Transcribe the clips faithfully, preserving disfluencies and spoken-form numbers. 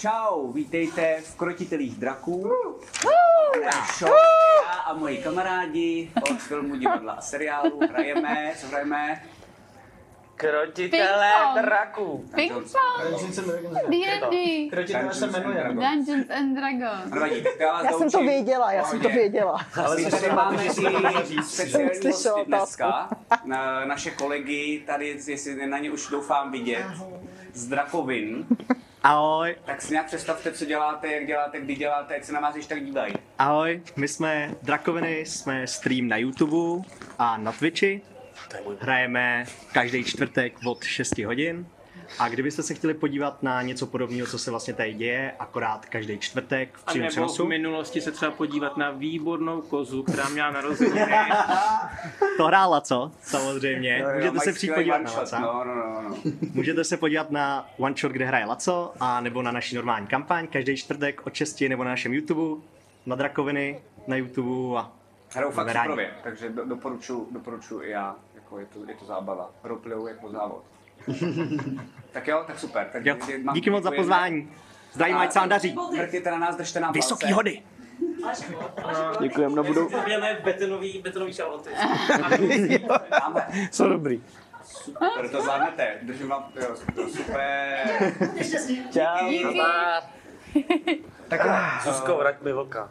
Čau, vítejte v Krotitelích draků. Show, já a moji kamarádi od filmu, divadla a seriálu hrajeme, co hrajeme? Krotitelé draků. Ping pong. D and D. Krotitelé se jmenuje. Dungeons and Dragons. Já, já jsem to věděla, já jsem to věděla. Ale my tady máme i speciální hosty dneska. Na, naše kolegy tady, jestli na ně už doufám vidět, z Drakovin. Ahoj. Tak si nějak představte, co děláte, jak děláte, kdy děláte, jak se na vás již tak dívají. Ahoj, my jsme Drakoviny, jsme stream na YouTube a na Twitchi. Hrajeme každý čtvrtek od šesti hodin. A kdybyste se chtěli podívat na něco podobného, co se vlastně tady děje, akorát každý čtvrtek v přímém přenosu. V minulosti se třeba podívat na výbornou kozu, která měla narozeniny. To hrála, co? Samozřejmě. Jo, jo, Můžete se přijít podívat na shot, Laca. no, no, no, no. Můžete se podívat na One Shot, kde hraje Laco, a nebo na naší normální kampaň každý čtvrtek od šesti nebo na našem YouTube, na Drakoviny, na YouTube a Hrajou fakt rádi. suprově, takže do, doporučuji, doporučuji i já, jako je to, je to zábava. Roleplayou jako závod. Tak jo, tak super. Tak Jo. mám- Díky moc za děkujeme. pozvání. Zdravím, ať se vám daří. Mrkněte na nás, držte nám Vysoký palce. hody. Děkujeme na budou. Děláme betonový, betonový šaloty. Máme. Jsou dobrý. Super, to zvládnete. Držím vám, jo, to super. Čau. Díky. Tak jo, Zuzko, vrať mi vlka.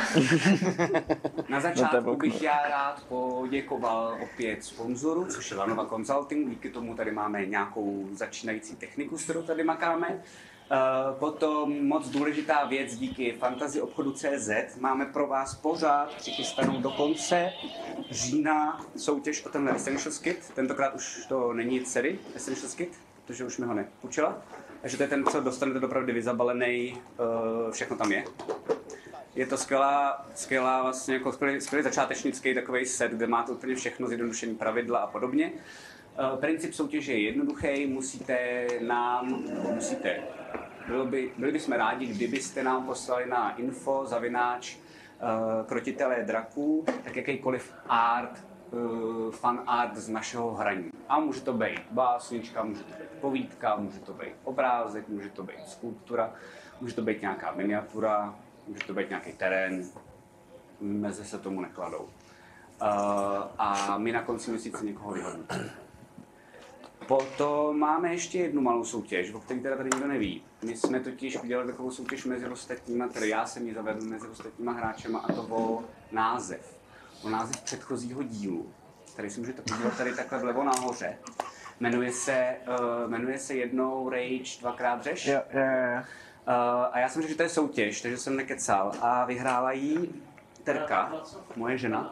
na začátku bych já rád poděkoval opět sponzoru, což je Lanova Consulting. Díky tomu tady máme nějakou začínající techniku, s kterou tady makáme. Uh, potom moc důležitá věc, díky Fantasy obchodu tečka cé zet máme pro vás pořád přichystanou do konce října soutěž o tenhle Essentials Kit. Tentokrát už to není dcery Essentials Kit, protože už mi ho nepůjčila. Takže to je ten, co dostanete dopravdy vyzabalený, uh, všechno tam je. Je to skvělá, skvělá vlastně jako skvělý, skvělý začátečnický takový set, kde máte úplně všechno, zjednodušení pravidla a podobně. Uh, princip soutěže je jednoduchý, musíte nám, nebo musíte, bylo by, byli bychom rádi, kdybyste nám poslali na info zavináč uh, krotitelé draků, tak jakýkoliv art, uh, fan art z našeho hraní. A může to být básnička, může to být povídka, může to být obrázek, může to být skulptura, může to být nějaká miniatura, může to být nějaký terén, meze se tomu nekladou. Uh, a my na konci měsíce někoho vyhodnotíme. Potom máme ještě jednu malou soutěž, o které teda tady nikdo neví. My jsme totiž udělali takovou soutěž mezi ostatníma, tedy já jsem ji zavedl mezi ostatníma hráčema, a to o název. O název předchozího dílu, který si můžete podívat tady takhle vlevo nahoře. Jmenuje se, uh, jmenuje se jednou Rage, dvakrát řeš. Jo, jo, jo. Uh, a já jsem řekl, že to je soutěž, takže jsem nekecal. A vyhrála jí Terka, moje žena.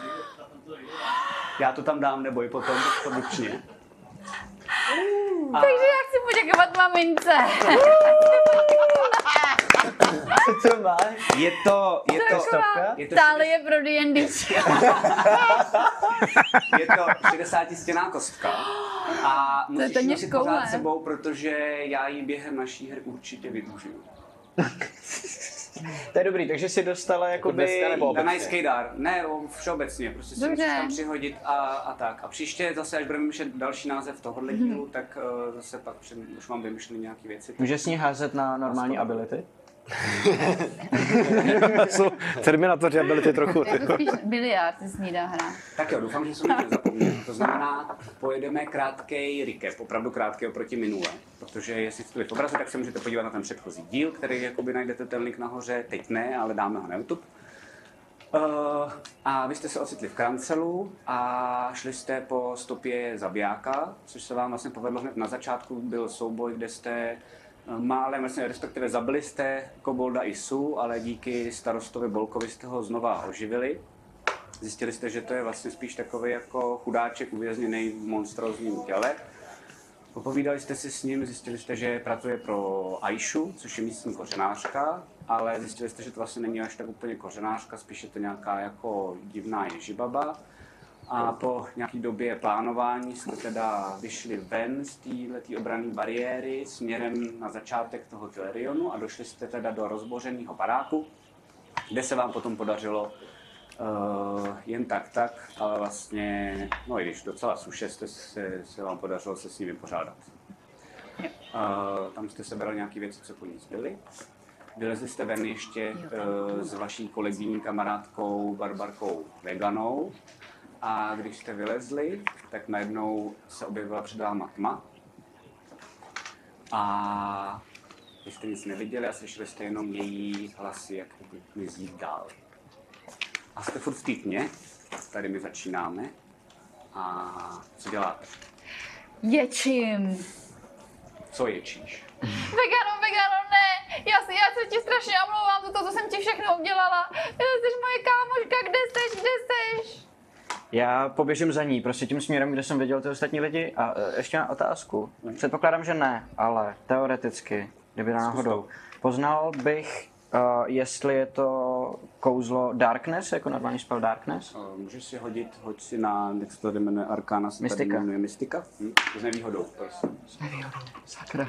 Já to tam dám, neboj, potom produkčně. A Takže já chci poděkovat mamince. Co máš? je to, je to, Stovka? je to, Tálie pro D and D. je to šedesátistěnná kostka. A To je musíš téměř nosit pořád koule. sebou, protože já ji během naší hry určitě využiju. To je dobrý, takže jsi dostala jakoby... Danajský dar. Ne, o, všeobecně, prostě si Dobře. musíš tam přihodit a, a tak. A příště zase, až budeme vymýšlet další název tohohle dílu, tak uh, zase pak před, už mám vymyšlené nějaké věci. Můžeš s ní házet na normální ability? Jsou Terminatoři ability trochu. Jako spíš biliard z ní dá hrát. Tak jo, doufám, že jsem nic nezapomněl. To znamená, pojedeme krátkej recap, opravdu krátkej oproti minule. Protože jestli chcete v obraze, tak se můžete podívat na ten předchozí díl, který jakoby najdete ten link nahoře. Teď ne, ale dáme ho na YouTube. Uh, a vy jste se ocitli v Krancelu a šli jste po stopě zabijáka, což se vám vlastně povedlo hned na začátku. Byl souboj, kde jste málem, vlastně, respektive zabili jste Kobolda i Su, ale díky starostovi Bolkovi jste ho znova oživili. Zjistili jste, že to je vlastně spíš takový jako chudáček uvězněný v monstrózním těle. Popovídali jste si s ním, zjistili jste, že pracuje pro Aishu, což je místní kořenářka, ale zjistili jste, že to vlastně není až tak úplně kořenářka, spíš je to nějaká jako divná ježibaba. A po nějaké době plánování jste teda vyšli ven z této obranné bariéry směrem na začátek toho Telerionu a došli jste teda do rozbořeného baráku, kde se vám potom podařilo uh, jen tak tak, ale vlastně, no i když docela suše, jste se, se vám podařilo se s ním vypořádat. Uh, tam jste sebrali nějaké věci, co po ní zbyly. Vylezli jste ven ještě uh, s vaší kolegyní kamarádkou Barbarkou Veganou. A když jste vylezli, tak najednou se objevila před váma tma. A vy jste nic neviděli a slyšeli jste jenom její hlasy, jak mizí dál. A jste furt v té tmě, tady my začínáme. A co děláte? Ječím. Co ječíš? Vegano, vegano, ne. Já, si, já se ti strašně omlouvám za to, co jsem ti všechno udělala. Jsi moje kámoška, kde jsi, kde jsi? Já poběžím za ní, prostě tím směrem, kde jsem viděl ty ostatní lidi. A e, ještě na otázku. Předpokládám, že ne, ale teoreticky, kdyby náhodou. Poznal bych, uh, jestli je to kouzlo Darkness, jako normální spell Darkness? Uh, můžeš si hodit, hoď si na, jak se to jmenuje, Arcana, se tady Mystika. jmenuje Mystika. Hm? S nevýhodou, prosím. S nevýhodou, sakra.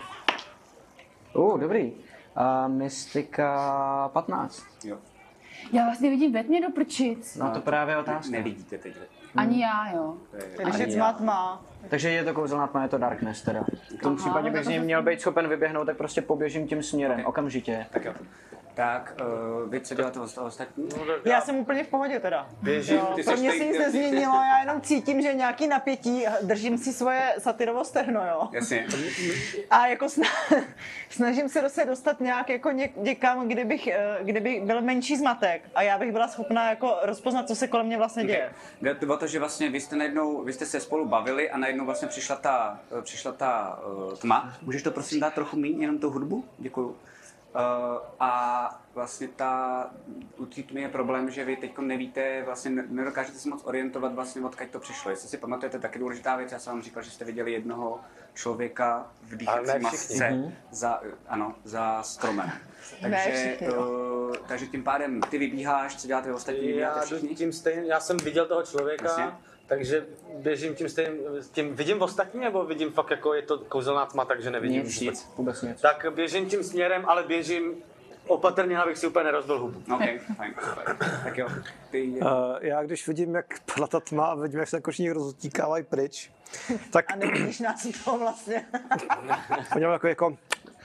Uh, dobrý. Uh, Mystika patnáct. Jo. Já vás nevidím ve tmě do prčic. No to právě je otázka. Nevidíte teď. Ani já, jo. To je... Když je tma tma. Takže je to kouzelná tma, je to Darkness teda. V tom Aha, případě no bych z to něj to- měl být schopen vyběhnout, tak prostě poběžím tím směrem, Ok. okamžitě. Tak jo. Tak, uh, vy co děláte osta- ostatní? Já jsem úplně v pohodě teda. Běžím, Jo, ty pro seš mě tady- se nic ty- nezměnilo, já jenom cítím, že nějaký napětí, držím si svoje satyrovo stehno, jo. Jasně. A jako sna- snažím se se dostat nějak jako něk- někam, kde bych, eh, kde by byl menší zmatek a já bych byla schopná jako rozpoznat, co se kolem mě vlastně děje. Jde o to, že vlastně vy jste najednou, vy jste se spolu bavili a najednou vlastně přišla ta, eh, přišla ta uh, tma. Můžeš to prosím dát trochu míň, jenom tu hudbu? Děkuju. Uh, a vlastně ta, u té tmy je problém, že vy teď nevíte, vlastně ne- nedokážete se moc orientovat vlastně odkud to přišlo. Jestli si pamatujete, taky důležitá věc, já jsem vám říkal, že jste viděli jednoho člověka v Ale dýchací ne masce za, ano, za stromem. Takže, všichni, no. uh, takže tím pádem ty vybíháš, co děláte vy ostatní, vybíháte Já jdu všichni? tím stejným, já jsem viděl toho člověka, Jasně. takže běžím tím stejným, tím, vidím ostatní, nebo vidím fakt jako je to kouzelná tma, takže nevidím Nic, nic. vůbec nic. Tak běžím tím směrem, ale běžím opatrně, abych si úplně nerozbil hubu. OK, fajn, super. Tak jo, ty... Eh, Uh, já když vidím, jak padla ta tma a vidím, jak se jako všichni rozutíkávají pryč, tak A nevidíš nás toho vlastně. oni jako, jako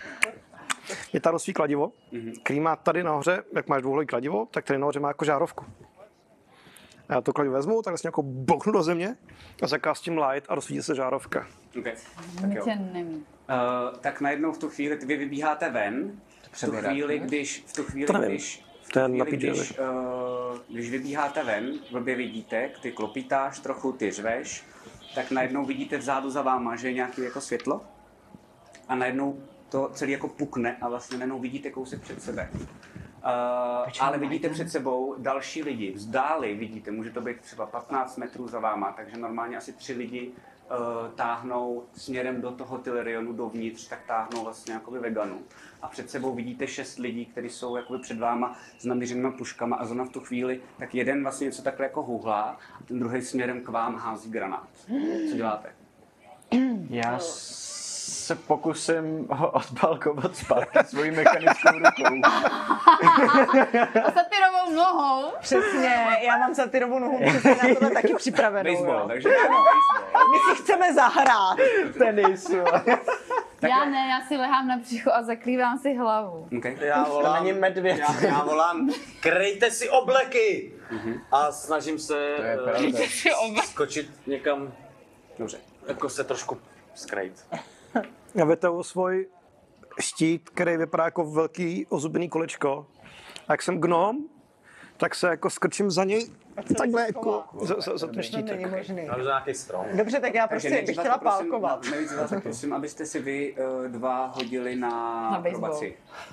je tady svý kladivo, který má tady nahoře, jak máš dvouhlavý kladivo, tak tady nahoře má jako žárovku. A já to kladivo vezmu, tak vlastně jako bouchnu do země a zakástím light a rozsvítí se žárovka. Okay. Tak Mě jo. tě nemí. Uh, tak najednou v tu chvíli, vy vybíháte ven, v tu chvíli, když, v tu chvíli, To nevím. když, v To je tu na chvíli, píči, když, uh, když vybíháte ven, blbě vidíte, ty klopítáš trochu, ty řveš, tak najednou vidíte vzadu za váma, že je nějaké jako světlo a najednou to celé jako pukne a vlastně najednou vidíte kousek před sebe. Uh, ale vidíte před sebou další lidi, vzdáli vidíte, může to být třeba patnáct metrů za váma, takže normálně asi tři lidi uh, táhnou směrem do toho Tylerionu dovnitř, tak táhnou vlastně jakoby veganu. A před sebou vidíte šest lidí, kteří jsou jakoby před váma s namířenýma puškama a zrovna v tu chvíli, tak jeden vlastně něco takhle jako huhlá a ten druhý směrem k vám hází granát. Co děláte? Já se pokusím ho odbalkovat zpátky svojí mechanickou rukou. A satyrovou nohou. Přesně, já mám satyrovou nohu přesně na tohle taky připravenou. Baseball, Jo. takže baseball. My si chceme zahrát. Tenis. Já ne, já si lehám na břicho a zakrývám si hlavu. Okay. Já volám, není medvěd. Já, já volám, krejte si obleky! A snažím se je eh, pravda. skočit někam, Dobře. jako se trošku skrejt. Já vytahu svůj štít, který vypadá jako velký ozubený kolečko. A jak jsem gnom, tak se jako skrčím za něj takhle jako za, za, za ten To štítek. není možný. Mám nějaký strom. Dobře, tak já prostě bych nejdřív chtěla vás prosím- pálkovat. Nejdřív vás tak prosím, abyste si vy uh, dva hodili na, Na baseball. akrobaci.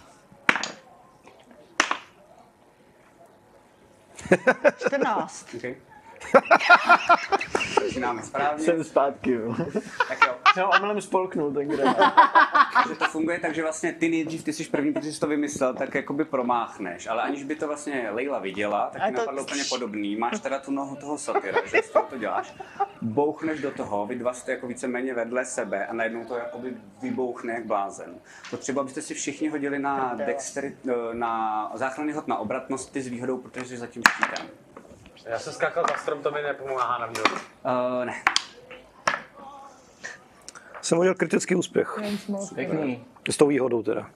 čtrnáct. Okay. Začínáme správně. Jsem zpátky, jo. Tak jo. Jsem ho omylem spolknul tenkrát. Takže to funguje tak, že vlastně ty nejdřív, ty jsi první, protože jsi to vymyslel, tak jakoby promáchneš, ale aniž by to vlastně Leila viděla, tak A ti to- napadlo úplně podobný. Máš teda tu nohu toho satyra, že z toho to děláš. Bouchneš do toho, vy dva jste jako víceméně vedle sebe a najednou to jakoby vybouchne jak blázen. Potřeba, abyste si všichni hodili na dexteri, na záchranný hod na obratnost, ty s výhodou, protože jsi zatím štítem. Já jsem skákal za strom, to mi nepomáhá na výhodu. Uh, ne. Jsem hodil kritický úspěch. Pěkný. S tou výhodou teda.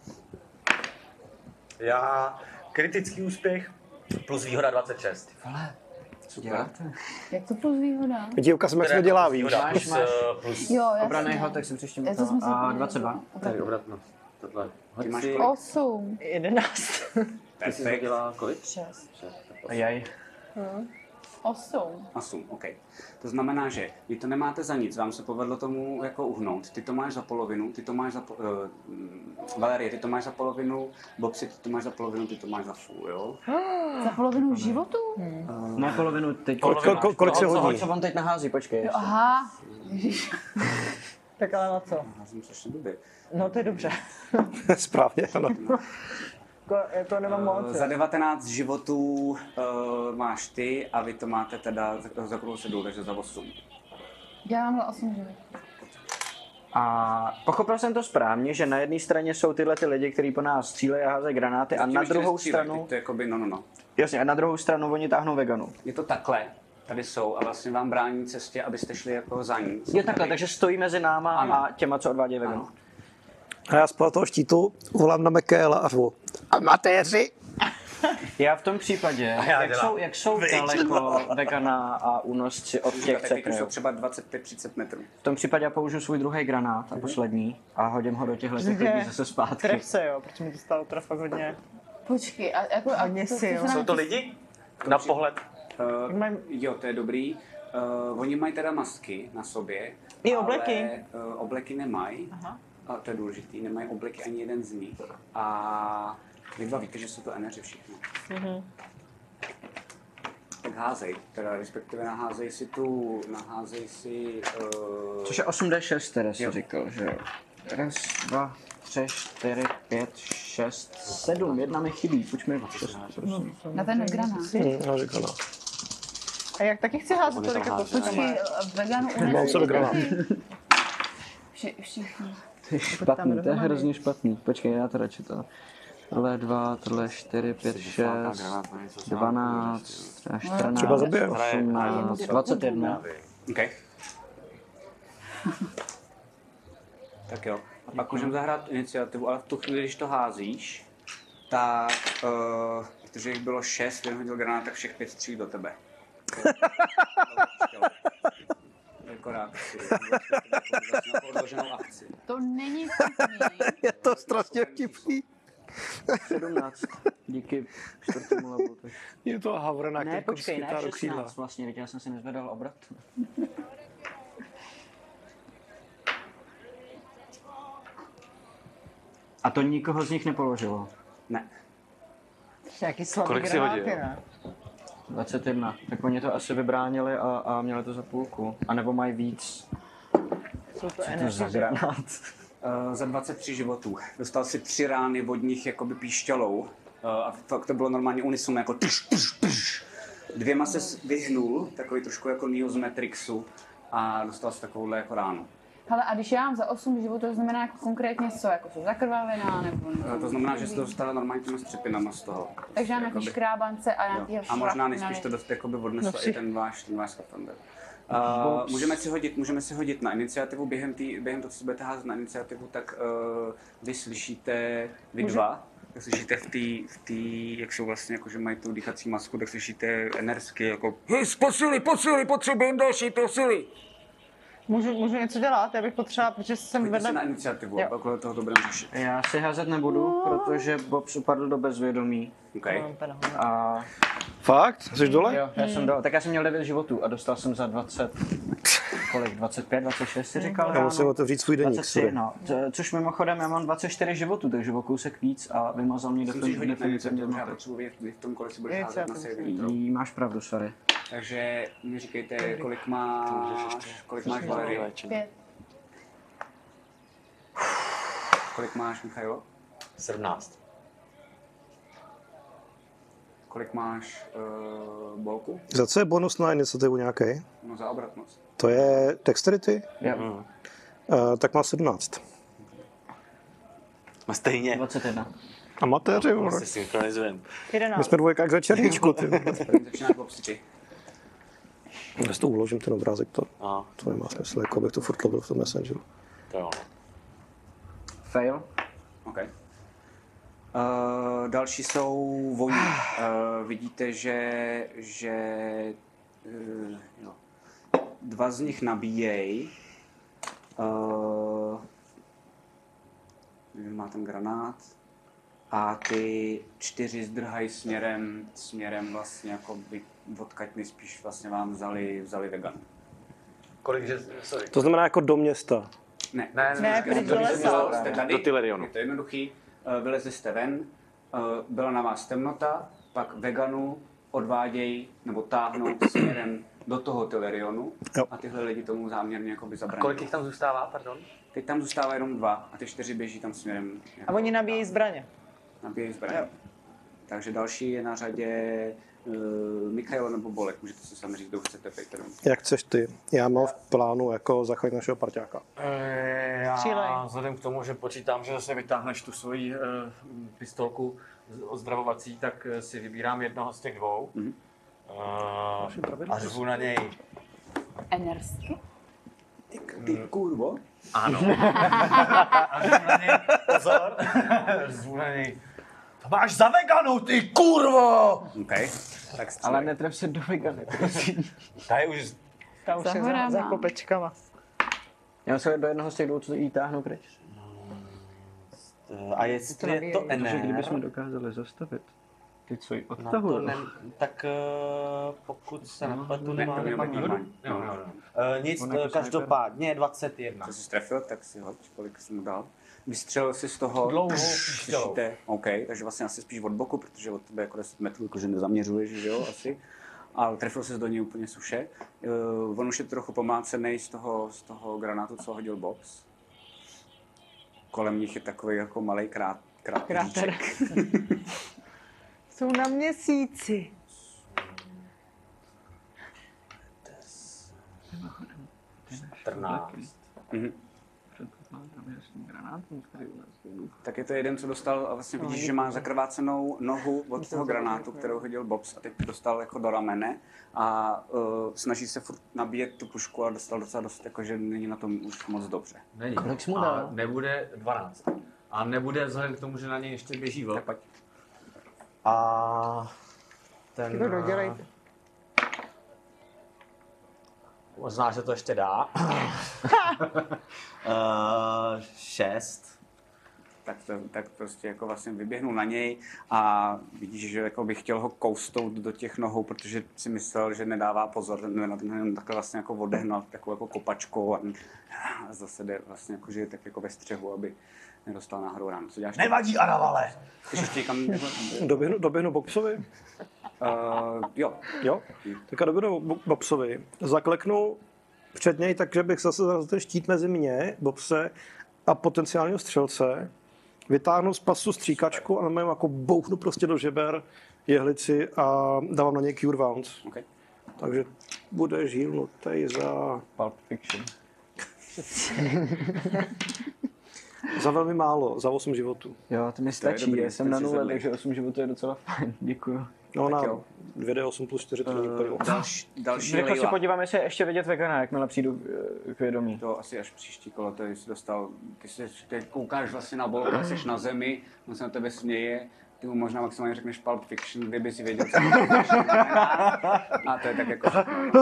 Já kritický úspěch plus výhoda dvacet šest. Co děláte? Jak to plus výhoda? Dílka jsem, jak se to dělá, víš. Výhoda Máš, plus, máš. eh, plus Jo, jasně. Obranýho, tak si příště Já to jsem si A zapomněla. dvacet dva. tady obratnost. Tohle. Ty máš Hoď si- kolik? Osm. Jedenáct. Ty jsi hodila kolik? Šest. A jaj. Osm. Osm, OK. To znamená, že vy to nemáte za nic, vám se povedlo tomu jako uhnout. Ty to máš za polovinu, ty to máš za... Po, uh, Valerie, ty to máš za polovinu, Bobsi, ty to máš za polovinu, ty to máš za půl, jo? Za polovinu životu? Ne polovinu teď. Kolik- kolik- kolik se Co- co- hodí? Co on teď nahází, počkej. ještě. Aha. Ježiš. Tak ale na co? Já jsem strašně blbý. No to je dobře. Správně, ano. Jako, to nemám moc. Uh, za devatenáct životů uh, máš ty a vy to máte teda za, za kolik se jdou, takže za osm. Já mám za osm životů. A pochopil jsem to správně, že na jedné straně jsou tyhle ty lidi, kteří po nás střílejí a házejí granáty a Zatím na ještě druhou nestřílej, stranu, teď to je jakoby, no, no, no. jasně, a na druhou stranu oni táhnou veganu. Je to takhle, tady jsou a vlastně vám brání cestě, abyste šli jako za ní. Je takhle, takže stojí mezi náma Ano. a těma, co odvádějí veganu. Ano. A já z toho štítu volám na Michaela a řvu. Amatéři! Já v tom případě, já jak dělám. jsou, jak jsou daleko vegana a únosci od těch Tak teď už jsou cekrev, třeba dvacet pět třicet metrů. v tom případě já použiju svůj druhý granát a poslední a hodím ho do těchto těch lidí zase zpátky. Tref se, jo, protože mi to stalo teda fakt hodně. Počkej, a jako... A Hodně to- si, to jo. se nám Jsou to tis- lidi? Na pohled. Uh, Mají- jo, to je dobrý. Uh, oni mají teda masky na sobě. I ale, obleky. Uh, obleky nemají. Aha. A to je důležitý, nemají obleky ani jeden z nich. A vy dva víte, že jsou to eneři všichni. Mhm. Tak házej, teda respektive naházej si tu, naházej si... Uh, Což je osm dé šest, teda si Jo. říkal, že jo. Raz, dva, tři, čtyři, pět, šest, sedm, jedna mi chybí, pojďme šest, prosím. Na ten granát. Hm, já říkal, no. A jak taky chci házet tolik jako Počkej, veganu Mám sebe granát. Vši, všichni. To je špatný, to je hrozně špatný. Počkej, já to radši to. Tohle je dva, tohle je čtyři, pět, šest, dvanáct, čtrnáct, Třeba zabije. osmnáct, dvacet jedna. OK. Tak jo. A pak můžeme zahrát iniciativu, ale v tu chvíli, když to házíš, tak, uh, protože jich bylo šest, jeden hodil granát, tak všech pět střílí do tebe. Jako reakci. Jako odloženou akci. To není vtipný. Je to strašně vtipný. sedmnáct. Díky čtvrtému levelu. tak- Je to havrená, Ne, který počkej, ne, skytá do křídla. šestnáct vlastně, teď já jsem si nezvedal obrat. A to nikoho z nich nepoložilo. Ne. Nějaký slabý Kolik si granáty, hodil? ne? dvacet jedna. Tak oni to asi vybránili a, a měli to za půlku. A nebo mají víc. Jsou to To za energie. granát. Uh, za dvacet tři životů. Dostal si tři rány vodních jakoby píšťalou. Uh, a fakt to bylo normálně unison, jako tuš, tuš, tuš. Dvěma se vyhnul, takový trošku jako Neo z Matrixu a dostal si takovouhle jako ránu. Hele, a když já mám za osm životů, to znamená jako konkrétně co? Jako jsou zakrvavená nebo... Uh, to znamená, že jsi to dostala normálně těma střepinama z toho. Takže já mám nějaký Jakoby- škrábance a Jo. nějaký A možná šlap nejspíš na- to dost jakoby odnesla No, i ten váš, ten váš skafander. Uh, můžeme si hodit, můžeme si hodit na iniciativu během, tý, během toho, co budete házet na iniciativu, tak uh, vy slyšíte, vy dva, tak slyšíte v té, v tý, jak jsou vlastně, jako, že mají tu dýchací masku, tak slyšíte enersky jako hej, posily, posily, potřebujeme další posily. Můžu, můžu něco dělat? Já bych potřeba, protože jsem Pojďte si na vedle... iniciativu Jo. a okolo toho to budeme řešit. Já si házet nebudu, protože Bob upadl do bezvědomí. Okay. Mám teda hodně. A Fakt? Jsi dole? jo, já jsem dal, tak já jsem měl devět životů a dostal jsem za dvacet, kolik, dvacet pět, dvacet šest si říkal Já ráno? musím otevřít svůj deník. dvacet tři, sorry. no. Co- Což mimochodem já mám dvacet čtyři životů, takže o kousek víc a vymazal mě Musíš definitivně hodit na iniciativu, definitivně já zmatek. potřebuji vědět v tom, kolik si budeš házet na Iniciativu. saving throw. Jí, máš pravdu, sorry. Takže mi říkejte, kolik máš, kolik máš Valerie, Pět. kolik máš Michailo, sedmnáct. kolik máš uh, Bolku, Za co je bonus na iniciativu nějaký? no za obratnost. To je dexterity? Jo, Uh, tak má sedmnáct. A stejně. dvacet jedna. Amatéři, vole. Se synchronizujeme. My jedenáct. jsme dvojka jak za černíčku, ty. První začíná jako psity. Já si to uložím, ten obrázek, to, A to nemá smysl, jako bych to furt lovil v tom Messengeru. To jo. Fail. OK. Uh, další jsou voní. Uh, vidíte, že, že uh, jo. Dva z nich nabíjejí. Uh, má ten granát. A ty čtyři zdrhají směrem, směrem vlastně jako by odkaď nejspíš vlastně vám vzali, vzali vegan. Kolik, že... Sorry. To znamená jako do města. Ne, Ne, pryč do lesa. Jste tady, Do Tylerionu. je to jednoduchý, uh, vylezli jste ven, uh, byla na vás temnota, pak veganu odvádějí nebo táhnou směrem do toho Tylerionu Jo. a tyhle lidi tomu záměrně jakoby zabraní. Kolik jich tam zůstává, pardon? Teď tam zůstává jenom dva a ty čtyři běží tam směrem. Jako, A oni nabíjejí zbraně. nabíjejí zbraně. Jo. Takže další je na řadě uh, Michael nebo Bolek, můžete si sami říct, kdo chcete, Petr. Jak chceš ty? Já mám v plánu jako zachránit našeho parťáka. E, já Střílej. vzhledem k tomu, že počítám, že zase vytáhneš tu svoji uh, pistolku z- ozdravovací, tak eh, si vybírám jednoho z těch dvou. Mhm. Uh, a řvu na něj. Enersky? Ty kurvo. Ano. A řvu na něj. Pozor. Řvu na něj. To máš za veganu, ty kurvo! OK, tak střílej. Ale netref se do vegany, prosím. Ta je už... Ta už Za je za, horama. za kopečkama. Já se do jednoho z těch dvou, co jí táhnou pryč. A jestli je to Protože N kdybychom dokázali zastavit ty, co ji na to odtahují. ne, tak uh, pokud se nepletu, ne, nemá to mělo nemám být výhodu? normální. Jo, jo, jo. Uh, nic, On jako uh, každopádně dvacet jedna. Co jsi trefil, tak si hoď, kolik jsi mu dal. Vystřelil jsi z toho... Dlouhou píšťalou. Slyšíte? OK, takže vlastně asi spíš od boku, protože od tebe jako deset metrů, jakože nezaměřuješ, že jo, asi. Ale trefil se do něj úplně suše. Uh, on už je trochu pomlácený z toho, z toho granátu, co hodil Bobs. Kolem nich je takový jako malý krát, Kráter. kráter. Jsou na měsíci. čtrnáct. Mhm. Tak je to jeden, co dostal a vlastně vidíš, že má zakrvácenou nohu od toho granátu, kterou hodil Bobs a teď dostal jako do ramene a uh, snaží se furt nabíjet tu pušku a dostal docela dost, jako, že není na tom už moc dobře. Není. Kolik jsi mu A dal? nebude dvanáct. A nebude vzhledem k tomu, že na něj ještě běží Tak vlk. pojď. A ten... Kdo dodělejte. Možná, že to ještě dá. uh, šest. Tak, to, tak prostě jako vlastně vyběhnu na něj a vidíš, že jako bych chtěl ho koustout do těch nohou, protože si myslel, že nedává pozor, jenom takhle vlastně jako odehnal takovou jako kopačkou a zase jde vlastně jako, že je tak jako ve střehu, aby nedostal náhodou ránu. Co děláš? Nevadí, Aravale! Chceš ještě někam? Doběhnu, doběhnu Bobsovi? Uh, jo. Jo? Tak já doběhnu Bo- Bobsovi, zakleknu před něj, takže bych zase zarazil ten štít mezi mě, Bobse a potenciálního střelce. Vytáhnu z pasu stříkačku a na mém jako bouchnu prostě do žeber jehlici a dávám na něj Cure Wounds. Okay. Takže budeš healnutej za... Pulp Fiction. za velmi málo, za osm životů. Jo, to mi stačí, dobrý, já jsem na ten si nule, sedlej. takže osm životů je docela fajn, děkuju. No na jo. dvě D osm plus čtyři to není úplně moc. Další, další Rychle se Leila. podívám, jestli je ještě vidět vegana, jakmile přijdu eh, k vědomí. To asi až příští kolo, to jsi dostal, ty se teď koukáš vlastně na Bolka, jsi na zemi, on se na tebe směje, ty mu možná maximálně řekneš Pulp Fiction, kdyby si věděl, co Pulp Fiction znamená. A to je tak jako...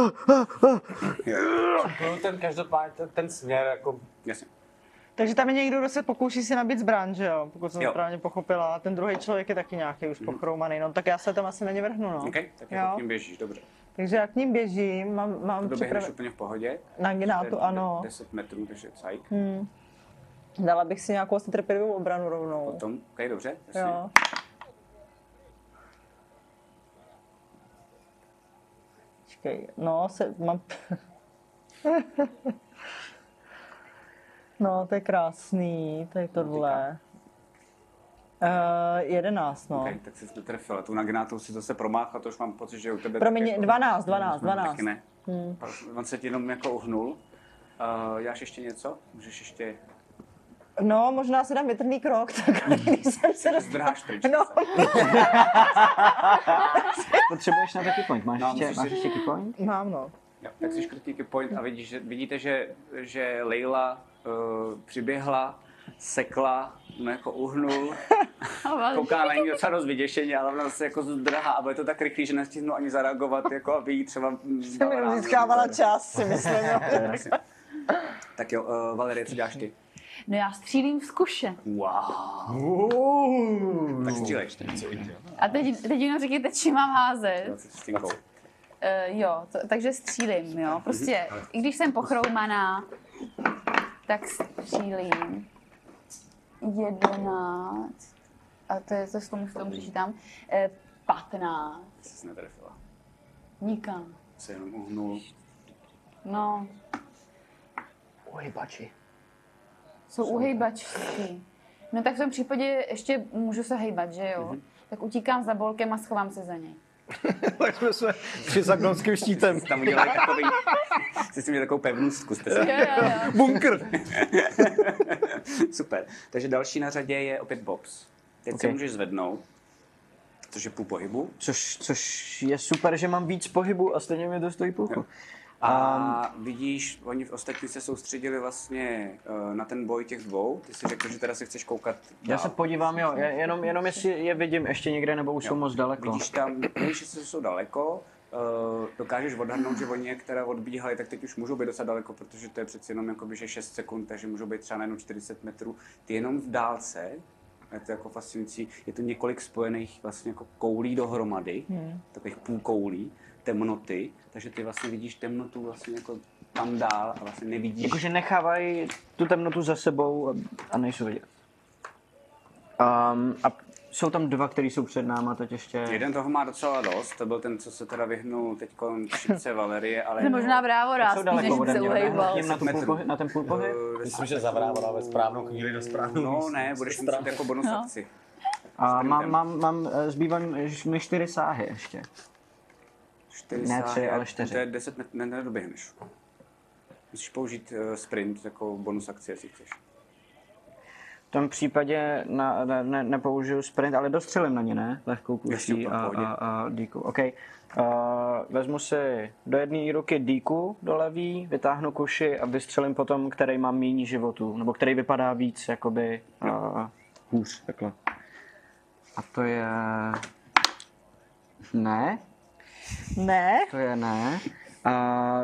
Jo, Ten každopádně, ten, ten směr, jako... jasně. Takže tam je někdo, kdo se pokouší si nabít zbraň, že jo? Pokud jsem Jo. to správně pochopila. A ten druhý člověk je taky nějaký už pochroumaný. No tak já se tam asi na ně vrhnu, no. OK, tak Jo. jako k ním běžíš, dobře. Takže já k ním běžím, mám, mám Doběhneš připraven úplně v pohodě. na gnátu, ano. deset metrů, takže cajk. Hmm. Dala bych si nějakou asi trpělivou obranu rovnou. Potom, OK, dobře, jasně. Jo. Počkej, no, se, mám... no, to je krásný, to je tohle. Uh, jedenáct, no. OK, tak jsi netrefil. Tu na gnátu si zase promáchal, to už mám pocit, že u tebe... Promiň, tak jako- dvanáct, dvanáct, dvanáct. Taky ne. Hmm. On se ti jenom jako uhnul. Uh, děláš ještě něco? Můžeš ještě... No, možná si dám větrný krok, tak když jsem se dostala. Zdráš pryč. No, Potřebuješ na taky point, máš No, ještě, musíš máš si- ještě key point? mám, no. Jo, tak si škrtí key point a vidíš, že, vidíte, že, že Leila uh, přiběhla, sekla, no jako uhnul, kouká na ní docela dost vyděšeně, ale ona se jako zdrhá a bude to tak rychlý, že nestihnu ani zareagovat, jako aby jí třeba... Jsem jenom získávala čas, si myslím. Tak jo, uh, Valerie, co děláš ty? No já střílím z kuše. Wow. Tak střílej. A teď, teď jenom říkejte, čím mám házet. S Uh, jo, to, takže střílím, jo. Prostě, i když jsem pochroumaná, tak střílím. Jedenáct. A to je to, s tomu, s tomu přičítám. Eh, patnáct. Jsi netrefila. Nikam. Se jenom uhnul. No, Uhybači. jsou uhejbačky. No tak v tom případě ještě můžu se hejbat, že jo? Mm-hmm. Tak utíkám za bolkem a schovám se za něj. Tak jsme se při zagnonským štítem. Tam udělali takový, jsi si měl takovou pevnůstku. Jste si... Jo, jo, jo. Bunkr. Super. Takže další na řadě je opět Bobs. Teď okay. se můžeš zvednout, což je půl pohybu. Což, což je super, že mám víc pohybu a stejně mi to stojí půlku. A um, vidíš, oni v ostatní se soustředili vlastně uh, na ten boj těch dvou. Ty si řekl, že teda se chceš koukat dál. Já se podívám, jo, jenom, jenom jestli je vidím ještě někde, nebo už jo. jsou moc daleko. Vidíš tam, vidíš, že jsou daleko, uh, dokážeš odhadnout, že oni, které odbíhali, tak teď už můžou být docela daleko, protože to je přeci jenom jakoby, že šest sekund, takže můžou být třeba najednou čtyřicet metrů. Ty jenom v dálce, je to jako fascinující, je to několik spojených vlastně jako koulí dohromady, hmm. takových půl koulí, temnoty, takže ty vlastně vidíš temnotu vlastně jako tam dál a vlastně nevidíš. Jakože nechávají tu temnotu za sebou a nejsou vidět. Um, a jsou tam dva, který jsou před náma teď ještě. Jeden toho má docela dost, to byl ten, co se teda vyhnul teďko šipce Valerie, ale... To možná Vrávora, spíš než se uhejbal. Na, na ten půl pohyb? Uh, Myslím, že za Vrávora ve správnou chvíli do správnou No místě. Ne, budeš mít jako bonus no. akci. A mám, mám, mám, zbývám mi čtyři sáhy ještě. čtyři ne sáhy, tři, ale čtyři. To je deset metrů, ne, nedoběhneš. Musíš použít uh, sprint jako bonus akci, jestli chceš. V tom případě na, ne, ne, nepoužiju sprint, ale dostřelím na ně, ne? Lehkou kuší a, a, a díku. OK. Uh, vezmu si do jedné ruky díku do levý, vytáhnu kuši a vystřelím potom, který má méně životů, nebo který vypadá víc, jakoby uh, hůř, takhle. A to je... Ne. Ne? To je ne. A...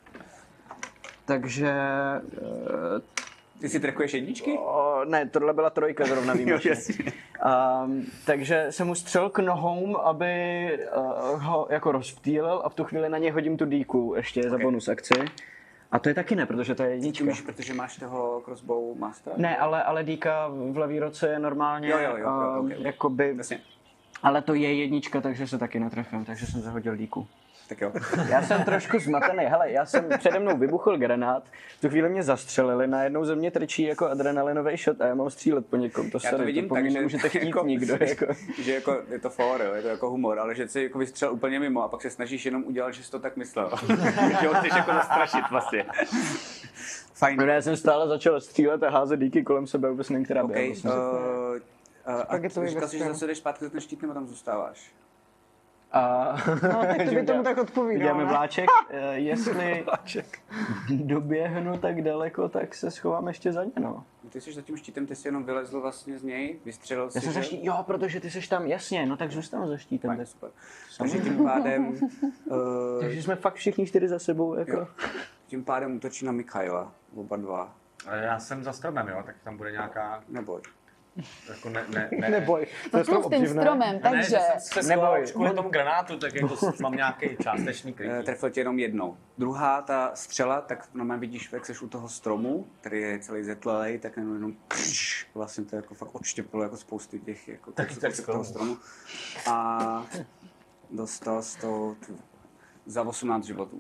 Takže... Uh, Ty si trackuješ jedničky? O, ne, tohle byla trojka zrovna výjimečně. um, takže jsem mu střel k nohou, aby uh, ho jako rozptýlil a v tu chvíli na něj hodím tu díku ještě okay. za bonus akci. A to je taky ne, protože to je jednička. Umíš, protože máš toho crossbow mastera? Ne, ale, ale díka v levý roce je normálně jo, jo, jo, uh, jo, okay. jakoby... Jasně. Ale to je jednička, takže se taky netrefím, takže jsem zahodil díku. Tak jo. Já jsem trošku zmatený. Hele, já jsem přede mnou vybuchl granát, v tu chvíli mě zastřelili, najednou ze mě trčí jako adrenalinový shot a já mám střílet po někom. To, já to vidím to po tak, mně že nemůžete chtít jako, nikdo. Jako. Že jako, je to for, jo, je to jako humor, ale že jsi jako vystřel úplně mimo a pak se snažíš jenom udělat, že jsi to tak myslel. Že ho chceš jako zastrašit vlastně. Fajn. No, já jsem stále začal střílet a házet díky kolem sebe, vůbec nevím, která okay, byla. Uh, uh, a ty říkal jsi, že zase jdeš zpátky za ten štít, nebo tam zůstáváš? A... No, tak to by tomu tak odpovídalo. Děláme vláček, jestli doběhnu tak daleko, tak se schovám ještě za ně, no. Ty jsi za tím štítem, ty jsi jenom vylezl vlastně z něj, vystřelil si, Já jsem za štít, jo, protože ty jsi tam, jasně, no tak zůstanu za štítem. Fajn, super. Takže tím pádem... Uh, Takže jsme fakt všichni čtyři za sebou, jako. Jo. Tím pádem útočí na Mikhaila, oba dva. Ale já jsem za stromem, jo, tak tam bude nějaká... Neboj. Jako ne, ne, ne. Neboj, to je s tím stromem, takže... Ne, že se neboj, kvůli tomu granátu, tak jako mám nějaký částečný krytí. Trefil tě jenom jednou. Druhá ta střela, tak normálně vidíš, jak seš u toho stromu, který je celý zetlelej, tak jenom, jenom pš, vlastně to jako fakt odštěpilo jako spoustu těch jako tak, tak toho stromu. A dostal z toho za osmnáct životů.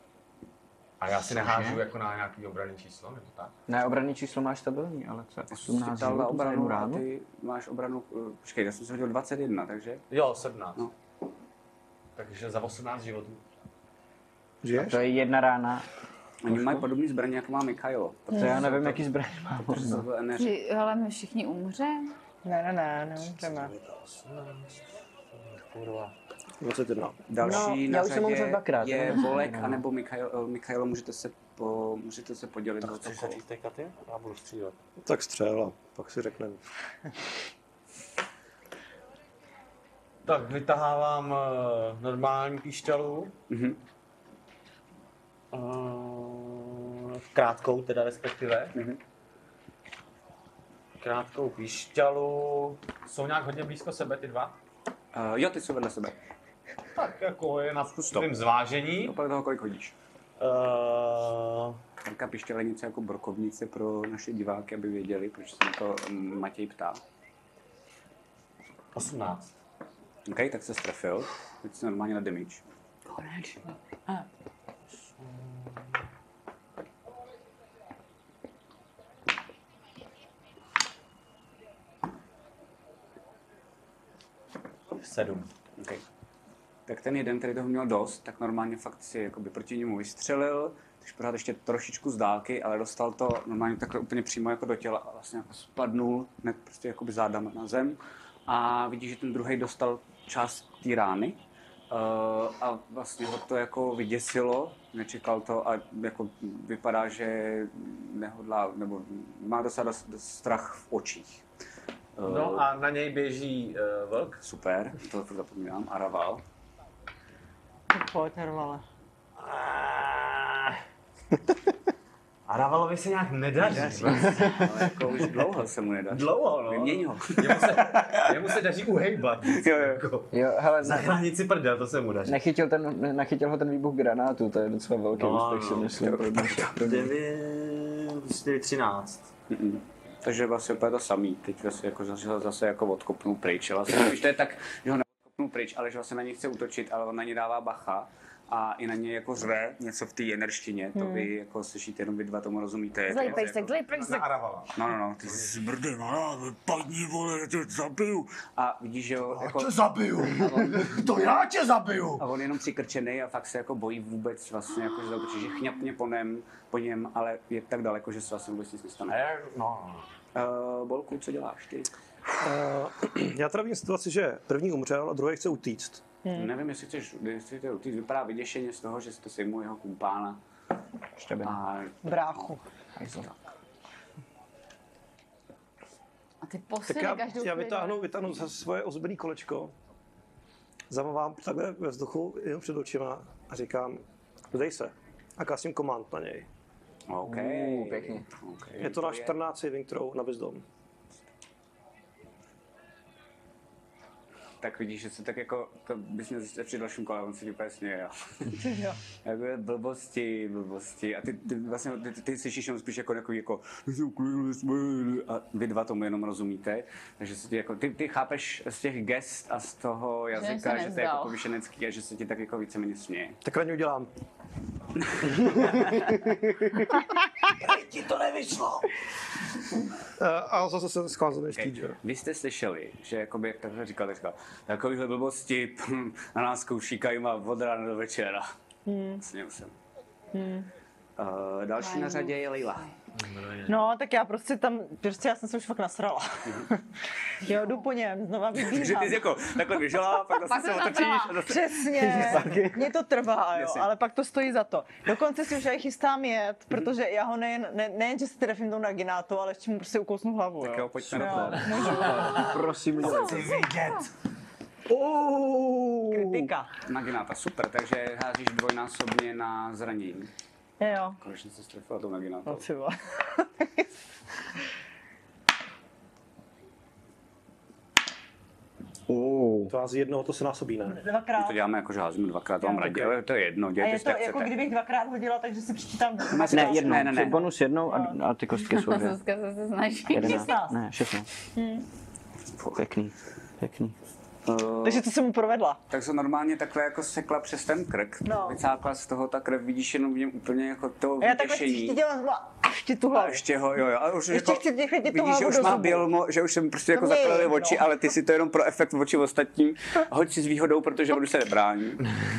A já si nehážu jako na nějaký obranný číslo, nebo tak? Ne, obranný číslo máš stabilní, ale co? osmnáct životů obranu za ránu? Ty máš obranu, počkej, já jsem si hodil dvacet jedna, takže? Jo, sedmnáct. No. Takže za osmnáct životů. To je jedna rána. Oni mají podobný zbraně, jako má Mikhailo. To já nevím, jaký zbraně má. Ale my všichni umřeme? Ne, ne, ne, neumřeme. Kurva. dvacet jedna. Další no, na řadě dvakrát, je no, Volek, no. anebo Mikhailo, Mikhailo, můžete se po, můžete se podělit Tak o chceš to kolo. začít teďka ty? Já budu střílet. Tak střel a pak si řekneme. Tak vytahávám uh, normální píšťalu. Mhm. Uh, krátkou teda respektive. Mhm. Krátkou píšťalu. Jsou nějak hodně blízko sebe ty dva? Uh, jo, ty jsou vedle sebe. Tak jako je na Zkus to. tvým zvážení. To podle toho, kolik hodíš. Uh, Tanka pištěle něco jako brokovnice pro naše diváky, aby věděli, proč se na to mm, Matěj ptá. osmnáct. OK, tak se strefil. Teď se normálně na damage. Konečně. sedm. Okay. Tak ten jeden, který toho měl dost, tak normálně fakt si jakoby proti němu vystřelil, takže pořád ještě trošičku z dálky, ale dostal to normálně takhle úplně přímo jako do těla a vlastně jako spadnul hned prostě jakoby zádama na zem. A vidíš, že ten druhý dostal část té rány uh, a vlastně ho to jako vyděsilo, nečekal to a jako vypadá, že nehodlá, nebo má docela dost, dost strach v očích. Uh, No a na něj běží uh, vlk. Super, to furt zapomínám, a Raval. Pojď, Hervale. A Ravalovi se nějak nedaří. Ale jako už dlouho se mu nedaří. Dlouho, no. Vyměň ho. Jemu se, jemu se daří uhejbat. Jo, jo. Jako, Jo, hele, zachránit si prdel, to se mu daří. nechytil, ten, ne- nechytil ho ten výbuch granátu, to je docela velký No, úspěch, si no. myslím. pro dnešek. devět, čtyři, třináct. Mm-mm. Takže vlastně úplně to samý. Teď vlastně jako zase, zase jako odkopnul pryč. Vlastně, víš, to je tak, že ho neodkopnul pryč, ale že vlastně na něj chce útočit, ale on na něj dává bacha. A i na něj jako řve něco v té jenerštině, to vy jako slyšíte, jenom vy dva tomu rozumíte. Zlej To je pejsek, jako- zlej pejsek. Na Ravala. No, no, no, ty zbrdy, no, padni, vole, já tě zabiju. A vidíš, že jo, jako... zabiju! To já tě zabiju! A on jenom přikrčený a fakt se jako bojí vůbec vlastně, jako, že zautočí, že chňapně po něm, po něm, ale je tak daleko, že se vlastně vůbec nic nestane. No. Uh, Bolku, co děláš ty? Uh, já teda vidím situaci, že první umřel a druhý chce utíct. Hmm. Nevím, jestli chceš, jestli to utíct, vypadá vyděšeně z toho, že jste sejmu jeho kumpána. Štěbe. A Bráchu. A ty Tak posily já, každou já chvíli. vytáhnu, vytáhnu za svoje ozbený kolečko, zamávám takhle ve vzduchu, jenom před očima a říkám, dej se. A kásím command na něj. OK. Uh, pěkně. Okay. Je to na čtrnáct saving throw na Wisdom. Tak vidíš, že se tak jako, to bys měl zjistit při dalším kole, on si ti úplně směje, Jo. Jako blbosti, blbosti. A ty, ty vlastně, ty, ty, ty slyšíš jenom spíš jako takový jako a vy dva tomu jenom rozumíte. Takže se ti jako, ty, ty chápeš z těch gest a z toho jazyka, se že to je jako nevzdal. povyšenecký a že se ti tak jako víceméně směje. Tak na něj udělám. Ti to nevyšlo! Uh, a zase se scházím okay. štít, že? Vy jste slyšeli, že jakoby, jak takhle říkal teďka, takovýhle blbosti na nás koušíkají má od rána do večera. Hmm. Sněl jsem. Hmm. Uh, další na řadě je Leila. No, tak já prostě tam, prostě já jsem se už fakt nasrala. Jo, jdu po něm, znova Takže vybíhám. ty jsi jako takhle běžela, pak zase Pak se se otočíš zatrvá. a zase... Přesně, mě to trvá, jo, Jasně. ale pak to stojí za to. Dokonce si už aj chystám jet, protože já ho nejen, ne, nejen, že si trefím tou naginátu, ale ještě mu prostě ukousnu hlavu, Tak jo. jo, pojďme na Jo, to. můžu. Prosím, dělej. Chci vidět! Kritika. Nagináta, super, takže házíš dvojnásobně na zranění. Jo. Konečně se strefila tou naginátou. No třeba. Uh. To vás jednoho to se násobí, ne? My Dvakrát. to děláme jako, že házíme dvakrát, to vám Jo, radí, ok. ale to je jedno, A dělejte je si, to jak jako chcete. kdybych dvakrát hodila, takže si přičítám dvakrát. Ne, jednou, Ne, ne, ne. bonus jednou a, a ty kostky jsou dvě. Zuzka se se snaží. Jedenáct. šestnáct. Ne, šestnáct. Pěkný, pěkný. Uh, Takže to jsem mu provedla. tak se normálně takhle jako sekla přes ten krk, No. vycákla z toho ta krev, vidíš jenom v něm úplně jako to A já takhle vyděšení. chci dělat znova a ještě tu A hlavu. ještě ho, jo, jo. A už Ještě jako, chci těch lidi tu vidíš, že hlavu už do má zubu. bělmo, že už jsem prostě jako To mě je zaklali jedno. oči, ale ty si to jenom pro efekt v oči ostatním. Hoď si s výhodou, protože on už se nebrání.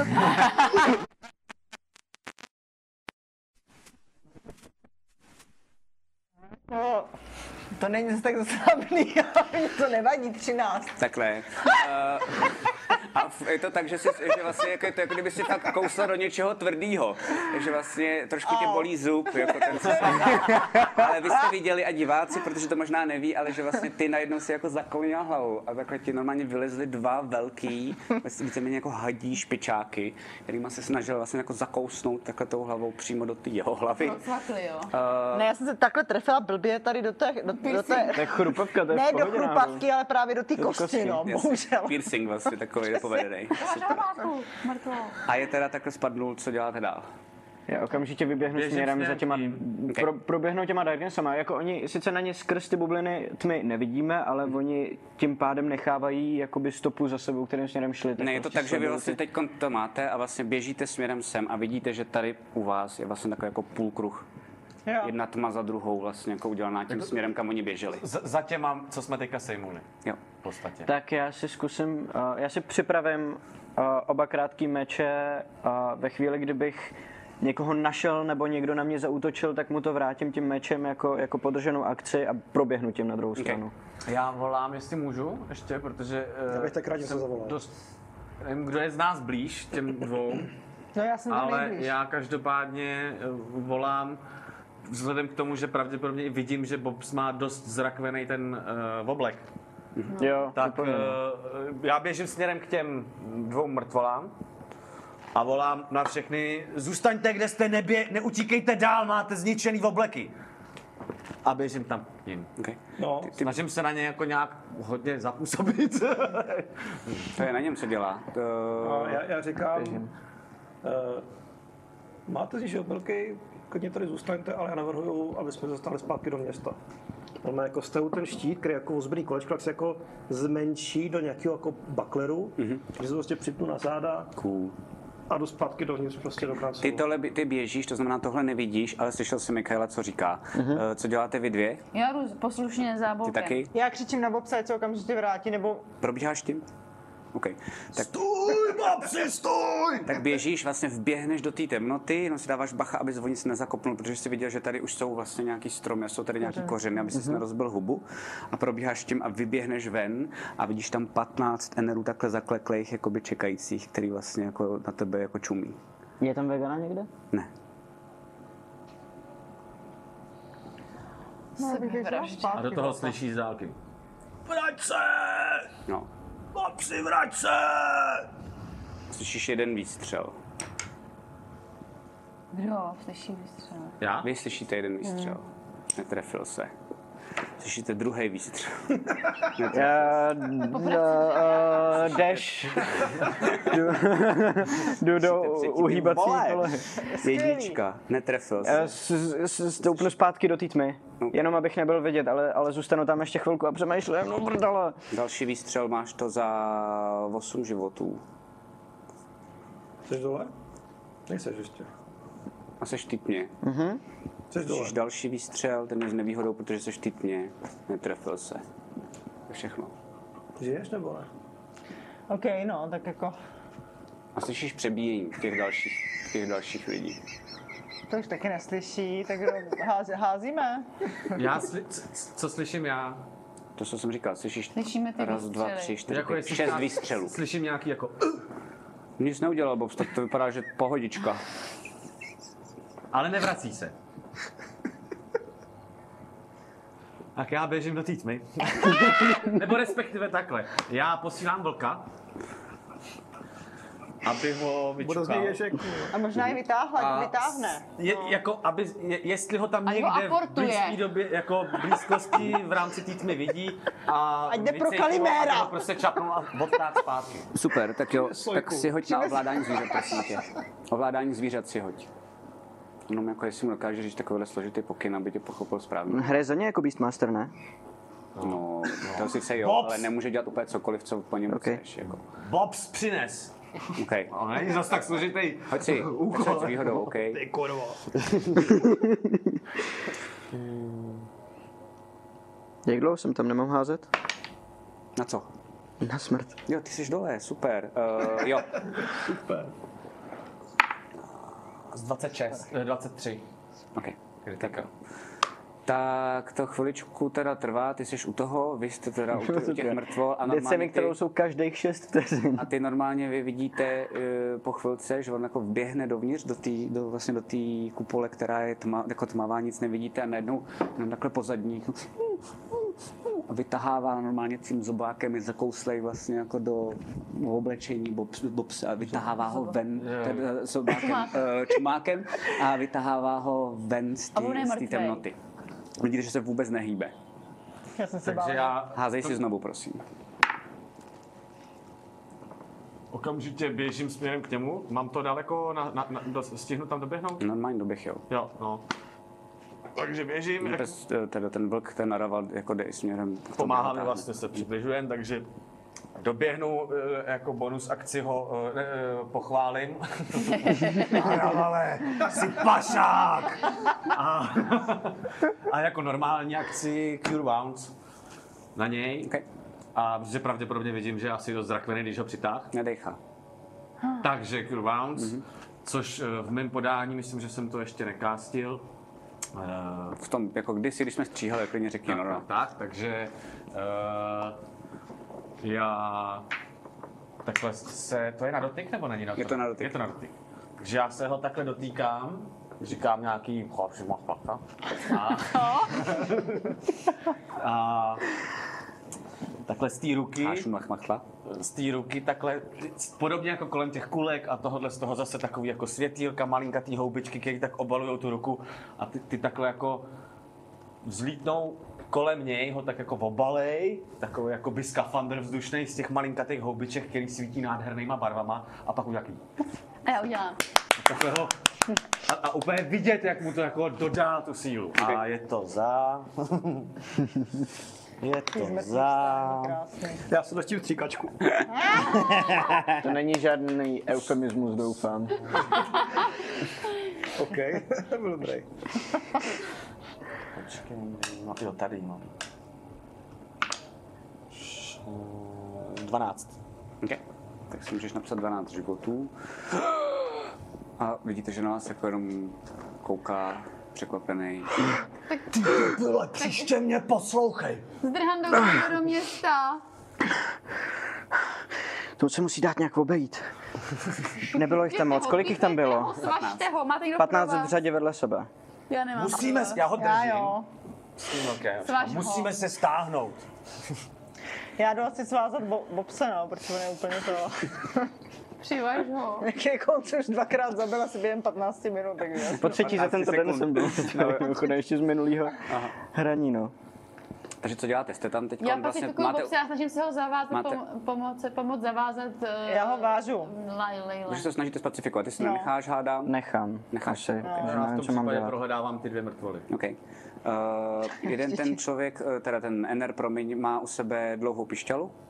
No, to není zase tak zasábný, ale mě to nevadí, třináct. Takhle. Uh, A f- je to tak, že, si, že vlastně jako, je to jako kdyby si fakt kousla do něčeho tvrdýho. Takže vlastně trošku tě bolí zub, jako ten co ale vy jste viděli a diváci, protože to možná neví, ale že vlastně ty najednou si jako zaklonila hlavu a takhle ti normálně vylezly dva velký, vlastně víceméně jako hadí špičáky, kterýma se snažil vlastně jako zakousnout takhle tou hlavou přímo do té jeho hlavy. Procvakli, jo. Uh, Ne, já jsem se takhle trefila blbě tady do té, do, do té, To je chrupavka, to je v ne do pohodě, chrupavky, ale právě do té do kosti, kosti, no, yes, bohužel. piercing vlastně takový nepovedený. Máš armátku, mrtvou. A je teda takhle spadnul, co děláte dál? Já okamžitě vyběhnu Běžím směrem směrem za těma, tím. pro, proběhnou těma Darknessama. Jako oni, sice na ně skrz ty bubliny tmy nevidíme, ale oni tím pádem nechávají jakoby stopu za sebou, kterým směrem šli. Ne, je to prostě tak, že vy sledují vlastně ty- teď to máte a vlastně běžíte směrem sem a vidíte, že tady u vás je vlastně takový jako půlkruh. Jo. Jedna tma za druhou vlastně jako udělaná tím směrem, kam oni běželi. Z- za těma, co jsme teďka sejmuli. Jo. V podstatě. Tak já si zkusím, uh, já si připravím uh, oba krátký meče a ve chvíli, kdybych někoho našel nebo někdo na mě zaútočil, tak mu to vrátím tím mečem jako, jako podrženou akci a proběhnu tím na druhou stranu. Já volám, jestli můžu ještě, protože eh, Já bych tak rád něco jsem zavolal. dost, nevím, kdo je z nás blíž těm dvou, No já jsem tam ale nejblíž. já každopádně eh, volám vzhledem k tomu, že pravděpodobně i vidím, že Bobs má dost zrakvený ten uh, oblek. Jo, Tak úplně. uh, já běžím směrem k těm dvou mrtvolám a volám na všechny, zůstaňte, kde jste, nebě, neutíkejte dál, máte zničený obleky. A běžím tam k ním. Okay. No, Snažím se na ně jako nějak hodně zapůsobit. To je na něm, co dělá. To... a já, já říkám, uh, máte zničit oblky, klidně tady zůstaňte, ale já navrhuju, aby jsme dostali zpátky do města. Máme jako stavu ten štít, který jako ozbrojený kolečko, tak se jako zmenší do nějakého jako bakleru, mm-hmm. že se prostě připnu na záda Cool. a jdu zpátky dovnitř prostě do kanclu. Ty, tohle, ty běžíš, to znamená tohle nevidíš, ale slyšel jsi Mikaela, co říká. Mm-hmm. Co děláte vy dvě? Já jdu poslušně za Ty Bobkem. taky? Já křičím na Bobse, ať se okamžitě vrátí, nebo Probíháš tím? OK. Tak, Stůj, babsi, stůj! tak běžíš, vlastně vběhneš do té temnoty, jenom si dáváš bacha, aby o nic nezakopnul, protože jsi viděl, že tady už jsou vlastně nějaký stromy, jsou tady nějaký kořeny, aby si nerozbil hubu. A probíháš tím a vyběhneš ven a vidíš tam patnáct enerů takhle zakleklejch, jakoby čekajících, který vlastně jako na tebe jako čumí. Je tam vegana někde? Ne. Sebevraždě. A do toho slyší z dálky. Vrať se! No. Babsi, vrať se! Slyšíš jeden výstřel. Kdo slyší výstřel? Já? Vy slyšíte jeden výstřel. Netrefil se. Slyšíte druhý výstřel. Já uh, dash. jdu, jdu do uhýbací polohy. Jednička. Netrefil Já se. s- s- stoupnu zpátky do té tmy. Jenom abych nebyl vidět, ale, ale zůstanu tam ještě chvilku a přemýšlím, no brdele. Další výstřel, máš to za osm životů. Jsi dole? Nejseš ještě. A seš typně. Jsi dole. Slyšíš další výstřel, ten je s nevýhodou, protože seš typně. Netrefil se. To je všechno. Žiješ nebo ne? OK, no, tak jako, A slyšíš přebíjení těch dalších, těch dalších lidí. to už taky neslyší, tak hází, házíme. Já sli- c- c- co slyším já? To, co jsem říkal, slyšíš Slyšíme ty raz, dva, výstřely. tři, čtyři, Jako pět, jestli šest já výstřelů. Slyším nějaký jako Nic neudělal, Bob, tak to vypadá, že pohodička. ale nevrací se. Tak já běžím do té tmy. Nebo respektive takhle. Já posílám vlka, aby ho Bude z vyčukal. něj ježek. A možná ji vytáhla, A vytáhne. Je, jako, aby, je, jestli ho tam Ať ho někde v aportuje. blízké době, jako blízkosti v rámci té tmy vidí a Ať jde pro vycejtí ho, Kaliméra. aby ho prostě čapnul a odtát zpátky. Super, tak jo, tak si hoď na ovládání zvířat, prosím tě. Ovládání zvířat si hoď. Jenom jako jestli mu dokáže říct takovýhle složitý pokyn, aby tě pochopil správně. Hraje za ně jako Beastmaster, ne? No, to sice jo, Bobs. ale nemůže dělat úplně cokoliv, co po něm Okay. chceš. Jako. Bobs, přines. OK. Ale není zas tak složitý Hoď si, úkol. hoď s výhodou, OK. Ty kurva. Jak dlouho jsem tam nemám házet? Na co? Na smrt. Jo, ty jsi dole, super. Uh, jo, Z dvacet šest, eh, dvacet tři. OK. Tak jo. Tak to chviličku teda trvá, ty jsi u toho, vy jste teda u těch, u těch mrtvol a Věcemi, normálně kterou ty, jsou každých šest vteřin. a ty normálně vy vidíte uh, po chvilce, že on jako vběhne dovnitř do té do, vlastně do té kupole, která je tma, jako tmavá, nic nevidíte a najednou jenom takhle pozadní a vytahává normálně tím zobákem, je zakouslej vlastně jako do oblečení bobs, bobs a vytahává ho ven teda, zobákem, uh, čumákem a vytahává ho ven z A on je té mrtvej. temnoty. Vidíte, že se vůbec nehýbe. Já jsem se Takže bála. já Házej si znovu, prosím. okamžitě běžím směrem k němu. Mám to daleko, na, na, na, do, stihnu tam doběhnout? Normální doběh, jo. Jo, no. Takže běžím, jak Pes, teda ten vlk, ten naraval, jako jde i směrem k tobě, pomáhá mi táhne. vlastně se přibližujem, takže doběhnu eh, jako bonus akci ho eh, ne, eh, pochválím. Ale jsi pašák! A, a jako normální akci Cure Wounds na něj. Okay. A protože pravděpodobně vidím, že je asi dost zrakvený, když ho přitáhl. Nedejchá. Takže Cure Wounds, mm-hmm. což eh, v mém podání, myslím, že jsem to ještě nekástil. Eh, V tom, jako kdysi, když jsme stříhali, klidně řekni, no, no. Tak, takže uh, já takhle se, to je na dotyk nebo není na dotyk? Je to na dotyk. Je to na dotyk. Takže já se ho takhle dotýkám, říkám nějaký chlapci machlaka. A, a takhle z té ruky, Hášu mach, machla. z té ruky takhle, podobně jako kolem těch kulek a tohohle z toho zase takový jako světýlka, malinkatý houbičky, které tak obalujou tu ruku a ty, ty takhle jako vzlítnou kolem něj, ho tak jako obalej, takový jako by skafandr vzdušnej z těch malinkatých houbiček, který svítí nádhernýma barvama a pak udělá A já udělám. takového a, a úplně vidět, jak mu to jako dodá tu sílu. A je to za... Je to za... Krásný. Já se dostím stříkačku. To není žádný eufemismus, doufám. OK, to byl dobrý. Počkej, no jo, tady mám. dvanáct. Okay. Tak si můžeš napsat dvanáct životů. A vidíte, že na vás jako jenom kouká překvapený. Vole, příště mě poslouchej. Zdrhan do, do města. To se musí dát nějak obejít. Nebylo jich tam moc. Kolik jich tam bylo? Svažte ho, máte někdo patnáct pro vás? v řadě vedle sebe. Já nemám. Musíme, já ho Já držím. jo. Okay. Svaž ho. Musíme se stáhnout. Já jdu asi svázat bo- Bobse, no, protože on je úplně to... Přivaž ho. Jak jako on se už dvakrát zabil asi během patnáct minut, takže... Po třetí za tento den jsem byl. Mimochodem ještě z minulého hraní, no. Takže co děláte? Jste tam teď Já vlastně pacifikuju máte... Bobse a snažím se ho zavázat, máte- pom- pomoct, pomoct zavázat... Uh, Já ho vážu. Lejle. Takže se snažíte spacifikovat, ty si No. nenecháš, hádám? Nechám. Necháš. Asi, takže Já v nevím, tom co mám případě dělat. prohledávám ty dvě mrtvoly. OK. Uh, jeden ten člověk, eh, teda ten Ener, promiň, má u sebe dlouhou pišťalu, uh,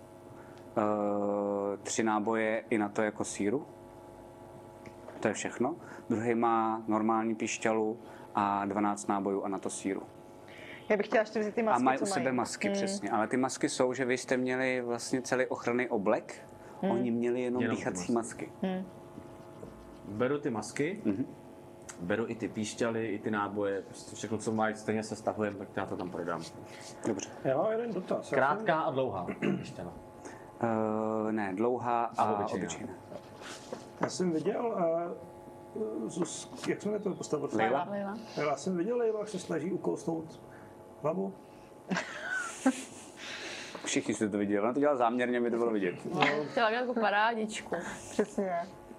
tři náboje i na to jako síru. To je všechno. Druhý má normální pišťalu a dvanáct nábojů a na to síru. Já bych chtěla ještě vzít ty A masky, mají co u sebe mají. masky, Hmm. přesně. Ale ty masky jsou, že vy jste měli vlastně celý ochranný oblek, Hmm. oni měli jenom, Jenom ty dýchací masky. Beru ty masky, Mhm. beru i ty píšťaly, i ty náboje, prostě všechno, co mají, stejně se stahujeme, tak já to tam prodám. Dobře. Já mám jeden dotaz. Já jsem- Krátká a dlouhá píšťala. Uh, ne, dlouhá a, A obyčejná. obyčejná. Já jsem viděl, uh, Zus, jak se jmenuje to postavu? Leila? Lejla. Já jsem viděl Leila, jak se snaží ukousnout hlavu. Všichni jste to viděli, ona to dělala záměrně, aby to bylo vidět. Chtěla udělat jako parádičku. Přesně.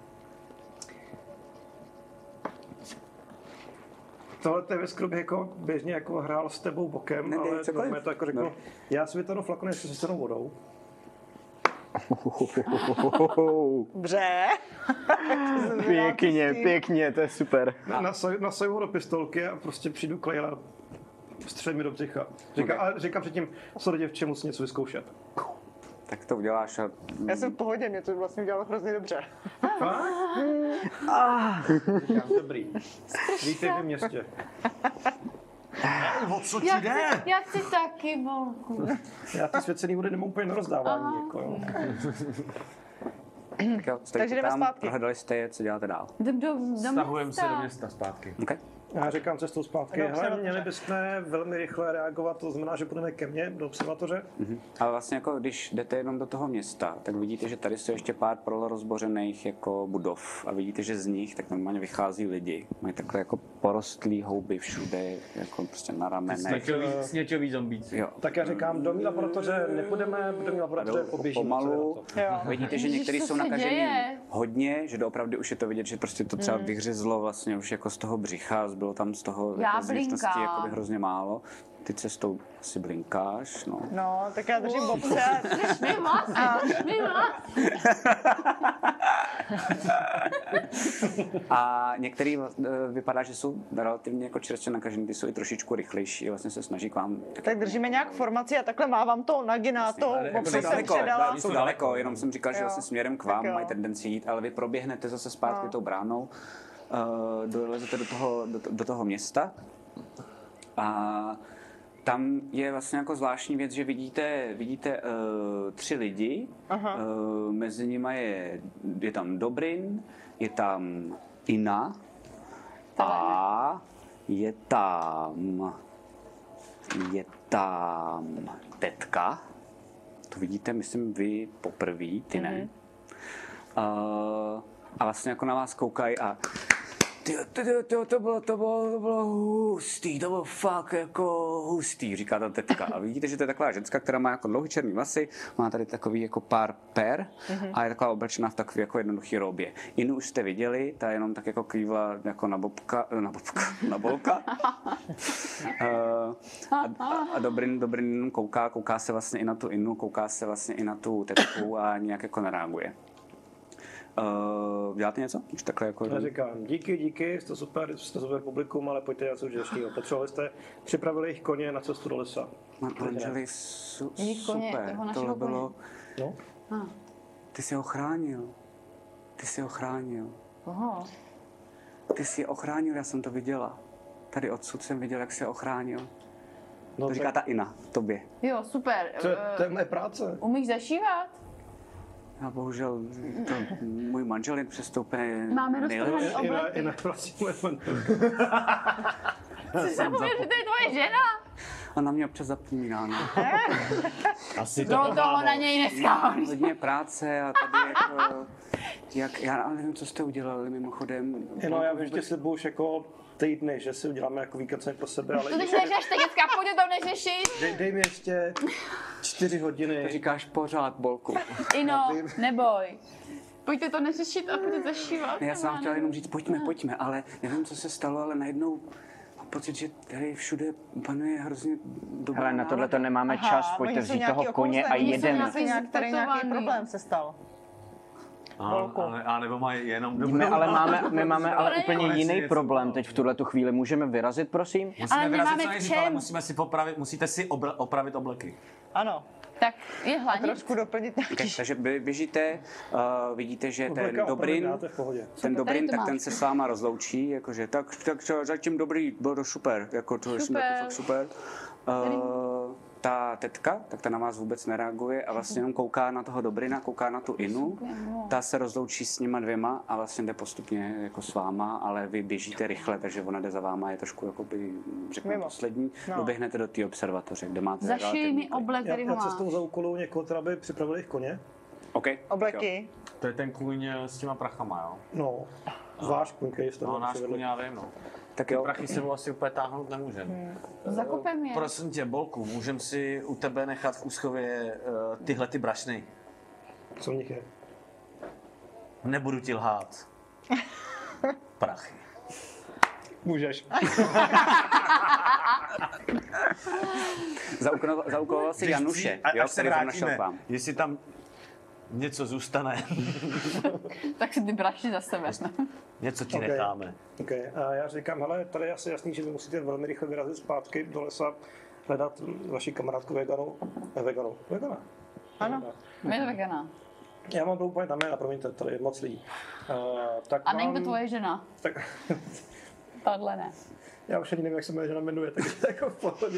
Tohle to je věc, kterou bych jako běžně jako hrál s tebou bokem, Ne, ne, ale cokoliv. normálně to jako řeknu, No. já si vytáhnu flakon se sestrou vodou. Dobře. Pěkně, pěkně, to je super. Na, nasaj, nasaju ho do pistolky a prostě přijdu k Leila, střelí mi do břicha. Říká, Okay. ale říkám předtím, sorry děvče, musím něco vyzkoušet. Tak to uděláš a... Já jsem v pohodě, mě to vlastně udělalo hrozně dobře. Říkám, dobrý. Vítej v městě. O co ti Já jde? chci, já chci taky volku. Já ty svěcený vody nemám úplně na rozdávání. Aha. Jako, jo. Tak jo, stojíte Takže jdeme tam, zpátky. prohledali jste je, co děláte dál. Jdem do, do Stahujeme se města. do města zpátky. Okay. Já říkám cestou zpátky. Do Hele, observatoře. měli bychom velmi rychle reagovat, to znamená, že půjdeme ke mně do observatoře. Mhm. Ale vlastně jako když jdete jenom do toho města, tak vidíte, že tady jsou ještě pár polorozbořených jako budov a vidíte, že z nich tak normálně vychází lidi. Mají takové jako porostlý houby všude, jako prostě na ramenech. Sněťový zombíci. Jo. Tak já říkám, do mý laboratoře nepůjdeme, do mý laboratoře poběžíme. Pomalu. co je na to. Vidíte, že Ježiš, některý co jsou se nakažený děje? hodně, že doopravdy už je to vidět, že prostě to třeba vyhřezlo vlastně už jako z toho břicha, bylo tam z toho Já jako z vnitřnosti blinkám. jakoby hrozně málo. Ty cestou asi blinkáš, no. No, tak já držím bobce a Drž mi vlasy, drž mi vlasy. A některý eh, vypadá, že jsou relativně jako čerstvě nakažený, ty jsou i trošičku rychlejší, vlastně se snaží k vám. tak držíme nějak formaci a takhle mávám tou naginátou, bobce jsem daleko, předala. jsou daleko, jenom jsem říkal, že Jo. vlastně směrem k Tak vám jo. mají tendenci jít, ale vy proběhnete zase zpátky No. tou bránou, uh, dolezete do toho, do, do toho města a tam je vlastně jako zvláštní věc, že vidíte, vidíte uh, tři lidi, uh, mezi nimi je, je tam Dobrin, je tam Ina a je tam, je tam tetka. To vidíte, myslím, vy poprvé, ty ne. Uh, a vlastně jako na vás koukají a Ty, ty, ty, ty, to bylo, to bylo, to bylo hustý, to bylo fakt jako hustý, říká ta tetka. A vidíte, že to je taková ženská, která má jako dlouhý černý vlasy, má tady takový jako pár per a je taková oblečená v takové jako jednoduché robě. Inu už jste viděli, ta jenom tak jako kývla jako na bobka, na bobka, na bolka. uh, a, a, a Dobrin, Dobrin jenom kouká, kouká se vlastně i na tu Inu, kouká se vlastně i na tu tetku a nějak jako nereaguje. Uh, děláte něco? Už takhle jako... Já říkám, díky, díky, jste super, jste super publikum, ale pojďte něco užitečného. Potřebovali jste, připravili jich koně na cestu do lesa. Manželi, su, Jejich koně, super, toho našeho tohle bylo... No? Ah. Ty jsi ho chránil. Ty jsi ho chránil. Oho. Ty jsi je ochránil, já jsem to viděla. Tady odsud jsem viděl, jak jsi je ochránil. No, To říká ta Ina, tobě. Jo, super. to, je- to je Eh, moje práce. Umíš zašívat? Já bohužel, to, můj manžel je přestoupení Máme roztrhaný I na, obleky. i na prosím, moje man- Jsi zapomněl, že to je tvoje žena? A na mě občas zapomíná. No. Asi Do toho na něj dneska. Hodně práce a tady jako... Jak, já ale nevím, co jste udělali mimochodem. No, já vím, že si už jako týdny, že si uděláme jako víkend sami pro sebe, ale To teď neřeš, teď děcka, pojď to neřešit. dej, dej mi ještě čtyři To hodiny. říkáš pořád, Bolku. Ino, neboj. Pojďte to neřešit a pojďte zašívat. Já jsem vám chtěla jenom říct, pojďme, pojďme, ale nevím, co se stalo, ale najednou mám pocit, že tady všude panuje hrozně dobrá Hele, na tohle to nálada. nemáme Aha, čas, pojďte oni jsou vzít nějaký toho koně a okouzlení, jsou jedeme. nějaký- nějak- Tady nějaký Ztetovaný. problém se stal. A, Volku. a, a nebo mají jenom My dobrou ale máme, náladu. my máme ale úplně Konečně jiný něco. problém teď v tuhle tu chvíli. Můžeme vyrazit, prosím? Musíme Ale vyrazit nemáme co v nejdřív, ale čem. musíme si popravit, musíte si obra, opravit obleky. Ano, Tak je a hladit. trošku doplnit nějaký... Okay, takže bě- běžíte, uh, vidíte, že ten Obleka Dobrin, opravdu dáte v pohodě. ten Dobrin, Tady to tak máš. ten se s váma rozloučí, jakože tak, tak to zatím dobrý, bylo to super, jako to jsem Super. jako fakt super. Uh, ta tetka, tak ta na vás vůbec nereaguje a vlastně jenom kouká na toho Dobrina, kouká na tu Inu. Ta se rozloučí s nima dvěma a vlastně jde postupně jako s váma, ale vy běžíte rychle, takže ona jde za váma, je trošku jakoby, řekněme, Mimo. poslední. No. Doběhnete do té observatoře, kde máte Zašij relativní mi klid. oblek, Já, který ho já máš. cestou za úkolu někoho, teda by připravili jich koně. OK. tak jo. Obleky. To je ten kůň s těma prachama, jo? No, váš kůň, který jste No, tam náš přivedli. kůň, já vím, no. Tak Ty jo. prachy sebou asi úplně táhnout nemůžeme. Zakopem je. Prosím tě, Bolku, můžem si u tebe nechat v úschově uh, tyhle ty brašny? Co v nich je? Nebudu ti lhát. Prachy. Můžeš. Zaúkoloval, zaúkoloval si Januše, A- jo, až se který tam našel vrátíme, k vám. jestli tam něco zůstane, Tak si ty braši za sebe. něco ti Ok. necháme. Okay. A já říkám, hele, tady je asi jasný, že vy musíte velmi rychle vyrazit zpátky do lesa, hledat vaši kamarádku veganu. Eh, veganu. Vegana. Ano. My to vegana. Já mám to úplně tam jména, promiňte, tady je moc lidí. Uh, tak A není to mám- tvoje žena? Tak, Tahle ne. já už ani nevím, jak se moje žena jmenuje, takže jako v pohodě.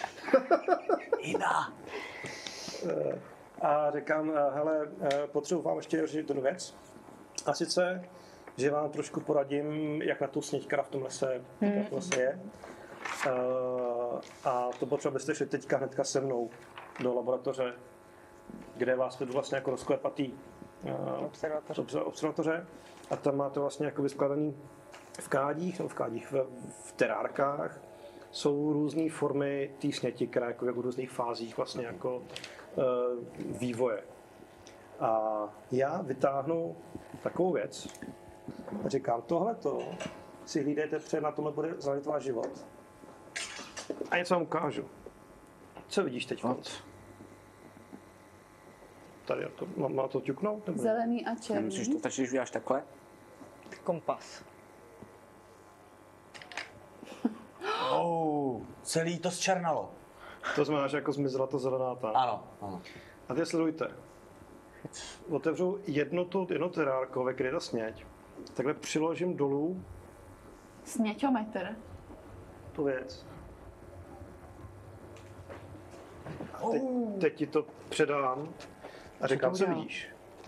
Ina! Eh, A říkám, eh, hele, eh, potřebuji vám ještě říct jednu věc. A sice že vám trošku poradím, jak na tu sněď, která v tom lese, Hmm. jak to vlastně je. Uh, a to potřeba byste šli teďka hnedka se mnou do laboratoře, kde vás vedu vlastně jako rozklepatý uh, Observatoře. obs- observatoře. A tam máte vlastně jako vyskladaný v kádích, nebo v kádích, v, v terárkách, jsou různé formy té sněti, která jako, jako v různých fázích vlastně jako uh, vývoje. A já vytáhnu takovou věc a říkám, tohleto si hlídejte, protože na tomhle bude záležet váš život. A něco vám ukážu. Co vidíš teď? Tady, to, mám, mám to ťuknout? Nebo? Zelený a Nemusíš černý. to tačíš uděláš takhle? Kompas. Oh, celý to zčernalo. To znamená, že jako zmizela ta zelená ta. Ano, ano. A teď sledujte. Otevřu jedno to, jedno terárko, ve které je ta sněď. Takhle přiložím dolů Sněťometr. tu věc. A teď, teď ti to předám a říkám, co vidíš.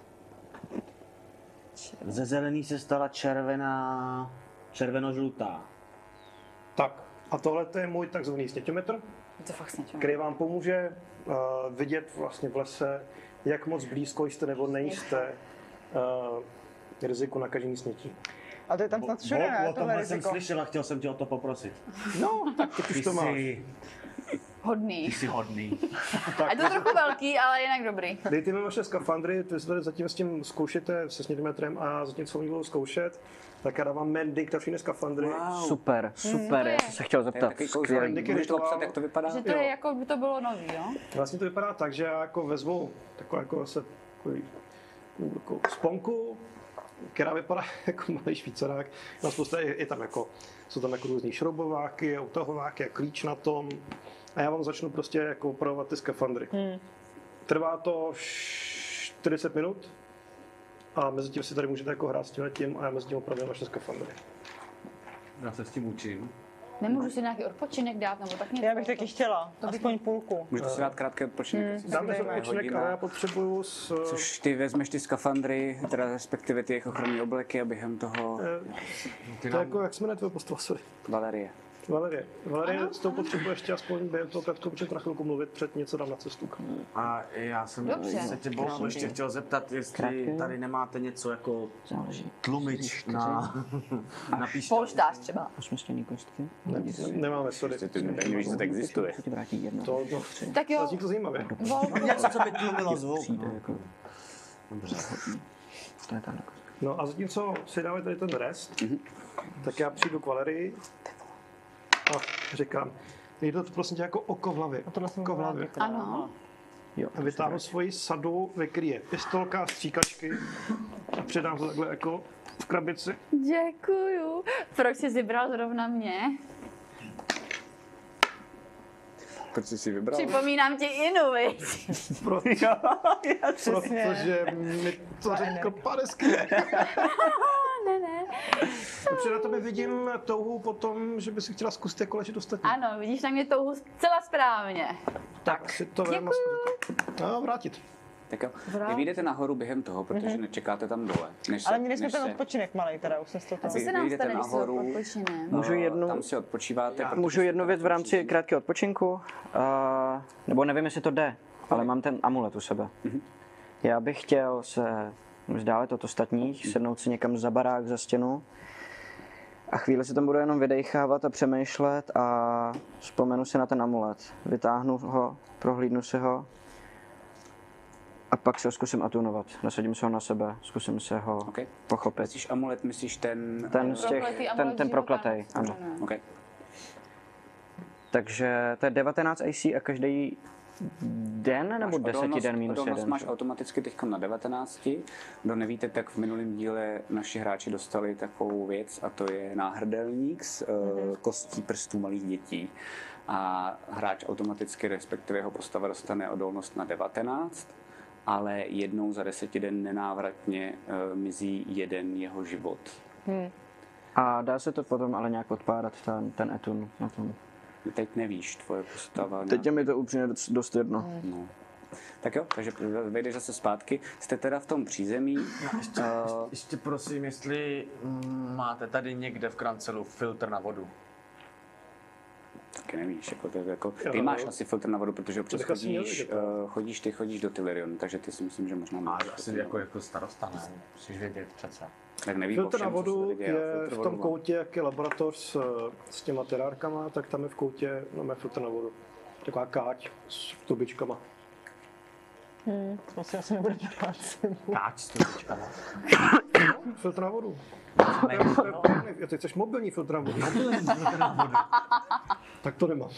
Ze zelený se stala červená, červeno-žlutá. Tak, a tohle to je můj takzvaný sněťometr, To fakt sněťometr. který vám pomůže uh, vidět vlastně v lese, jak moc blízko jste nebo nejste uh, riziku nakažení snětí. A to je tam snad všude, Bo- ne? o Tohle tomhle jsem riziko. slyšel a chtěl jsem tě o to poprosit. No, tak teď už to máš. Jsi, Hodný. jsi hodný. A je to trochu velký, ale jinak dobrý. Dejte mi vaše skafandry, vy se tady zatím s tím zkoušete se snědometrem a zatím co oni budou zkoušet, tak já dávám Mandy, která všechny skafandry. Wow. Super, super, to je- já jsem se chtěl To je zeptat. takový kouzlo. Skvělý. Díky, Můžeš to rituál. opsat, jak to vypadá? Že to Jo. je jako by to bylo nový, jo? Vlastně to vypadá tak, že já jako vezmu takovou jako se takový, jako sponku, která vypadá jako malý švýcarák. Na spousta je, je tam jako, jsou tam jako různý šroubováky, utahováky a klíč na tom. A já vám začnu prostě jako opravovat ty skafandry. Hmm. Trvá to čtyřicet minut a mezi tím si tady můžete jako hrát s tím tím a já mezi tím opravím vaše skafandry. Já se s tím učím. Nemůžu si nějaký odpočinek dát, nebo tak něco? Já bych taky chtěla, aspoň půlku. Můžete si dát krátký odpočinek. jestli Dáme se se bude odpočinek, hodina. ale já potřebuju s... Což ty vezmeš ty skafandry, teda respektive ty jejich ochranné obleky a během toho eh, To je jako, jak se jmenuje tvoje postava, sorry. Valerie. Valerie. Valerie, s tou potřebuje ještě aspoň během toho kratkou, protože to na chvilku mluvit, před něco dám na cestu. A já jsem Dobře. se tě bohu ještě chtěl zeptat, jestli Krátký. tady nemáte něco jako Záleží. tlumič na, na píšťalu. Polštář třeba. Osmistěný kostky. Ne, nemáme, sorry. Ty nevíš, že to existuje. Co ti vrátí jedno? To, to, Tak jo, to, to zajímavě. volbu. Něco, co by tlumilo zvuk. Přijde No. jako... Dobře. To je tam jako... No a zatímco si dáme tady ten rest, tak já přijdu k Valerii a říkám, je to prosím tě jako oko v hlavě. Tohle jsem Oko v hlavě. Ano. Jo, A vytáhnu svoji sadu, ve které je pistolka a stříkačky a předám to takhle jako v krabici. Děkuju. Proč jsi vybral zrovna mě? Proč jsi si vybral? Připomínám ti Inu, viď? Protože, Přesně. protože mi to řekl Paresky. Ne, ne. Protože na tobě vidím touhu po tom, že by si chtěla zkusit jako léčit ostatní. Ano, vidíš na mě touhu zcela správně. Tak si to vem a zkus to. No, vrátit. Tak jo. Vrát. Vy vyjdete nahoru během toho, protože nečekáte tam dole. Než se, Ale měli jsme než ten se- odpočinek malý, teda už jsem z toho. A co Vy se nám vyjdete stane, když se nahoru. odpočineme? Můžu eh, jednu- Tam si odpočíváte. protože Můžu jednu jste věc v rámci odpočinci. krátkého odpočinku? Uh, nebo nevím, jestli to jde, ale mám ten amulet u sebe. Já bych chtěl se vzdálit od ostatních, sednout si někam za barák, za stěnu a chvíli si tam budu jenom vydechávat a přemýšlet a vzpomenu si na ten amulet. Vytáhnu ho, prohlídnu si ho a pak se ho zkusím atunovat. Nasadím se ho na sebe, zkusím se ho Okay. pochopit. Myslíš amulet, myslíš ten... Ten z těch, Prokletý ten, amulet ten života. prokletej, ano. Ano. Okay. Takže to je devatenáct A C a každý den nebo deseti den minus odolnost jeden? máš automaticky teď na devatenácti. Kdo nevíte, tak v minulém díle naši hráči dostali takovou věc a to je náhrdelník z mm-hmm. kostí prstů malých dětí. A hráč automaticky, respektive jeho postava, dostane odolnost na devatenáct, ale jednou za deseti den nenávratně uh, mizí jeden jeho život. Hmm. A dá se to potom ale nějak odpárat, ten, ten etun na tom? Teď nevíš, tvoje postava... Teď je mi to upřímně dost, dost jedno. No. Tak jo, takže vejdeš zase zpátky. Jste teda v tom přízemí. Ještě, Uh, ještě prosím, jestli mm, máte tady někde v Krancelu filtr na vodu. taky nevíš, jako to, jako, ty Jo. máš asi filtr na vodu, protože občas bych asi měl chodíš, vědět, uh, chodíš, ty chodíš do Tylerionu, takže ty si myslím, že možná A máš. asi filtr na jako, vodu. jako starosta, ne? Musíš vědět přece. Tak neví Filtr na ovšem, co se vodu tady děje, je filtr v vodu tom má. koutě, jak je laboratoř s, s těma terárkama, tak tam je v koutě no, filtr na vodu. Taková káť s tubičkama. Hmm, to si asi nebude brát sebou. Káč s tubičkama. Filtr na vodu. Ne, Jo, ty chceš mobilní filtr na vodu. Tak to nemám.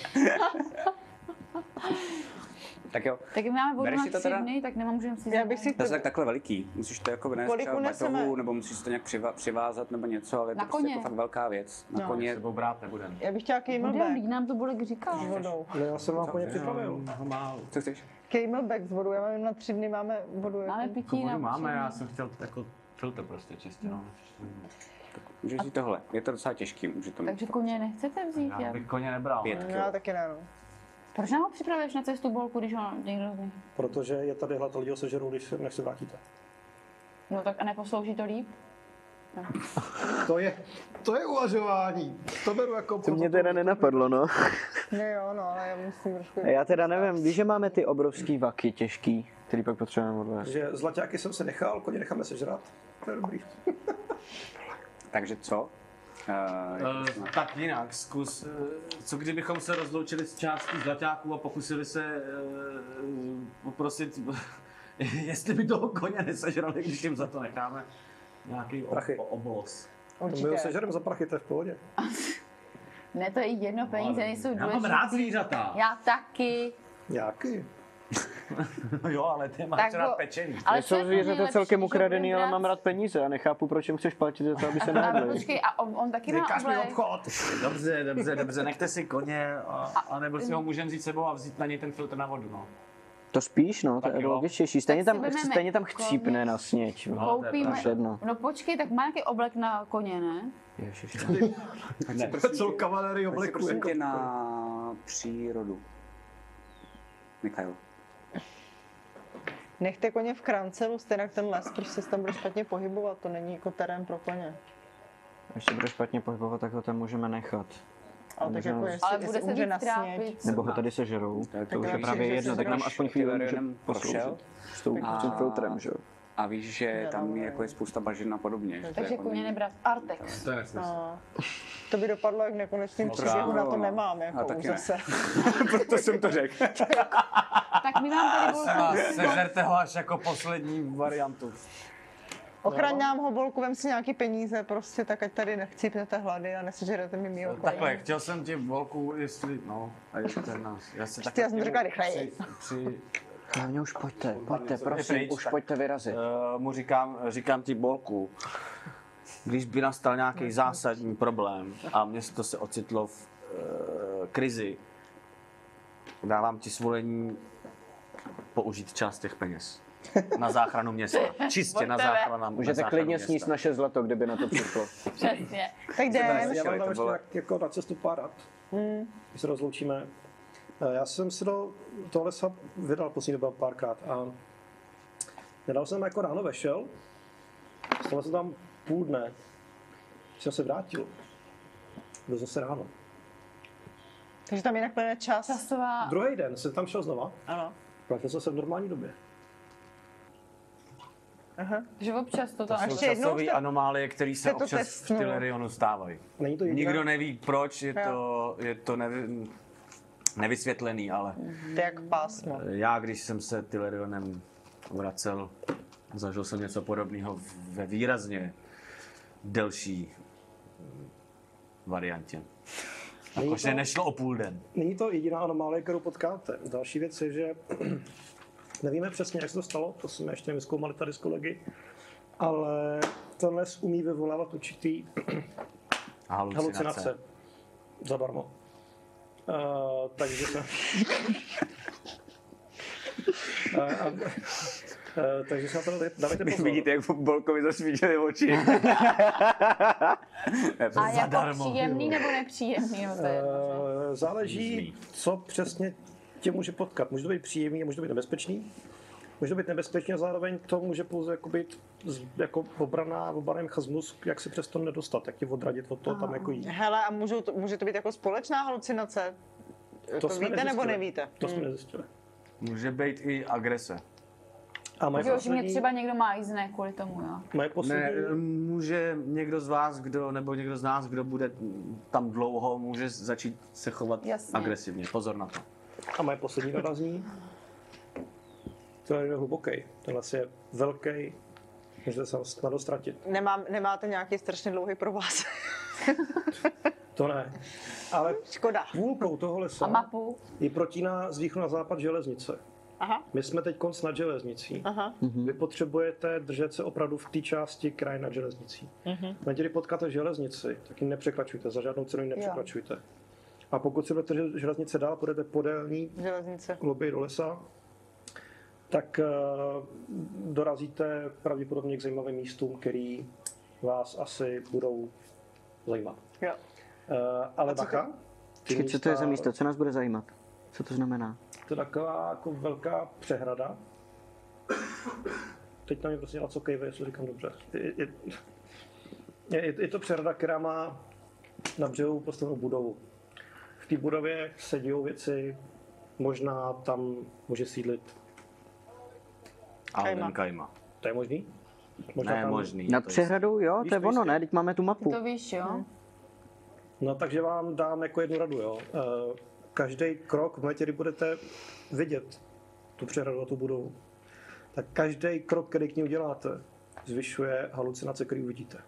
Tak jo, Tak my máme vodu Bereš na si to tři teda? dny, tak nemůžeme si Já bych si to je tak takhle veliký. Musíš to jako vynést Kolik třeba v uneseme? batohu, nebo musíš to nějak přiva- přivázat nebo něco, ale je to Na prostě koně. jako fakt velká věc. Na No. koně. sebou brát nebudem. Já bych chtěla Budem, camelback lík nám to Bolek říkal. s vodou. No, já jsem vám koně připravil. Ho málo. Co chceš? Camelback s vodou, já mám na tři dny máme vodu. Máme Jako. pití na Máme, já tři jsem chtěl jako filtr prostě čistě, no. Můžeš jít tohle. Je to docela těžký, může to dny. Takže koně nechcete vzít? Já Já. bych koně nebral. Pět. No, já taky ne, no. Proč nám ho připravuješ na cestu Bolku, když ho někdo z nich? Protože je tady hlad a lidi ho sežerou, když se, než se vrátíte. No tak a neposlouží to líp? To je, to je uvažování. To beru jako... To mě teda nenapadlo, no. No jo, no, ale já musím trošku... Já teda nevím, víš, že máme ty obrovský vaky těžký, který pak potřebujeme odvést. Že zlaťáky jsem se nechal, koně necháme sežrat. To je dobrý. Takže co? Uh, Uh, tak jinak, zkus, uh, co kdybychom se rozloučili s částí zlaťáků a pokusili se uh, poprosit, jestli by toho koně nesežrali, když jim za to necháme nějaký Prachy. ob- obolos. My ho Určitě. sežerem za prachy, to je v pohodě. Ne, to je jedno, peníze nejsou Já mám důležitý. rád zvířata. Já taky. Nějaký. Jo, ale ty máš Tak rád ho- pečení. Ale co Jsou je to zvířata nejlepší, celkem že ho ukradený, budeme ale brát- mám rád peníze a nechápu, proč jim chceš platit za to, aby se Ale nejedli. počkej, a on, on taky má Vykaž mi oblek. obchod. Dobře, dobře, dobře, nechte si koně, a, a nebo si ho můžeme vzít sebou a vzít na něj ten filtr na vodu, no. To spíš, no, to Tak je jo. logičtější. Stejně Tak tam, si vezmeme stejně tam koně. chcípne na sněť. No. Koupíme. To je jedno. No počkej, tak má nějaký oblek na koně, ne? Ježiš. ne, Co kavaléry prosím obleku. prosím Jako. tě na přírodu. Mikhail. Nechte koně v Krancelu, stejně ten les, prostě se tam bude špatně pohybovat, to není jako terén pro koně. Až se bude špatně pohybovat, tak ho tam můžeme nechat. Ale tak Můžeme jako ho- jestli, Ale bude jestli se umře víc na sněť. trápit. Nebo ho tady sežerou. Tak To už je lepší, právě že jedno, se tak nám zdraž- aspoň chvíli může Tylerianem prošel. posloužit. S tou- A- s tím filtrem, že jo. A víš, že tam je, jako je spousta bažin a podobně. že to Takže jako koně není- nebrat. Artex. To je nesmysl. No. To by dopadlo jak nekonečným No, příběhu, na to no. nemám, A jako taky už ne. zase. Proto jsem to řekl. Tak my vám tady Prosím vás, Bolku. sežerte ho až jako poslední variantu. Ochraň nám ho, Bolku, vem si nějaký peníze, prostě tak ať tady nechcípnete hlady a nesežerete mi mýho koně. Takhle, chtěl jsem ti volku, jestli, no, a ještě nás. Já si Prostě já jsem to řekla rychleji. Při, při, Hlavně už pojďte, pojďte, co prosím, pryč, už tak- pojďte vyrazit. uh, mu říkám, říkám ti bolku, když by nastal nějaký zásadní problém a město se ocitlo v uh, krizi, dávám ti svolení použít část těch peněz na záchranu města. Čistě na Pojďte. záchranu, na Můžete záchranu klidně města. sníst naše zlato, kdyby na to přišlo. Přesně. Tak jdem. Já mám to tam ještě bylo- jak, jako na cestu pár rad, když se rozloučíme. Eh, Já jsem se do toho lesa vydal poslední době párkrát a nedal jsem jako ráno vešel, stalo se tam půl dne, když jsem se vrátil, byl zase ráno. Takže tam jinak plyne čas. Časová. Druhý den jsem tam šel znova, Ano. vrátil jsem se v normální době. Aha. Že občas to To tam. A jsou ještě jednou časové jste- anomálie, které se jste to občas v testnul. Tylerionu stávají. Není to jediná, Nikdo neví proč, je to, je to nevy, nevysvětlený, ale To je jak pásmo. já, když jsem se Tylerionem vracel, zažil jsem něco podobného ve výrazně delší variantě. Není Jakože to- nešlo o půl den. není to jediná anomálie, kterou potkáte. Další věc je, že nevíme přesně, jak se to stalo, to jsme ještě nevyzkoumali tady s kolegy, ale ten les umí vyvolávat určitý Halucinace. halucinace. Zadarmo. Uh, takže se... uh, uh, uh, takže se na to dávajte pozor. Vidíte, jak Bolkovi zasvítily oči. A jako Zadarmo. příjemný nebo nepříjemný? No, to je jedno, že? Uh, záleží, co přesně tě může potkat. Může to být příjemný a může to být nebezpečný. Může to být nebezpečný a zároveň to může pouze jako být z- jako obrana, obraný mechanismus, jak se přes to nedostat, jak tě odradit od toho tam jako jít. Hele, a můžou to, může to být jako společná halucinace? To, to jsme víte nebo nezjistili. nevíte? To jsme nezjistili. Může být i agrese. A moje Jo, že mě poslední, třeba někdo má jízdné kvůli tomu, jo. moje poslední, Ne, může někdo z vás, kdo, nebo někdo z nás, kdo bude tam dlouho, může začít se chovat Jasně. agresivně. Pozor na to. a moje poslední rada zní, tohle je hluboký, tenhle je velký, můžete se snadno ztratit. Nemám, nemáte nějaký strašně dlouhý provaz? To ne. Ale Škoda. půlkou toho A lesa mapu. je protíná z východu na západ železnice. Aha, My jsme teď konc nad železnicí. aha. Vy potřebujete držet se opravdu v té části kraje nad železnicí. Mm-hmm. Když potkáte železnici, tak ji nepřekračujte, za žádnou cenu ji nepřekračujte. A pokud se budete držet železnice dál, půjdete podélní Železnice. hlouběji do lesa, tak uh, dorazíte pravděpodobně k zajímavým místům, který vás asi budou zajímat. Jo. Uh, ale co bacha. ty Počkej, co to je za místa- místo? Co nás bude zajímat? Co to znamená? To je taková jako velká přehrada. Teď na mě prostě dělat co kejve, jestli říkám dobře. Je, je, je, je to přehrada, která má na břehu postavenou budovu. V té budově se dějou věci, možná tam může sídlit. Alden Kajma. To je možný? Ne, tam, možný. Nad to je- přehradou, jo, Víš to je to ono, jistě? ne? Teď máme tu mapu. To víš, jo? No takže vám dám jako jednu radu, jo. Každý krok, v momentě, kdy budete vidět tu přehradu a tu budovu, tak každý krok, který k ní uděláte, zvyšuje halucinace, který uvidíte.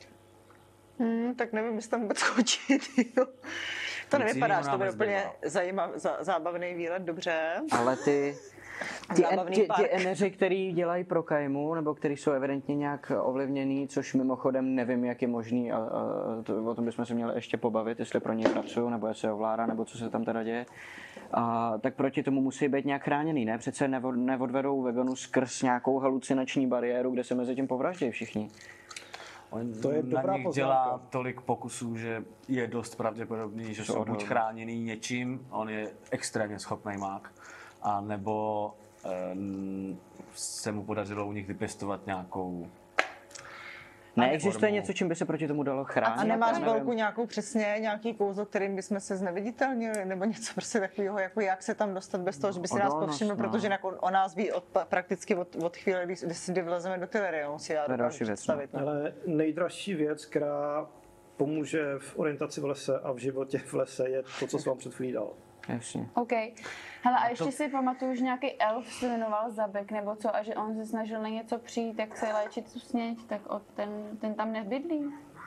Hmm, tak nevím, jestli tam vůbec chodit, jo. To Nic nevypadá, jinýho že to nám bude úplně nezbývá. zajímav, za, zábavný výlet, dobře. Ale ty, ty, en, Zábavný ty, ty park. eneři, který dělají pro Kajmu, nebo který jsou evidentně nějak ovlivněný, což mimochodem nevím, jak je možný, a, a to, o tom bychom se měli ještě pobavit, jestli pro něj pracují, nebo jestli ovládá, nebo co se tam teda děje, a, tak proti tomu musí být nějak chráněný, ne? Přece nevod, neodvedou veganu skrz nějakou halucinační bariéru, kde se mezi tím povraždějí všichni. On To je na dobrá nich poznámka. dělá tolik pokusů, že je dost pravděpodobný, že jsou buď odhalí. chráněný něčím, on je extrémně schopný mák, a nebo um, se mu podařilo u nich vypěstovat nějakou... Neexistuje formu. něco, čím by se proti tomu dalo chránit? A nemáš Já nevím. velkou nějakou přesně, nějaký kouzlo, kterým bychom se zneviditelnili, nebo něco prostě takového, jako jak se tam dostat bez toho, že by si nás Odolnost, povšiml, no. protože jinak on, o nás ví od, prakticky od, od chvíle, kdy, kdy si kdy vlezeme do Tylerionu, si já To je dokážu další věc, no. představit. No. Ale nejdražší věc, která pomůže v orientaci v lese a v životě v lese, je to, co jsem vám před chvílí dal. Jasně. OK. Hele, a ještě si pamatuju, že nějaký elf se jmenoval Zabek nebo co, a že on se snažil na něco přijít, jak se léčit tu sněť, tak od ten, ten tam nebydlí.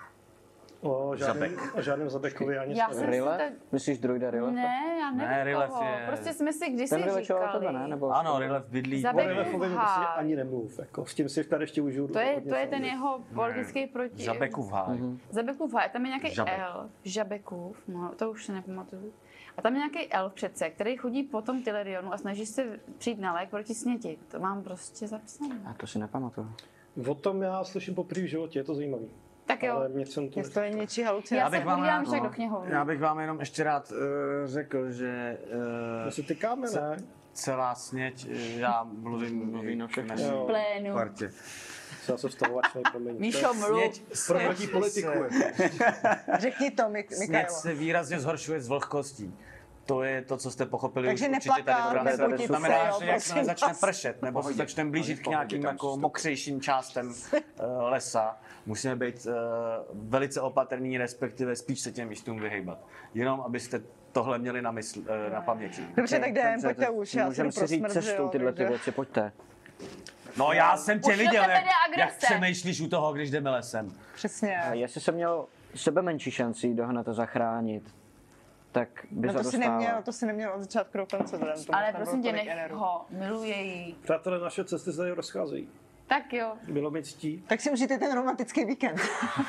O žádném, o žádném Zabekovi ani Já slově. jsem si Rilef? tak... Myslíš druida Rilefa? Ne, já nevím Ne, Rilef koho. je- Prostě jsme si kdysi Ten vylečoval říkali. tebe, ne? Nebo Ano, Rilef bydlí... Zabek- O Rilefovi mi prostě Háj. ani nemluv. Jako, s tím si tady ještě užiju. To je, hodně to je ten samozřejmě. jeho politický proti... Žabekův háj. Zabekův háj, tam je nějaký Žabek. elf, Žabekův, no to už se nepamatuju. A tam je nějaký elf přece, který chodí po tom Tylerionu a snaží se přijít na lék proti sněti. To mám prostě zapsané. A to si nepamatuju. O tom já slyším poprvé v životě, je to zajímavý. Tak jo, Ale mě jsem to Jestli to je něčí já halucinace. se vám podívám rád- však no. do knihovny. Já bych vám jenom ještě rád uh, řekl, že My uh, se tykáme, ne? celá sněť, uh, já mluvím Mluví na všechny. naší Jo. Plénu. partě. Já jsem vstavovačnej, promiň. Míšo, mluv. Sněť, Proti politiku. Řekni to, Mik- sněť Mikaelo. se výrazně zhoršuje s vlhkostí. To je to, co jste pochopili Takže už určitě tady neplakat, v krátce. nepotit To znamená, se, jo, že jakmile prosím začne vás. pršet, nebo se začneme blížit k nějakým jako mokřejším částem uh, lesa, musíme být uh, velice opatrní, respektive spíš se těm místům vyhejbat. Jenom abyste tohle měli na, mysl, uh, na paměti. Dobře, tak jdem, Dobře, pojďte tak už, já si můžeme jdu si pro říct smrt, že cestu jo, tyhle ty takže- věci, pojďte. No já jsem tě Už do viděl, tebe jak, jde agrese. jak přemýšlíš u toho, když jdeme lesem. Přesně. A jestli jsem měl sebe menší šanci dohnat a zachránit, tak by No za to to si stálo. neměl, to si neměl od začátku do konce. vzhledem k tomu, Ale že tam prosím tě, bylo tolik nech enerů. ho, miluje jí. Přátelé, naše cesty se tady rozcházejí. Tak jo, Bylo mi ctí. Tak si užijte ten romantický víkend.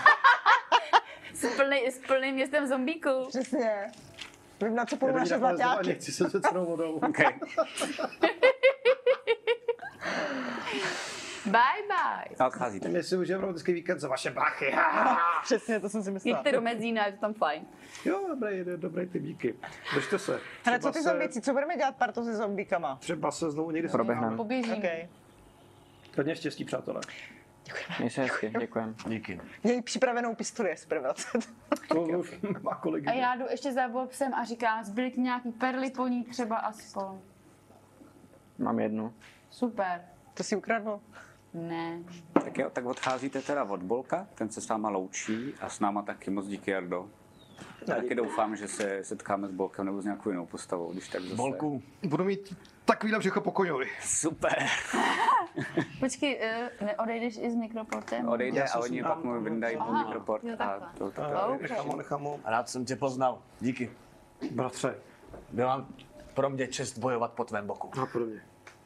s, plný, s plným městem zombíků. Přesně. Vím, na co půjdu Nebudu naše takhle znova, zlaťáky. nechci se se cenou vodou. Okay. Bye bye. Surprise! A odcházíte. My si užijeme romantický víkend za vaše bachy. Přesně, to jsem si myslela. Jeďte do Mezína, je to tam fajn. Jo, dobrý, dobrý ty díky. Držte se. Hele, co ty se- zombíci, co budeme dělat parto se zombíkama? Třeba se znovu někdy Proběhneme. Poběžím. Okay. Hodně štěstí, přátelé. Měj se hezky, děkujem. Díky. Měj připravenou pistoli S P dvacet. To už má kolegy. A já jdu ještě za Bobsem a říkám, zbyly ti nějaký perly po ní třeba aspoň. Mám jednu. Super. To si ukradl? Ne. Tak jo, tak odcházíte teda od Bolka, ten se s váma loučí a s náma taky moc díky, Jardo. Já taky doufám, že se setkáme s Bolkem nebo s nějakou jinou postavou, když tak zase. Bolku. Budu mít takovýhle břicho po koňovi. Super. Počkej, uh, neodejdeš i s mikroportem? Odejde Já a jsem oni si- pak mu vyndají Aha, mikroport jo, a takhle. to tak. Okay. Nechám ho, nechám ho. Rád jsem tě poznal. Díky. Bratře. Byla pro mě čest bojovat po tvém boku. A podobně.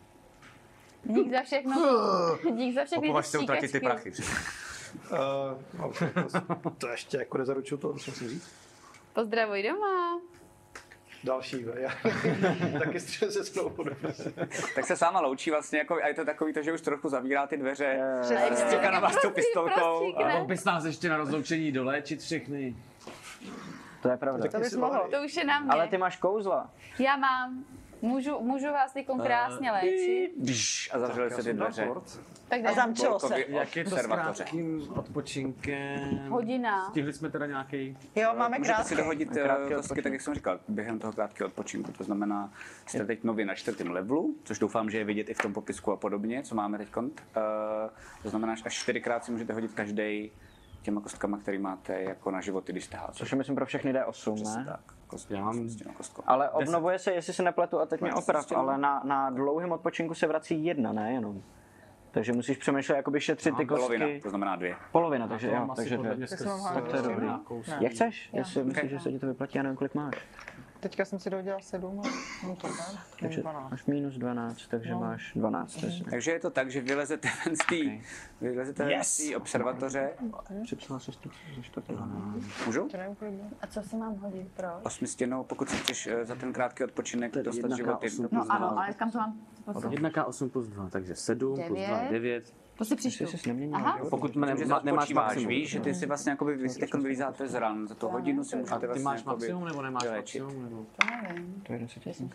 Dík za všechno. Dík za všechny Opovaž se utratit ty stříkačky. prachy. Uh, no, to, to ještě jako nezaručuju, to musím si říct. Pozdravuj doma. Další, já taky střel se snowboardu. Tak se sáma loučí vlastně, jako, a je to takový to, že už trochu zavírá ty dveře, Přesně. stěká na vás tou pistolkou. Prostíkne. A bys nás ještě na rozloučení doléčit všechny. To je pravda. To bys mohl. To už je na mě. Ale ty máš kouzla. Já mám. Můžu, můžu vás teď krásně léčit. Bíš, a zavřely se ty dveře. Tak A jdem. zamčilo se. Bolkovi Jak je to s observatoře. krátkým odpočinkem? Hodina. Stihli jsme teda nějaký. Jo, máme Můžete krátký. si dohodit Krátký eh, kostky, odpočinek. tak jak jsem říkal, během toho krátkého odpočinku. To znamená, jste teď nově na čtvrtém levelu, což doufám, že je vidět i v tom popisku a podobně, co máme teď. To znamená, že až čtyřikrát si můžete hodit každý těma kostkama, který máte jako na životy, když jste házeli. Což je myslím pro všechny D osm, Přesně ne? tak. Kost, Já mám- kostkou. Ale obnovuje se, jestli se nepletu, a teď mě Máš oprav, zjištěno? ale na, na dlouhém odpočinku se vrací jedna, ne jenom. Takže musíš přemýšlet, jakoby šetřit ty Polovina, kostky. to znamená dvě. Polovina, takže jo, Mám asi takže podle dvě. mě Tak jsem mám skrz, hádku Tak to je ještě dobrý. jednou. Ne. Jak chceš? Jestli myslíš, že se ti to vyplatí, já nevím, kolik máš. Teďka jsem si dodělal sedm, ale mám to ne? Takže dvanáct. máš minus dvanáct, takže máš dvanáct. přesně. Takže je to tak, že vylezete ven z té vylezete ven z té observatoře. Připsala se to ze čtvrté. Můžu? To nevím, kolik bylo. A co si mám hodit, proč? Osmistěnou, pokud si chceš eh, za ten krátký odpočinek je dostat jedna životy. K osm. No ano, ale kam to mám? jedna K osm plus dva, takže sedm plus dva, Devět. devět. To si přečtu. Jsi si neměnil. Aha. Pokud Ne, ne, že ma, se nemáš odpočíváš, maximum. víš, že ty si vlastně jakoby, vy si teď vylízáte z ran, za tu hodinu si můžete A ty vlastně máš jakoby maximum nebo nemáš vylečit. maximum? Nebo? To nevím. To je jedna setisícinka.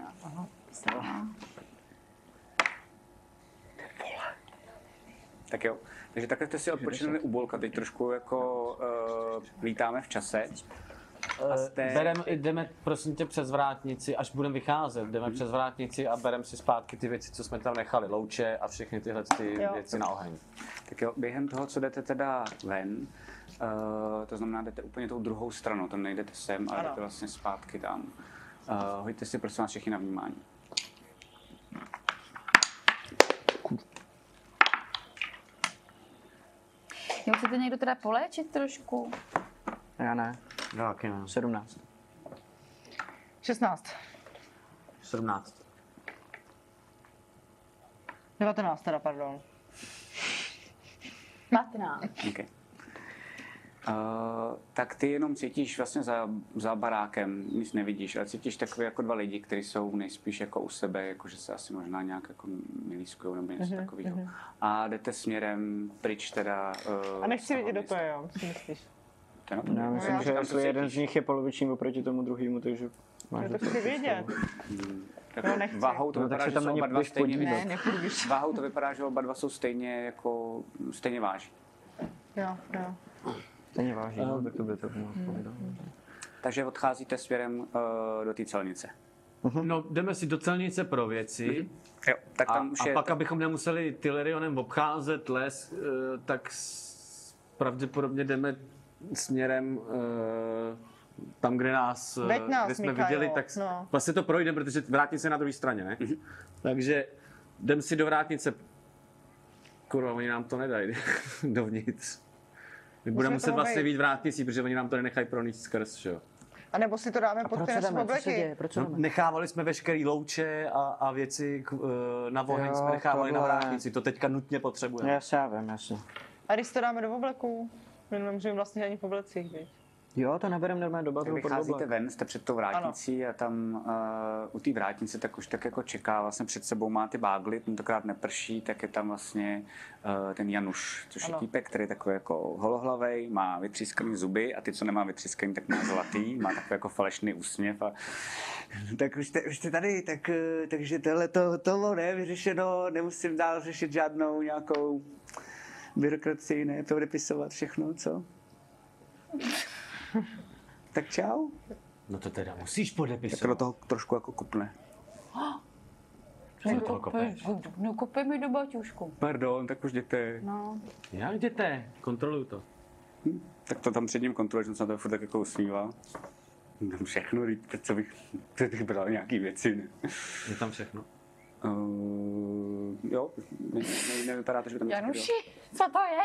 Aha. Tak jo, takže takhle jste si odpočinuli u Bolka, teď trošku jako uh, lítáme v čase. A jste... Berem, jdeme prosím tě přes vrátnici, až budeme vycházet, jdeme přes vrátnici a bereme si zpátky ty věci, co jsme tam nechali, louče a všechny tyhle ty Jo. věci na oheň. Tak jo, během toho, co jdete teda ven, uh, to znamená, jdete úplně tou druhou stranou, to nejdete sem, ale Ano. jdete vlastně zpátky tam. Uh, hoďte si prosím vás všichni na vnímání. Jo, chcete někdo teda poléčit trošku? Já ne. Já taky ne. sedmnáct. šestnáct. sedmnáct. devatenáct teda, pardon. patnáct. Okay. Uh, tak ty jenom cítíš vlastně za, za barákem, nic nevidíš, ale cítíš takové jako dva lidi, kteří jsou nejspíš jako u sebe, jako že se asi možná nějak jako milískujou nebo něco mm-hmm, takového. Mm-hmm. A jdete směrem pryč teda. Uh, A nechci z toho vidět do města. toho, jo, si myslíš? To je na to. Já myslím, já že tam to jestli jeden z cítíš. nich je poloviční oproti tomu druhému, takže máš No to docela chci představu. vědět. Tak No, nechci. váhou to No, tak vypadá, se že tam jsou na ně oba dva půjdeš stejně, podívat. Ne, nepůjdu víš. váhou to vypadá, že oba dva jsou stejně jako stejně váží. Jo, jo. Stejně váží, no, tak to by to odpovídalo. Takže odcházíte směrem uh, do té celnice. No, jdeme si do celnice pro věci. Jo, tak A, tam už a je... pak, abychom nemuseli Tylerionem obcházet les, eh, tak s, pravděpodobně jdeme směrem eh, tam, kde nás, eh, Veď nás, kde jsme Mikajo, viděli, tak no. vlastně to projdeme, protože vrátnice je na druhé straně, ne? Mhm. Takže jdem si do vrátnice. Kurva, oni nám to nedají dovnitř. My budeme muset toho vlastně vejít. být vrátnicí, protože oni nám to nenechají pronést skrz, že jo? A nebo si to dáme pod ty Proč naše jdeme? Co se obleky. děje? Proč No, jdeme? nechávali jsme veškerý louče a, a věci k, eh, na oheň Jo, jsme nechávali na tohle. vrátnici. To teďka nutně potřebujeme. Jasně, já vím, jasně. A když si to dáme do obleku, my nemůžeme vlastně ani v oblecích, víš? Jo, to nebereme normálně do Tak bavlu pod vycházíte oblak. ven, jste před tou vrátnicí a tam uh, u té vrátnice tak už tak jako čeká, vlastně před sebou má ty bágly, tentokrát neprší, tak je tam vlastně uh, ten Januš, což Ano. je týpek, který je takový jako holohlavej, má vytřískaný zuby a ty, co nemá vytřískaný, tak má zlatý, má takový jako falešný úsměv a tak už jste, už jste tady, tak, uh, takže tohle to, to ne, vyřešeno, nemusím dál řešit žádnou nějakou byrokracii, ne, to odepisovat všechno, co? Tak čau. No to teda musíš Tak do podepisovat. toho trošku jako kupne. Co do toho kopeš? No kopej mi do baťušku. Pardon, tak už jděte. No. Já jděte, kontroluju to. Tak to tam před ním kontroluje, že on se na to furt tak jako usmívá. Tam všechno, teď co bych, teď bych bral nějaký věci, ne? Je tam všechno. Uh, jo, ne, ne, nevypadá to, že by tam něco chybělo. Januši, co to je?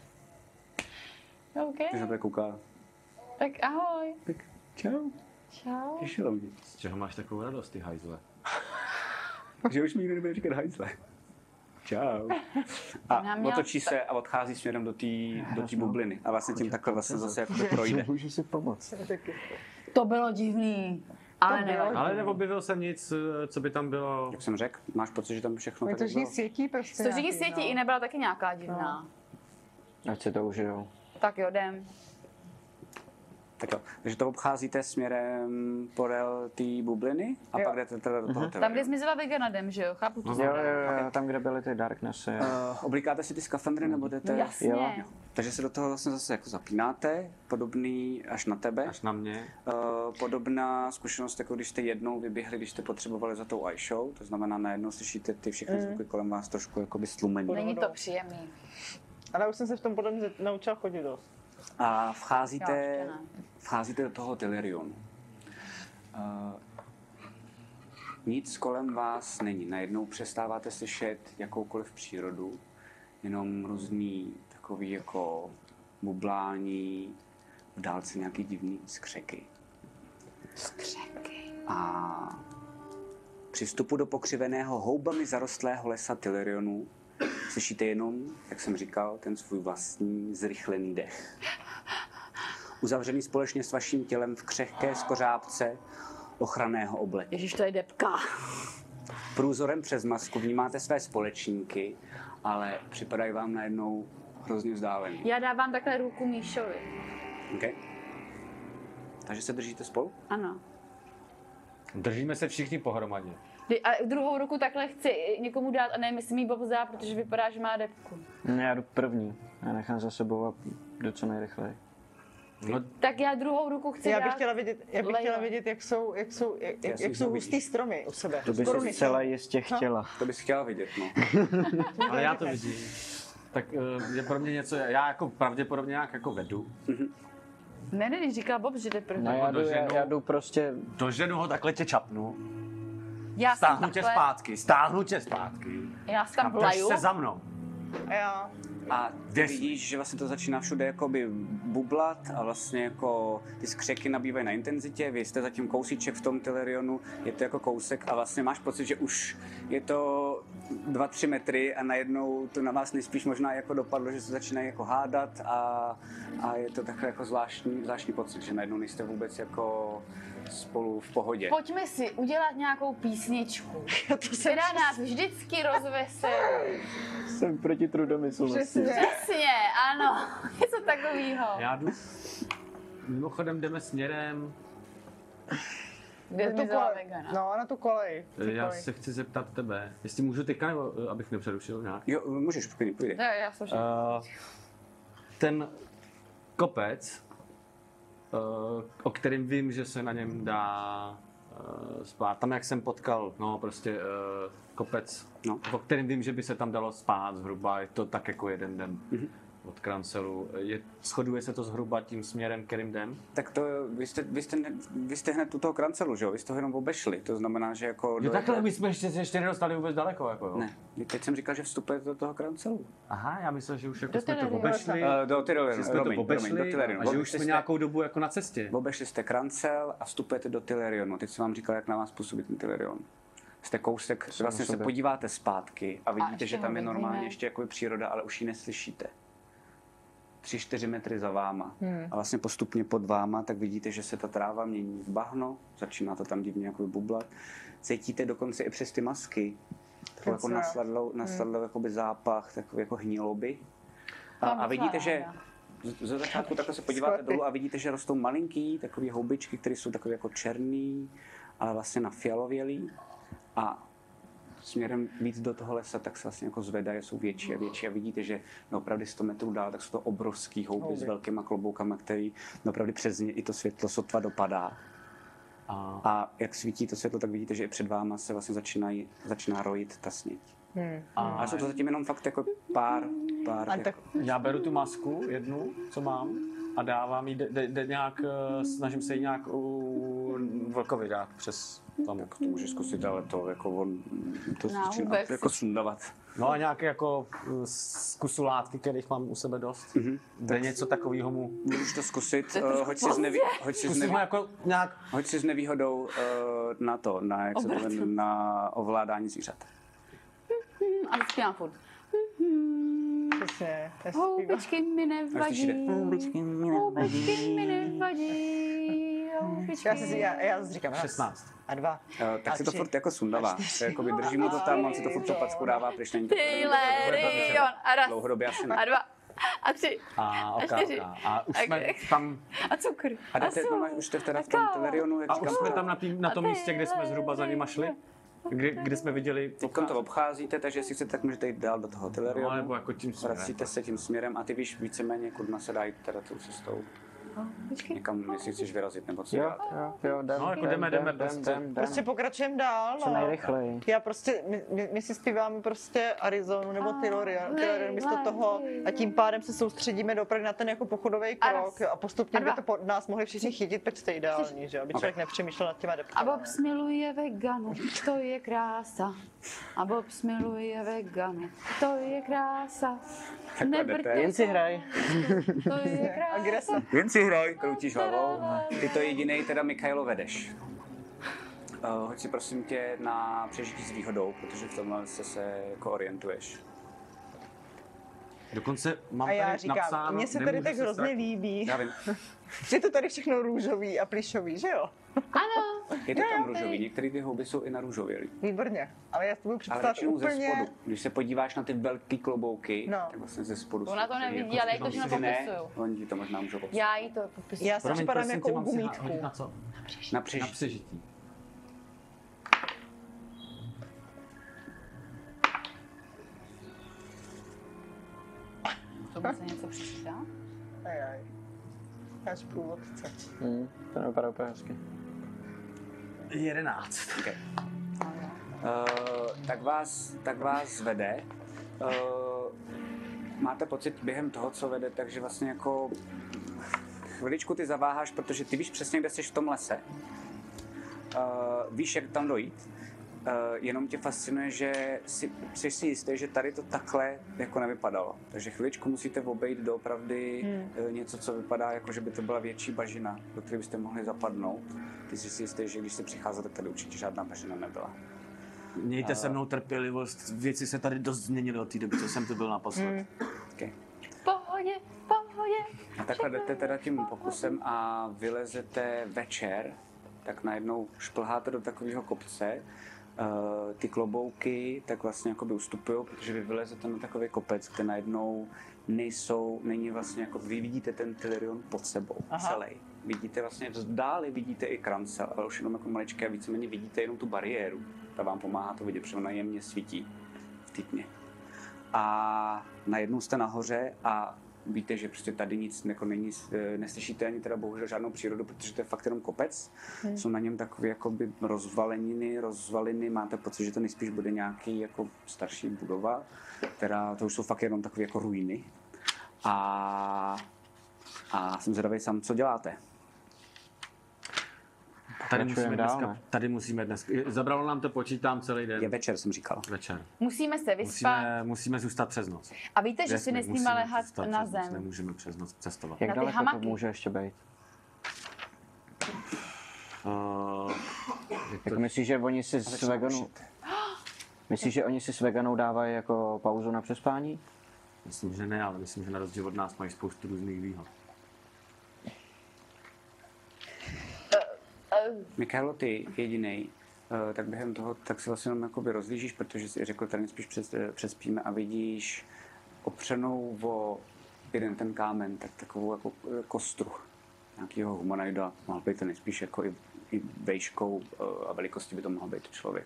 OK. Ty se na to kouká. Tak ahoj. Tak čau, Čau. těšilo mě. Z čeho máš takovou radost, ty hajzle? Že už mi nikdo nebude říkat hajzle. Čau. A Ona měla- otočí se a odchází směrem do té do té bubliny. A vlastně tím takhle vlastně zase jako projde. Můžu si pomoct. To bylo divný. Ale To bylo nevadí. Ale neobjevil jsem nic, co by tam bylo. Jak jsem řekl, máš pocit, že tam všechno Mají tak to jak všichni bylo? světí prostě. To všichni nějaký, světí, no. i nebyla taky nějaká divná. Ať se to užijou. Tak jo, jdem. Tak jo, takže to obcházíte směrem podél té bubliny a Jo. pak jdete teda do toho Tam, kde televizora. zmizela Veganadem, že jo? Chápu to. Jo, jo, jo, tam, kde byly ty Darknessy. Uh, oblíkáte si ty skafandry nebo jdete? No jasně. Jo. Takže se do toho vlastně zase jako zapínáte, podobný až na tebe. Až na mě. Uh, podobná zkušenost, jako když jste jednou vyběhli, když jste potřebovali za tou iShow, to znamená najednou slyšíte ty všechny zvuky kolem vás trošku jakoby stlumený. Není to příjemný. Ale už jsem se v tom podle mě naučila chodit dost. A Já vcházíte, ještě ne. vcházíte do toho Telerionu. Uh, nic kolem vás není. Najednou přestáváte slyšet jakoukoliv přírodu, jenom různý takový jako bublání, v dálce nějaký divný skřeky. Skřeky. A při vstupu do pokřiveného houbami zarostlého lesa Telerionu slyšíte jenom, jak jsem říkal, ten svůj vlastní zrychlený dech. Uzavřený společně s vaším tělem v křehké skořápce ochranného obleku. Ježíš, to je depka. Průzorem přes masku vnímáte své společníky, ale připadají vám najednou hrozně vzdálený. Já dávám takhle ruku Míšovi. Okay? Takže se držíte spolu? Ano. Držíme se všichni pohromadě. Kdy- A druhou ruku takhle chci někomu dát a nevím, jestli mi Bob vzá, protože vypadá, že má depku. Ne, já jdu první. Já nechám za sebou a jdu co nejrychleji. No, Tak já druhou ruku chci Já dát. bych chtěla vidět, já bych Lejla. chtěla vidět, jak jsou, jak jsou, jak, jak, si jak už jsou nevidíš. hustý stromy u sebe. To by Koruny si zcela jsou. jistě chtěla. To bys chtěla vidět, no. ale já to vidím. Tak eh, je pro mě něco, já jako pravděpodobně nějak jako vedu. Ne, ne, když říkal Bob, že jde první. No já jdu, já, doženu. já jdu prostě... Doženu ho, takhle tě čapnu. já jsem Stáhnu tě takhle, zpátky, stáhnu tě zpátky. já se A tam drž vlaju. se za mnou. A já, A ty vidíš, že vlastně to začíná všude jakoby bublat a vlastně jako ty skřeky nabývají na intenzitě, vy jste zatím kousíček v tom Telerionu, je to jako kousek a vlastně máš pocit, že už je to dva, tři metry a najednou to na vás nejspíš možná jako dopadlo, že se začínají jako hádat a, a je to takový jako zvláštní, zvláštní pocit, že najednou nejste vůbec jako spolu v pohodě. Pojďme si udělat nějakou písničku, která nás vždycky rozveselí. Jsem proti trudomyslnosti. Přesně, ano, něco takového. Já jdu. Mimochodem jdeme směrem. Kde na tu zmizela kolej. Vegana? No, na tu kolej. Tu Já kolej. se chci zeptat tebe, jestli můžu teďka, nebo eh, abych nepřerušil nějak. Jo, můžeš, pojď, půjde. Jo, já slyším. Uh, ten kopec, uh, o kterém vím, že se na něm dá uh, spát. Tam, jak jsem potkal, no prostě uh, kopec, No. o kterém vím, že by se tam dalo spát zhruba. Je to tak jako jeden den mm-hmm. od Krancelu. Je, shoduje se to zhruba tím směrem, kterým jdem? Tak to, vy jste, vy jste, ne- vy jste hned u toho Krancelu, že jo? Vy jste ho jenom obešli, to znamená, že jako... Jo, dojete- takhle my jsme ještě, ještě nedostali vůbec daleko, jako jo? Ne, teď jsem říkal, že vstupujete do toho Krancelu. Aha, já myslel, že už jako Do jsme to Telerionu. obešli. Uh, do Tylerionu, Že jsme to promiň, promiň, do obešli Tylerionu. a že už Obešli jsme jste- nějakou dobu jako na cestě. Obešli jste Krancel a vstupujete do Tylerionu. Teď jsem vám říkal, jak na vás působí ten Tylerion. Jste kousek, vlastně se sobě. podíváte zpátky a vidíte, ještě že ho tam je vidíme. normálně ještě jako příroda, ale už ji neslyšíte. tři čtyři metry za váma. Hmm. A vlastně postupně pod váma, tak vidíte, že se ta tráva mění v bahno, začíná to tam divně jako bublat. Cítíte dokonce i přes ty masky takový jako nasladlou, nasladlou hmm. jakoby zápach, takový jako hniloby. A, a vidíte, že ze začátku takhle se podíváte dolů a vidíte, že rostou malinký takový houbičky, které jsou takové jako černý, ale vlastně nafialovělý. A směrem víc do toho lesa, tak se vlastně jako zvedají, jsou větší a větší a vidíte, že no, opravdu sto metrů dál, tak jsou to obrovský houby, houby. S velkýma kloboukama, který opravdu přes ně i to světlo sotva dopadá. A... a jak svítí to světlo, tak vidíte, že i před váma se vlastně začínají, začíná rojit ta sněť. Hmm. A... a jsou to zatím jenom fakt jako pár, pár. A tak já beru tu masku jednu, co mám, a dávám jí, de, de, de nějak, snažím se jí nějak u vlkovi dát přes tam. Tak to můžeš zkusit, ale to jako on to začíná jako sundavat. No a nějaké jako zkusu látky, kterých mám u sebe dost. Mm-hmm. Jde něco takového mu. Můžeš to zkusit, uh, hoď si s nevý, hoď si s nevý, jako nějak... hoď si s nevýhodou uh, na to, na, jak se to jmenuje, na ovládání zvířat. A zpívám furt. Přesně. Houbičky mi nevadí. Houbičky mi nevadí. mi nevadí. Já si já, já říkám šestnáct. A dva. Uh, tak a si to furt jako sundává. To jako vydrží mu to tam, on si to furt tu packu dává, když není to Tylerion. A raz. Dlouhodobě asi ne. A dva. A tři. A, okay, a čtyři. A už jsme tam... A cukr. A jdete, no, už jste teda v tom Tylerionu, jak a říkám. A už jsme tam na, tý, na tom místě, kde jsme zhruba za nima šli? Kdy, kdy jsme viděli... Teďkom to obcházíte, takže jestli chcete, tak můžete jít dál do toho Tylerionu. No, nebo jako tím směrem. Vracíte se tím směrem a ty víš víceméně, kudma se dá jít teda tou cestou. Někam, jestli chceš vyrazit, nebo co dělat. Jo, jo, jdem, no, jako jdeme, jdeme, prostě. Prostě pokračujeme dál, co nejrychleji. Já prostě, my, my, my si zpíváme prostě Arizonu nebo Tylerion, Tylerion místo toho a tím pádem se soustředíme dopravy na ten jako pochodový krok a postupně by to pod nás mohli všichni chytit, pak jste ideální, že aby člověk nepřemýšlel nad těma depkami. A Bob smiluje veganu, to je krása. A Bob smiluje veganu, to je krása. Jen si hraj. To je krása. Jen si hraj, kroutíš hlavou. Ty to jedinej teda Mikhailo vedeš. Uh, hoď si prosím tě na přežití s výhodou, protože v tomhle se, se jako orientuješ. Dokonce mám a já tady říkám, napsáno, mně se tady tak hrozně strat... líbí. Já vím. Je to tady všechno růžový a plišový, že jo? Ano. Je to tam růžový, některé ty houby jsou i na růžově. Výborně, ale já to budu představit úplně... ze spodu. Když se podíváš na ty velký klobouky, no. tak vlastně ze spodu... Ona to nevidí, ale jak to všechno popisuju. Oni ti to možná můžou popsat. Já jí to popisuju. Já se připadám jako u gumítku. Na co? Na přežití. Na přežití. To bude se něco přičítá? Ajaj. Já jsem průvodce. Hmm, to nevypadá úplně hezky. Jedenáct. Okay. Uh, tak, vás, tak vás vede. Uh, máte pocit během toho, co vede, takže vlastně jako chviličku ty zaváháš, protože ty víš přesně, kde jsi v tom lese. Uh, víš, jak tam dojít. Uh, jenom tě fascinuje, že si, jsi si jistý, že tady to takhle jako nevypadalo. Takže chviličku musíte obejít doopravdy hmm. uh, něco, co vypadá jako, že by to byla větší bažina, do které byste mohli zapadnout. Ty jsi si jistý, že když jste přicházel, tak tady určitě žádná bažina nebyla. Mějte uh, se mnou trpělivost, věci se tady dost změnily od té doby, co jsem tu byl naposled. Hmm. Okay. Pohodě, pohodě. A takhle jdete teda tím pokusem a vylezete večer, tak najednou šplháte do takového kopce. Uh, ty klobouky tak vlastně jakoby ustupují, protože vy vylezete na takový kopec, kde najednou nejsou, není vlastně jako, vy vidíte ten Tylerion pod sebou, celý. Vidíte vlastně, vzdáli vidíte i krance, ale už jenom jako maličké a víceméně vidíte jenom tu bariéru. Ta vám pomáhá to vidět, protože ona jemně svítí v té tmě. A najednou jste nahoře a víte, že prostě tady nic jako není, neslyšíte ani teda bohužel žádnou přírodu, protože to je fakt jenom kopec. Hmm. Jsou na něm takové jakoby rozvaleniny, rozvaliny, máte pocit, že to nejspíš bude nějaký jako starší budova, která to už jsou fakt jenom takové jako ruiny. A, a jsem zvědavý sám, co děláte. Tady musíme, dneska, tady musíme dnes. Zabralo nám to, počítám celý den. Je večer, jsem říkal. Večer. Musíme se vyspat. Musíme, musíme zůstat přes noc. A víte, že si nesmíme lehat na zem. Noc, nemůžeme přes noc cestovat. Jak daleko to může ještě být? Uh, jako myslíš, že oni si s veganou... Myslíš, že oni si s veganou dávají jako pauzu na přespání? Myslím, že ne, ale myslím, že na rozdíl od nás mají spoustu různých výhod. Michaelo, ty jedinej, uh, tak během toho, tak si vlastně jenom jakoby rozlížíš, protože jsi řekl, tady spíš přes, přespíme a vidíš opřenou o jeden ten kámen, tak takovou jako kostru nějakého humanoida, mohl být to nejspíš jako i, i vejškou uh, a velikostí by to mohl být člověk.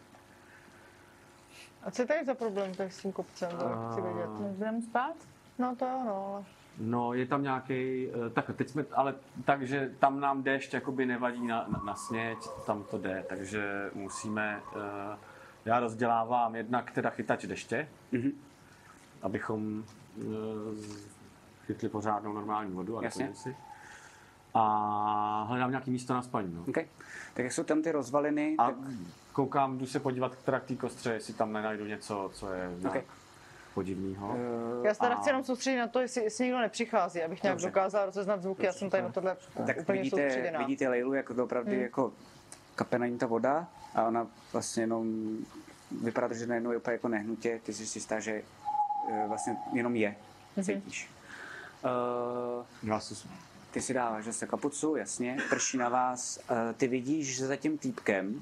A co je tady za problém tak s tím kopcem, to A- chci vědět. Budeme spát? No to ano, ale... No, je tam nějaký, tak teď jsme, ale takže tam nám déšť jakoby nevadí na, na, na sněť, tam to jde, takže musíme, uh, já rozdělávám jednak teda chytač deště, Mhm. abychom uh, chytli pořádnou normální vodu a Jasně. doplnili si. A hledám nějaký místo na spaní, no. Okay. Tak jak jsou tam ty rozvaliny, A tak... koukám, jdu se podívat teda k té kostře, jestli tam nenajdu něco, co je nějak Okay. podivného. Uh, Já se teda A- chci jenom soustředit na to, jestli, jestli nikdo nepřichází, abych nějak Dobře. dokázal rozeznat zvuky. Já jsem tady na tohle tak úplně vidíte, soustředěná. vidíte Leilu, jako to opravdu Hmm. jako kape na ní ta voda a ona vlastně jenom vypadá to, že najednou je úplně jako nehnutě, ty jsi si jistá, že eh, vlastně jenom je, cítíš. Uh, Já se ty si dáváš zase kapucu, jasně, prší na vás, uh, ty vidíš, že za tím týpkem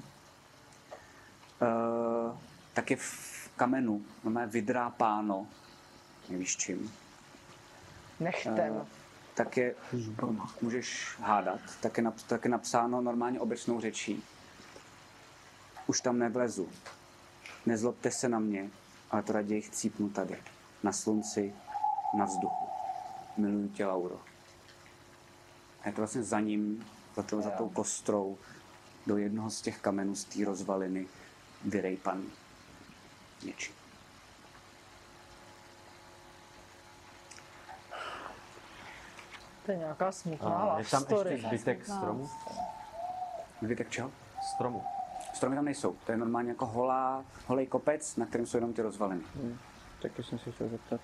uh, tak je v kamenu, normálně vydrápáno, nevíš čím. Nechtem. Eh, tak je, můžeš hádat, tak je, nap, tak je napsáno normálně obecnou řečí. Už tam nevlezu. Nezlobte se na mě, ale to raději chcípnu tady. Na slunci, na vzduchu. Miluju tě, Lauro. A je to vlastně za ním, za, to, za tou kostrou, do jednoho z těch kamenů z té rozvaliny vyrejpaný něčím. To je nějaká smutná A love je tam story. ještě zbytek stromu? Zbytek čeho? Stromu. Stromy tam nejsou. To je normálně jako holá, holej kopec, na kterém jsou jenom ty rozvaliny. Taky jsem se chtěl zeptat.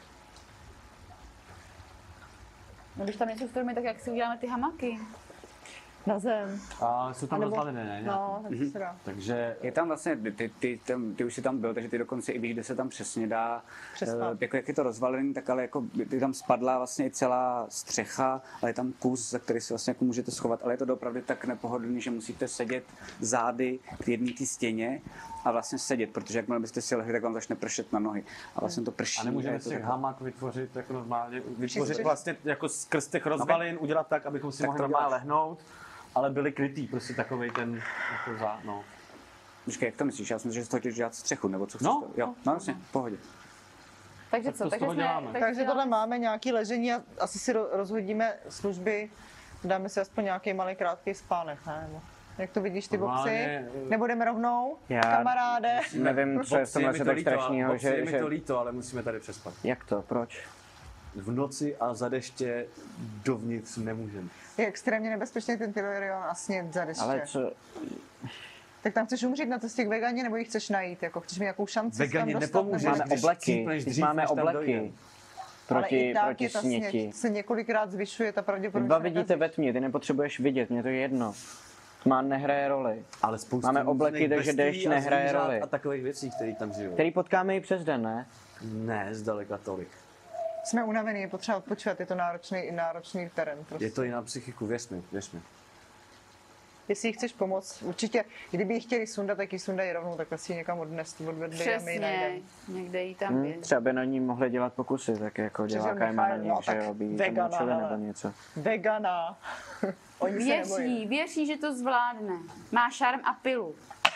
No, když tam nejsou stromy, tak jak si uděláme ty hamaky? Na zem. A jsou tam A nebo- rozvaliny, ne? No, tak se dá. Takže Je tam vlastně, ty, ty, tam, ty už jsi tam byl, takže ty dokonce i víš, kde se tam přesně dá, Přespat. eh, jako jak je to rozvalený, tak ale jako ty tam spadla vlastně i celá střecha, ale je tam kus, za který si vlastně jako můžete schovat, ale je to opravdu tak nepohodlný, že musíte sedět zády k jedné té stěně a vlastně sedět, protože jakmile byste si lehli, tak vám začne pršet na nohy. A vlastně to prší. a nemůžeme je to si tak- hamak vytvořit jako normálně, vytvořit Všichni- vlastně jako skrz těch rozvalin, udělat tak, abychom si Tak mohli to normálně děláš. lehnout, ale byli krytý, prostě takovej ten jako za, no. Počkej, jak to myslíš? Já jsem myslel, že to chtěl dělat střechu, nebo co chceš? No. to? Jo, no jasně, v pohodě. Takže Tak co? to z Takže toho jsme, děláme. Takže tohle máme nějaký ležení a asi si ro- rozhodíme služby, dáme si aspoň nějaký malý krátký spánek, ne? Nebo jak to vidíš ty boxy? Normálně, eh, Nebudeme rovnou? Já- Kamaráde? Nevím, co je v Bobsi, tomhle mi se to tak líto, ale- strašného, Bobsi, že, je mi že... to líto, ale musíme tady přespat. Jak to? Proč? V noci a za deště dovnitř nemůžeme. Je extrémně nebezpečný ten Tellurion a snět za deště. Ale co... Tak tam chceš umřít na cestě k veganě, nebo ji chceš najít? Jako, chceš mít nějakou šanci Vegani se tam dostat? nepomůže, nebo- Máme když obleky, cípneš teď dřív, máme než tam obleky. dojdem. Ale Proti, i tak proti je ta sněti. sněť se několikrát zvyšuje ta pravděpodobnost. Dva že vidíte nakazíš. ve tmě, ty nepotřebuješ vidět, mě to je jedno. Tma nehraje roli. Ale spoustu Máme obleky, různých takže bestií déšť a nehraje zvířat roli. A takových věcí, které tam žijou. Který potkáme i přes den, ne? Ne, zdaleka tolik. Jsme unavený, je potřeba odpočívat, je to náročný, náročný terén. Prostě. Je to i na psychiku, věř mi, věř mi. Jestli jí chceš pomoct, určitě, kdyby ji chtěli sundat, tak ji sundají rovnou, tak si ji někam odnes, odvedli a my ji Přesně, najdeme. někde jí tam Hm, je. třeba by na ní mohli dělat pokusy, tak jako dělá Michal, Kajma na no, nich, že tak jo, by jí tam vegana, učili hele. nebo něco. Vegana. Oni se nebojí. Věří, věří, že to zvládne. Má šarm a pilu.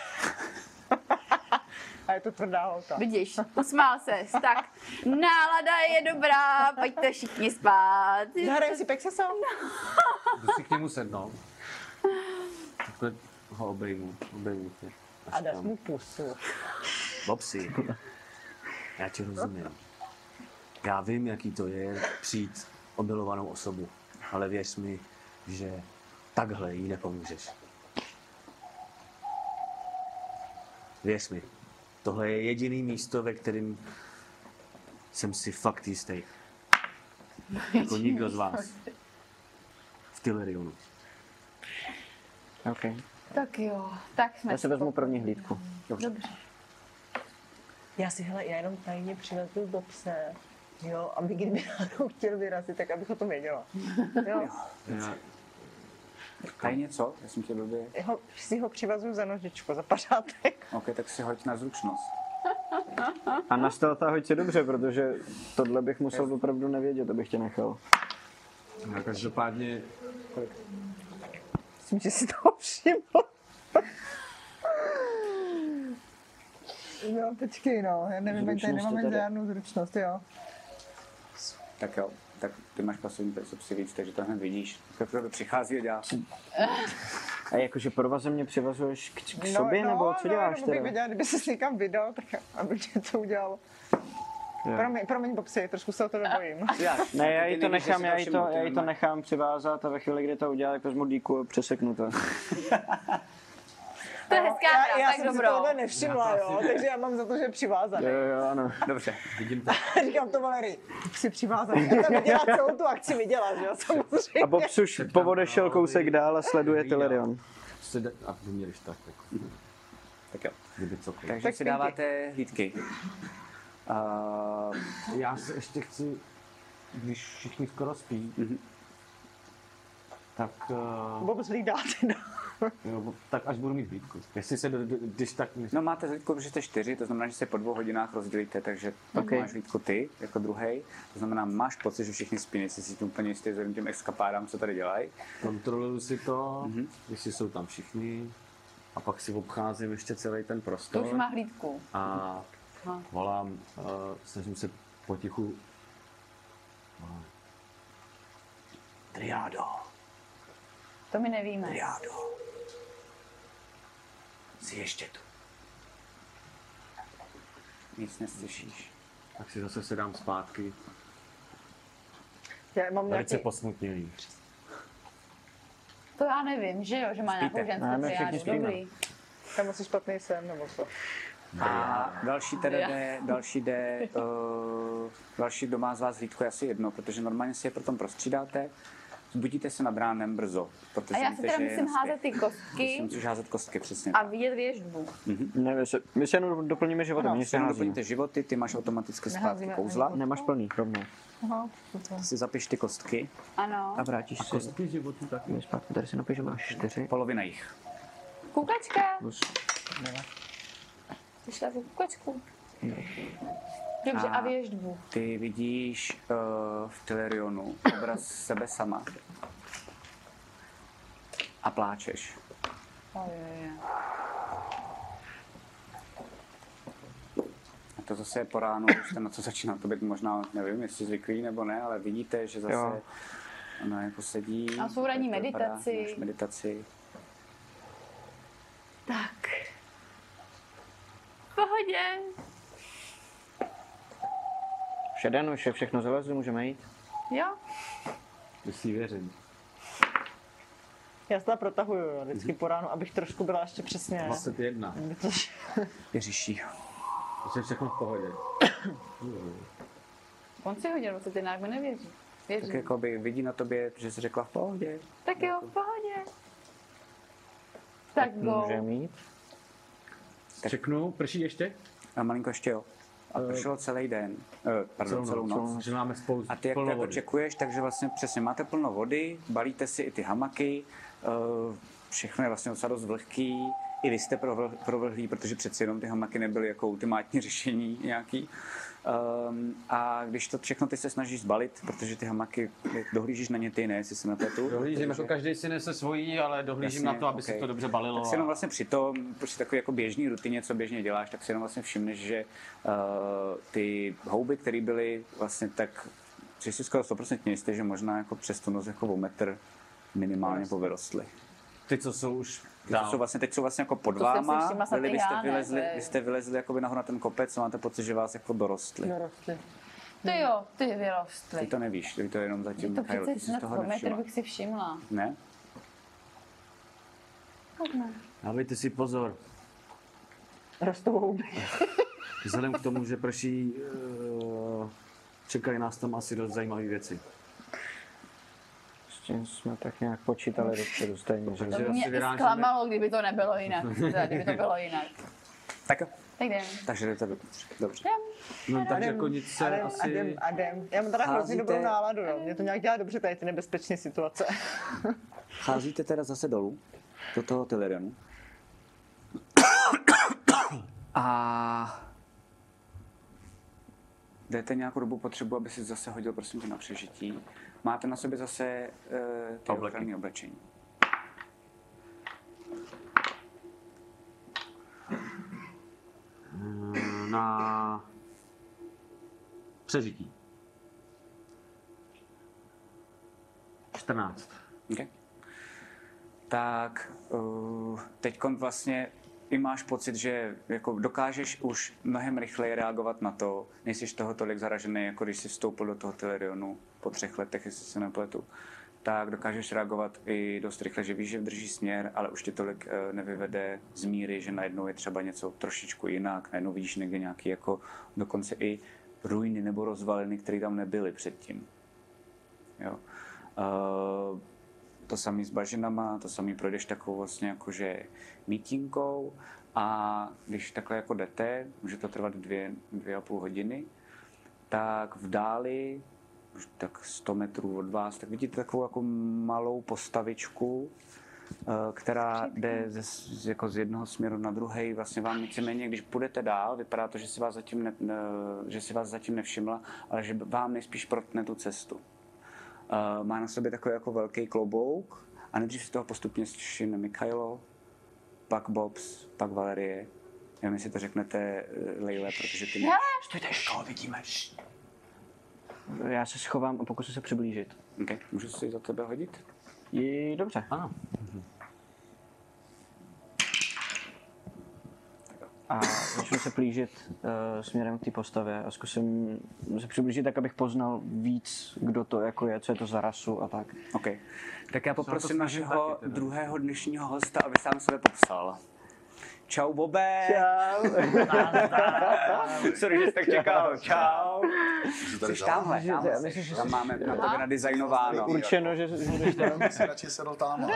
A je to tvrdá holka. Vidíš, usmál ses. Tak, nálada je dobrá, pojďte všichni spát. Zahrajeme si Pexesou? Jdu si k němu sednout. Takhle ho obejmu, obejmu tě. A dáš mu pusu. Bobsi, já ti rozumím. Já vím, jaký to je přijít o milovanou osobu, ale věř mi, že takhle jí nepomůžeš. Věř mi, tohle je jediný místo, ve kterém jsem si fakt jistý. Jako nikdo z vás. V Tellurionu. OK. Tak jo, tak jsme Já si vezmu první hlídku. Dobře. Já si, hele, já jenom tajně přilezu do pse Jo, a my kdyby náhodou chtěl vyrazit, tak abych o tom věděla. Jo. Já, Tady něco? Já jsem tě blbě. Jeho, si ho přivazuju za nožičku, za pařátek. OK, tak si hoď na zručnost. A na stealth hoď si dobře, protože tohle bych musel opravdu nevědět, abych tě nechal. já každopádně Myslím, že si toho všiml. Jo, počkej, no, já nevím, jak tady Zručnost nemáme je tady. žádnou zručnost, jo. Tak jo, tak ty máš pasivní percepci víc, takže to hned vidíš. Tak to přichází a dělá. A jakože provazem mě přivazuješ k, k sobě, nebo co děláš no, bych teda? viděla, kdyby ses někam vydal, tak abych něco udělal. Jo. Promiň, promiň, Bobsi, trošku se o to nebojím. Ne, já jí to Ty nevíš, nechám, že já si jí to, všiml, já jí to normálně. nechám přivázat a ve chvíli, kdy to udělá, tak vezmu díku a přeseknu to. To je hezká já, hra, já tak jsem si dobrou. tohle nevšimla, jo, takže já mám za to, že je přivázaný. Jo, jo, ano. Dobře. Říkám to Valerii, jsi přivázaný. Já tam viděla celou tu akci, viděla, že jo, samozřejmě. A Bobs už povodešel kousek dál a sleduje Tylerion. se da, a vy měliš tak, jako, Tak jo. kdyby cokoliv. Takže Tak si pinky. dáváte hlídky. Uh, Já se ještě chci, když všichni skoro spí, Mhm. tak, uh, Bob zhlídá teda. jo, tak až budu mít hlídku. Jestli se, do, do, když tak, no máte hlídku, protože jste čtyři, to znamená, že se po dvou hodinách rozdělíte, takže pak Okay. máš hlídku ty, jako druhej. To znamená, máš pocit, že všichni spí, jestli si tím úplně jistý vzhledem těm eskapádám, co tady dělají. kontroluju si to, Mhm. jestli jsou tam všichni, a pak si obcházím ještě celý ten To prostor už má hlídku. a Aha. volám, uh, snažím se potichu. Volám. Triádo, To my nevíme. Triádo. Jsi ještě tu. Nic neslyšíš. tak si zase sedám zpátky, Já mám velice nějaký... posmutnělý. To já nevím, že jo, že má nějakou Spíte? ženskou Ne, my všichni triádu. spíme. Dobrý. Tam asi špatný sen, nebo co? A další teda Já. jde, další jde, uh, další, kdo má z vás hlídku, je asi jedno, protože normálně si je potom prostřídáte. Zbudíte se nad ránem brzo, protože A já si víte, teda že je musím na házet spěch. ty kostky Musíš házet kostky, přesně. a vidět věžbu. Ne, my se, my se jenom doplníme životem, Ano, nic Jenom neházíme. doplníte životy, ty máš automaticky zpátky Neházíme kouzla. ani Nemáš plný, rovnou. Aha. Si zapiš ty kostky, Ano. A vrátíš si Kostky životu taky. my zpátky. Tady si napiš, že máš čtyři. polovina jich. Kukačka. Plus. Vyšla za kukačku. Dobře, a věžbu. Ty vidíš uh, v Tylerionu obraz sebe sama a pláčeš. Ojej. A to zase je po ránu, už jste na to začíná to být možná, nevím, jestli zvyklý nebo ne, ale vidíte, že zase Jo. ona jako sedí. A jsou ranní tak to vypadá, meditaci. máš meditaci. Tak. V pohodě. Šeden, už je všechno zalezli, můžeme jít. Jo? Když si věřím. Já se teda protahuju, jo, vždycky po ránu, abych trošku byla ještě přesně. dvacet jedna. Ježiši. Už je všechno v pohodě. On si hodil dvacet jedna, jak mi nevěří. Věří. Tak jako by vidí na tobě, že jsi řekla v pohodě. Tak jo, v pohodě. Tak go. Můžeme jít. Čeknu, prší ještě? A malinko ještě jo. A prošel celý den. Eh, pardon, celou, celou noc. Že máme spoustu A ty jak to plno jako vody. čekuješ, takže vlastně přesně máte plno vody, balíte si i ty hamaky, eh, všechno je vlastně docela dost vlhký, i vy jste provl- provlhlí, protože přeci jenom ty hamaky nebyly jako ultimátní řešení nějaký. Um, a když to všechno ty se snažíš zbalit, protože ty hamaky, dohlížíš na ně ty, ne, jestli se napletu. Dohlížím, Takže- jako každý si nese svojí, ale dohlížím Jasně, na to, aby ok. se to dobře balilo. Tak si jenom vlastně při tom, při takové jako běžný rutině, co běžně děláš, tak si jenom vlastně všimneš, že uh, ty houby, které byly vlastně tak, že si skoro stoprocentně jistý, že možná jako přes tu noc jako o metr minimálně povyrostly. Ty, co jsou už Ty dál. jsou vlastně, teď jsou vlastně jako pod To jsem si váma, všimla snad byli, i vy jste já, ne, vylezli, to je- vy jste vylezli jakoby nahoru na ten kopec a máte pocit, že vás jako dorostli. Dorostli. Ty jo, ty Ty vyrostly. to nevíš, ty to jenom Ty zatím to Kyle, ty přece jsi snad toho po metr nevšimla. bych si všimla. Ne? Tak ne. Dávejte si pozor. Rostou houby. Vzhledem k tomu, že prší, uh, čekají nás tam asi dost zajímavé věci. S tím jsme tak nějak počítali dopředu stejně, že To Takže by mě asi i vyrážíme. zklamalo, kdyby to nebylo jinak. Teda, kdyby to bylo jinak. Tak jo. Tak jdem. Takže jdete do dobře. No tak Jdem, jako nic se a jdem, asi... a jdem, a jdem. Já mám teda hrozně Házíte- dobrou náladu, jo. Mě to nějak dělá dobře, tady ty nebezpečné situace. Cházíte teda zase dolů, do toho Tylerionu. A jdete nějakou dobu potřebu, aby si zase hodil, prosím tě, na přežití. Máte na sobě zase uh, ty Obleky. ochranné oblečení. Mm, Na přežití. čtrnáct. Okay. Tak uh, teď vlastně i máš pocit, že jako dokážeš už mnohem rychleji reagovat na to, nejsi toho tolik zaražený, jako když jsi vstoupil do toho Tylerionu po třech letech, jestli se nepletu, tak dokážeš reagovat i dost rychle, že víš, že drží směr, ale už tě tolik uh, nevyvede z míry, že najednou je třeba něco trošičku jinak, najednou vidíš někde nějaký jako dokonce i ruiny nebo rozvaliny, které tam nebyly předtím. Jo. Uh, to samý s bažinama, to samý projdeš takovou vlastně jakože mítinkou a když takhle jako jdete, může to trvat dvě, dvě a půl hodiny, tak v dáli, už tak sto metrů od vás, tak vidíte takovou jako malou postavičku, uh, která jde ze, z, jako z jednoho směru na druhý. Vlastně vám víceméně, když půjdete dál, vypadá to, že si vás zatím, ne, ne, že si vás zatím nevšimla, ale že vám nejspíš protne tu cestu. Uh, má na sobě takový jako velký klobouk a nejdřív si toho postupně všimne Mikhailo, pak Bobs, pak Valerie. Nevím, jestli to řeknete uh, Lejle, protože ty... Stojte, Koho vidíme? já se schovám a pokusím se přiblížit. Okay. Můžu si za tebe hodit? Je, dobře. Ano. A začnu se plížit uh, směrem k té postavě a zkusím se přiblížit tak, abych poznal víc, kdo to jako je, co je to za rasu a tak. OK. Tak já poprosím snažím našeho taky teda. druhého dnešního hosta, aby sám sebe popsal. Čau, Bobe! Čau. Sorry, že jsi tak čekal. Čau. tady Jsi dal? tamhle, tamhle Já myslím, jsi. že Tam máme na tebe nadizajnováno. Určeno, že, že jdeš tam. Si radši sedl tam.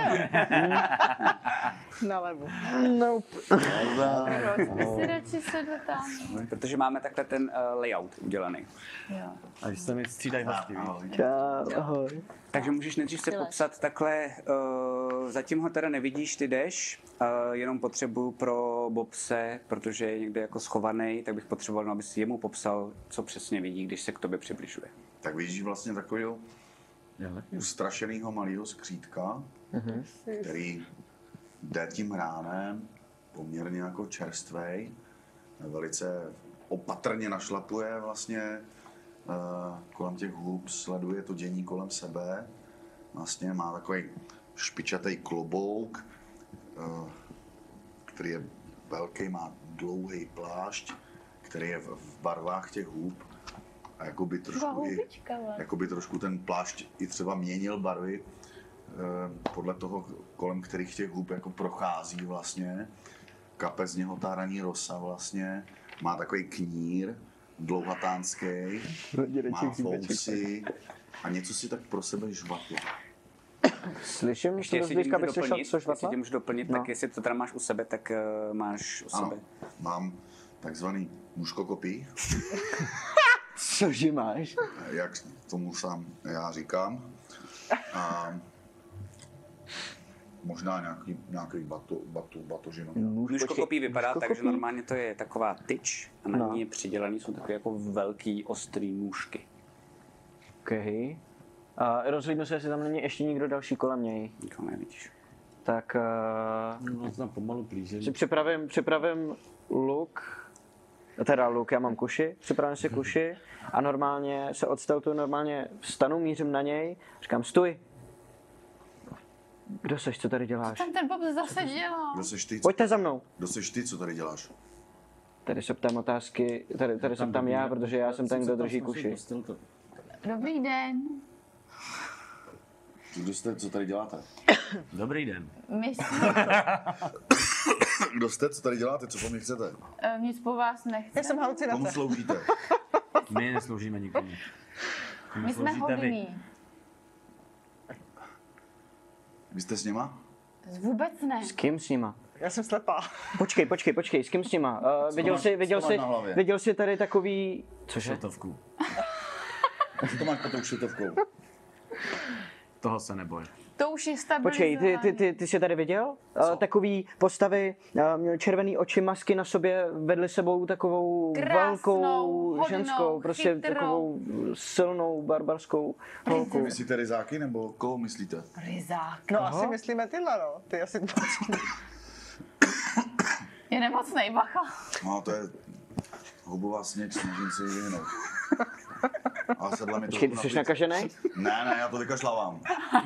Nalevu. Nope. Proč jsi radši sedl tam? Protože máme takhle ten uh, layout udělaný. Jo. A když se mi střídají hosti, víš? Čau, ahoj. Takže můžeš nejdřív se popsat takhle, uh, zatím ho teda nevidíš, ty jdeš, uh, jenom potřebuju pro Bobse, protože je někde jako schovaný, tak bych potřeboval, no, aby si jemu popsal, co přesně vidí, když se k tobě přibližuje. Tak vidíš vlastně takového ustrašenýho malého skřítka, který jde tím hránem, poměrně jako čerstvej, velice opatrně našlapuje vlastně uh, kolem těch hub, sleduje to dění kolem sebe, vlastně má takový špičatý klobouk, uh, který je velký, má dlouhý plášť, který je v, v barvách těch hub a jakoby trošku, i, jakoby trošku ten plášť i třeba měnil barvy uh, podle toho, kolem kterých těch hub jako prochází vlastně. Kape z něho ta raní rosa vlastně, má takový knír, dlouhatánský, má fousy a něco si tak pro sebe žvatlo. Slyším, Ještě že jestli to tě zblízka můžu bych slyšel, doplnit, co jestli švatla? tě můžu doplnit, No. tak jestli to teda máš u sebe, tak uh, máš u Ano, sebe. mám takzvaný mužkokopí, Cože máš? jak tomu sám já říkám. A možná nějaký, nějaký bato, bato, batožino. Mužkokopí vypadá tak, že mužkokopí? normálně to je taková tyč a na No. ní je přidělaný, jsou takové jako velký, ostrý nůžky. Okay. A rozhlídnu se, jestli tam není ještě někdo další kolem něj. Nikoho nevidíš. Tak uh, No, tam pomalu plížím. si připravím, připravím luk, teda luk, já mám kuši, připravím si kuši a normálně se odstartuju, normálně vstanu, mířím na něj, říkám stůj. Kdo seš, co tady děláš? Tam ten Bob zase dělá. Kdo seš ty, co, Pojďte za mnou. kdo seš ty, co tady děláš? Tady se ptám otázky, tady, tady se ptám já, protože já jsem ten, kdo drží kuši. Dobrý den. Kdo jste, co tady děláte? Dobrý den. My jsme, Kdo jste, co tady děláte, co po mně chcete? eh, nic po vás Já nechceme. jsem Komu halucinace. sloužíte? My nesloužíme nikomu. My jsme sloužíte vy. hodní. Vy jste s něma? Vůbec ne. S kým s nima? Já jsem slepá. Počkej, počkej, počkej, s kým s nima? Uh, viděl máš- jsi, viděl co máš jsi, na hlavě? viděl jsi tady takový, cože? Šiltovku. Co to máš pod tou šiltovkou? Toho se neboj. To už je Počkej, stabilizované. ty, ty, ty, ty jsi tady viděl? Uh, takový postavy, uh, měl červený oči, masky na sobě, vedli sebou takovou Krásnou, velkou hodnou, ženskou, prostě chytrou. takovou silnou barbarskou holku. Myslíte ryzáky nebo koho myslíte? Ryzák. No asi myslíme tyhle, no. Ty asi Je nemocnej, bacha. No to je hubová sněč, snažím se jí vyhnout. A sedla mi Počkej, trochu ty jsi na plíc. nakažený? Ne, ne, já to vykašlávám.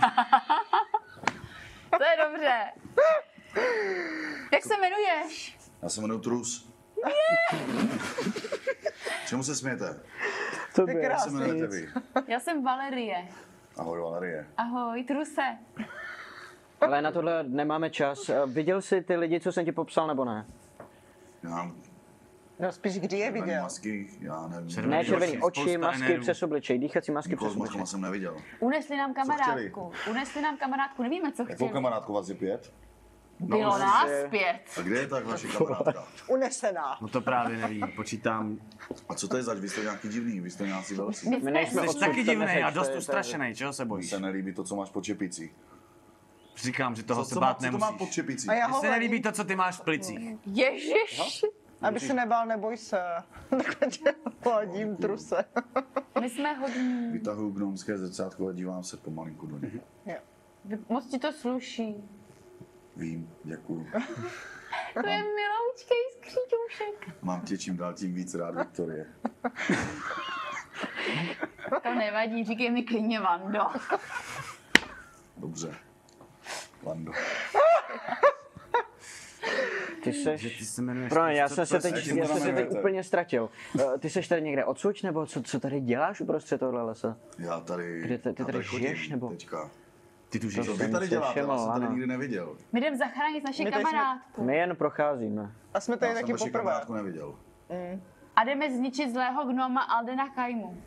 To je dobře. Jak se jmenuješ? Já se jmenuji Trus. Čemu se smějete? To je by. Jak se krásný. jmenujete vy? Já jsem Valerie. Ahoj Valerie. Ahoj, Truse. Ale na tohle nemáme čas. Uh, viděl jsi ty lidi, co jsem ti popsal, nebo ne? Já No spíš kdy je červený viděl? masky, já nevím. Červený Ne, červený spousta oči, masky trenérů. přes obličej, dýchací masky Nikoho přes s maskama obličej. jsem neviděl. Unesli nám chtěli? kamarádku. Unesli nám kamarádku, nevíme, co Jakou chtěli. kamarádku vás je pět? Bylo nás pět. A kde je tak vaše kamarádka? Unesená. No to právě nevím, počítám. A co to je zač? Vy jste nějaký divný, vy jste nějací velcí. My My jsme, nejsme my Jsi odsud, jsme, taky to divný neřeš, a to dost je- to je- ustrašený, čeho se Mně bojíš? se nelíbí to, co máš pod čepící. Říkám, že toho Co, se co, má, bát co to má pod nemusíš. čepící? A já Mně ho se nelíbí to, co ty máš v plicích. Ježiš. Aby se nebál, neboj se. Takhle tě hladím truse. My jsme hodní. Vytahuju gnomské zrcátko a dívám se pomalinku do něj. Moc ti to sluší. Vím, děkuju. To je miloučkej skříťoušek. Mám tě čím dál tím víc rád, Viktorie. To nevadí, říkej mi klidně Vando. Dobře. Lando. Ty Že seš... ty se jmenuješ... Pro já co- jsem se prosím, teď, jak já se jsem se teď jmenujete? úplně ztratil. Eh, Ty seš tady někde odsud, nebo co, co tady děláš uprostřed tohohle lesa? Já tady, Kde ty- ty já tady chodím žiješ, nebo? Teďka. Ty tu žiješ. Co jsem vy tady si děláte? Já všiml, jsem tady ano. nikdy neviděl. My jdeme zachránit naši My teď jsme- kamarádku. My jen procházíme. A jsme tady Já jsem taky vaši poprvé. kamarádku neviděl. A jdeme zničit zlého gnoma Aldena Kaimu.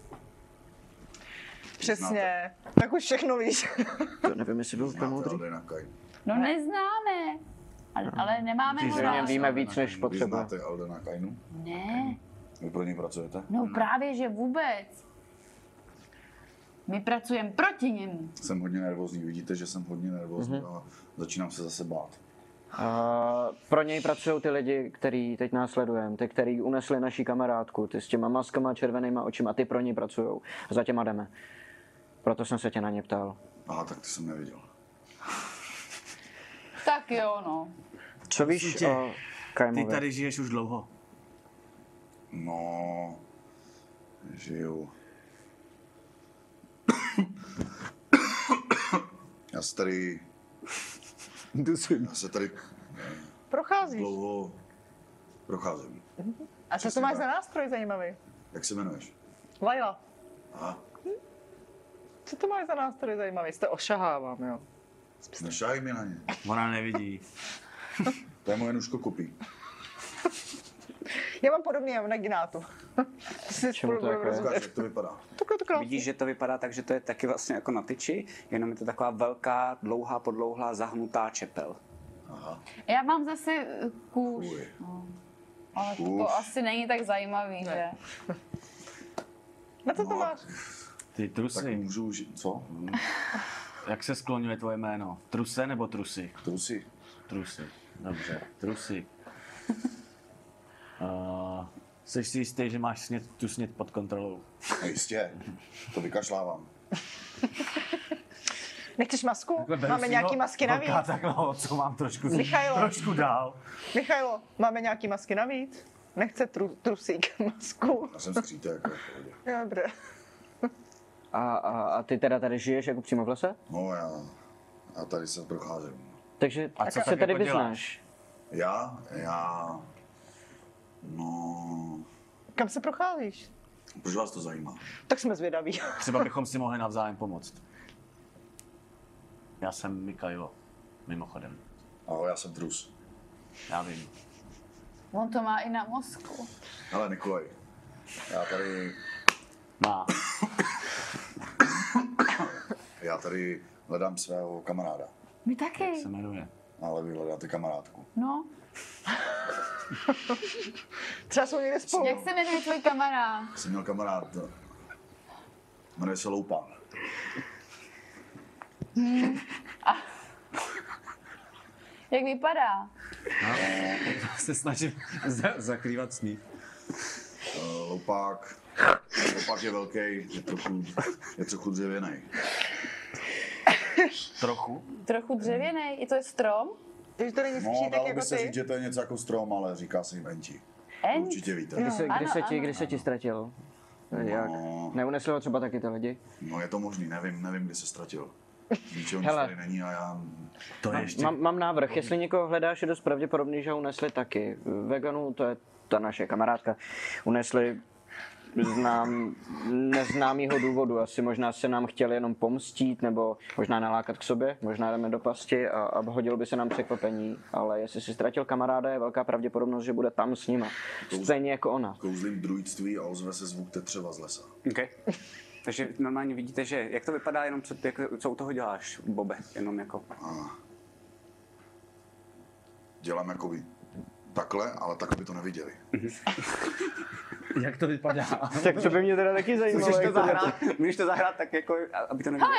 Přesně. Tak už všechno víš. To nevím, jestli byl úplně Znáte moudrý. Aldena Kai. No neznáme. Ale, ale nemáme Ty ho že O něm rád. víme víc, než Vy potřebuje. znáte Aldena Kainu? Ne. Vy pro něj pracujete? No právě, že vůbec. My pracujeme proti němu. Jsem hodně nervózní, vidíte, že jsem hodně nervózní Mhm. a začínám se zase bát. A pro něj pracují ty lidi, který teď následujeme, ty, který unesli naší kamarádku, ty s těma maskama, červenýma očima, ty pro něj pracují. A za těma jdeme. Proto jsem se tě na ně ptal. Aha, tak to jsem neviděl. Tak jo, no. Co víš tě, o Ty Kaimovi? tady žiješ už dlouho. No, žiju. Já se tady, já se tady Procházíš. dlouho procházím. A co to máš za nástroj zajímavý? Jak se jmenuješ? Laila. Aha, Co to máš za nástroj zajímavý? Jste ošahávám, jo. nešahaj mi na ně. Ona nevidí. To je moje nůžko kupí. Já mám podobný jenom na ginátu. Čemu to jako je? Ukáž, jak to vypadá. Takhle to krásný. Vidíš, že to vypadá tak, že to je taky vlastně jako na tyči, jenom je to taková velká, dlouhá, podlouhlá, zahnutá čepel. Aha. Já mám zase eh, kůž. Fuj. No. Ale Kůž. to asi není tak zajímavý, že? Na co to No. máš? Ty Tak trusy. můžu už, co? Hm, Jak se skloňuje tvoje jméno? Truse nebo trusy? Trusy. Trusy. Dobře, trusy. Uh, jsi si jistý, že máš snět, tu snět pod kontrolou? No jistě, to vykašlávám. Nechceš masku? Takhle beru Máme si nějaký ho, masky velká navíc? takhle ho, co mám trošku, Michailo. trošku dál. Michailo, máme nějaký masky navíc? Nechce tru, trusík masku. Já jsem skřítek, jako v pohodě. Dobře. A, a, a ty teda tady žiješ jako přímo v lese? No já, já tady se procházím. Takže A co se tak tady jako vyznáš? Já, já, no, Kam se procházíš? proč vás to zajímá? Tak jsme zvědaví. Třeba bychom si mohli navzájem pomoct. Já jsem Mikailo, mimochodem. Ahoj, já jsem Trus. Já vím. On to má i na mozku. Hele, Nikolaj, já tady, Má. já tady hledám svého kamaráda. My taky. Jak se jmenuje? Ale vy hledáte kamarádku. No, Třeba jsou někde spolu. jak se jmenuje tvůj kamarád? Jsem měl kamarád, jmenuje se Loupán. Jak vypadá? Se snažím za- zakrývat sníh. Uh, Loupák, Loupák je velký, je trochu, je trochu dřevěný. Trochu. Trochu dřevěnej, je to strom? Takže to není No, skřítek dalo by jako se ty? říct, že to je něco jako strom, ale říká se jim Enti. Ent? Určitě víte. Kdy se, kdy Ano, se ti, ano. kdy se ti ztratil? Jak? No, Neunesli ho třeba taky ty lidi? no je to možný, nevím, nevím, kdy se ztratil. Ničeho nic Hele. tady není a já... To je ještě... Mám, mám návrh, jestli někoho hledáš, je dost pravděpodobný, že ho unesli taky. Veganů, to je ta naše kamarádka, unesli znám neznámýho důvodu. Asi možná se nám chtěli jenom pomstít, nebo možná nalákat k sobě, možná jdeme do pasti a, a hodilo by se nám překvapení. Ale jestli si ztratil kamaráda, je velká pravděpodobnost, že bude tam s nima. Stejně jako ona. Kouzlím druidství a ozve se zvuk tetřeva z lesa. Okay. Takže normálně vidíte, že jak to vypadá, jenom co, jak, co u toho děláš, Bobe, jenom jako. A dělám jako vy. Takhle, ale tak, aby to neviděli. Jak to vypadá? Tak to by mě teda taky zajímalo. Můžeš to jak to zahrát, můžeš to zahrát tak, jako, aby to neviděli.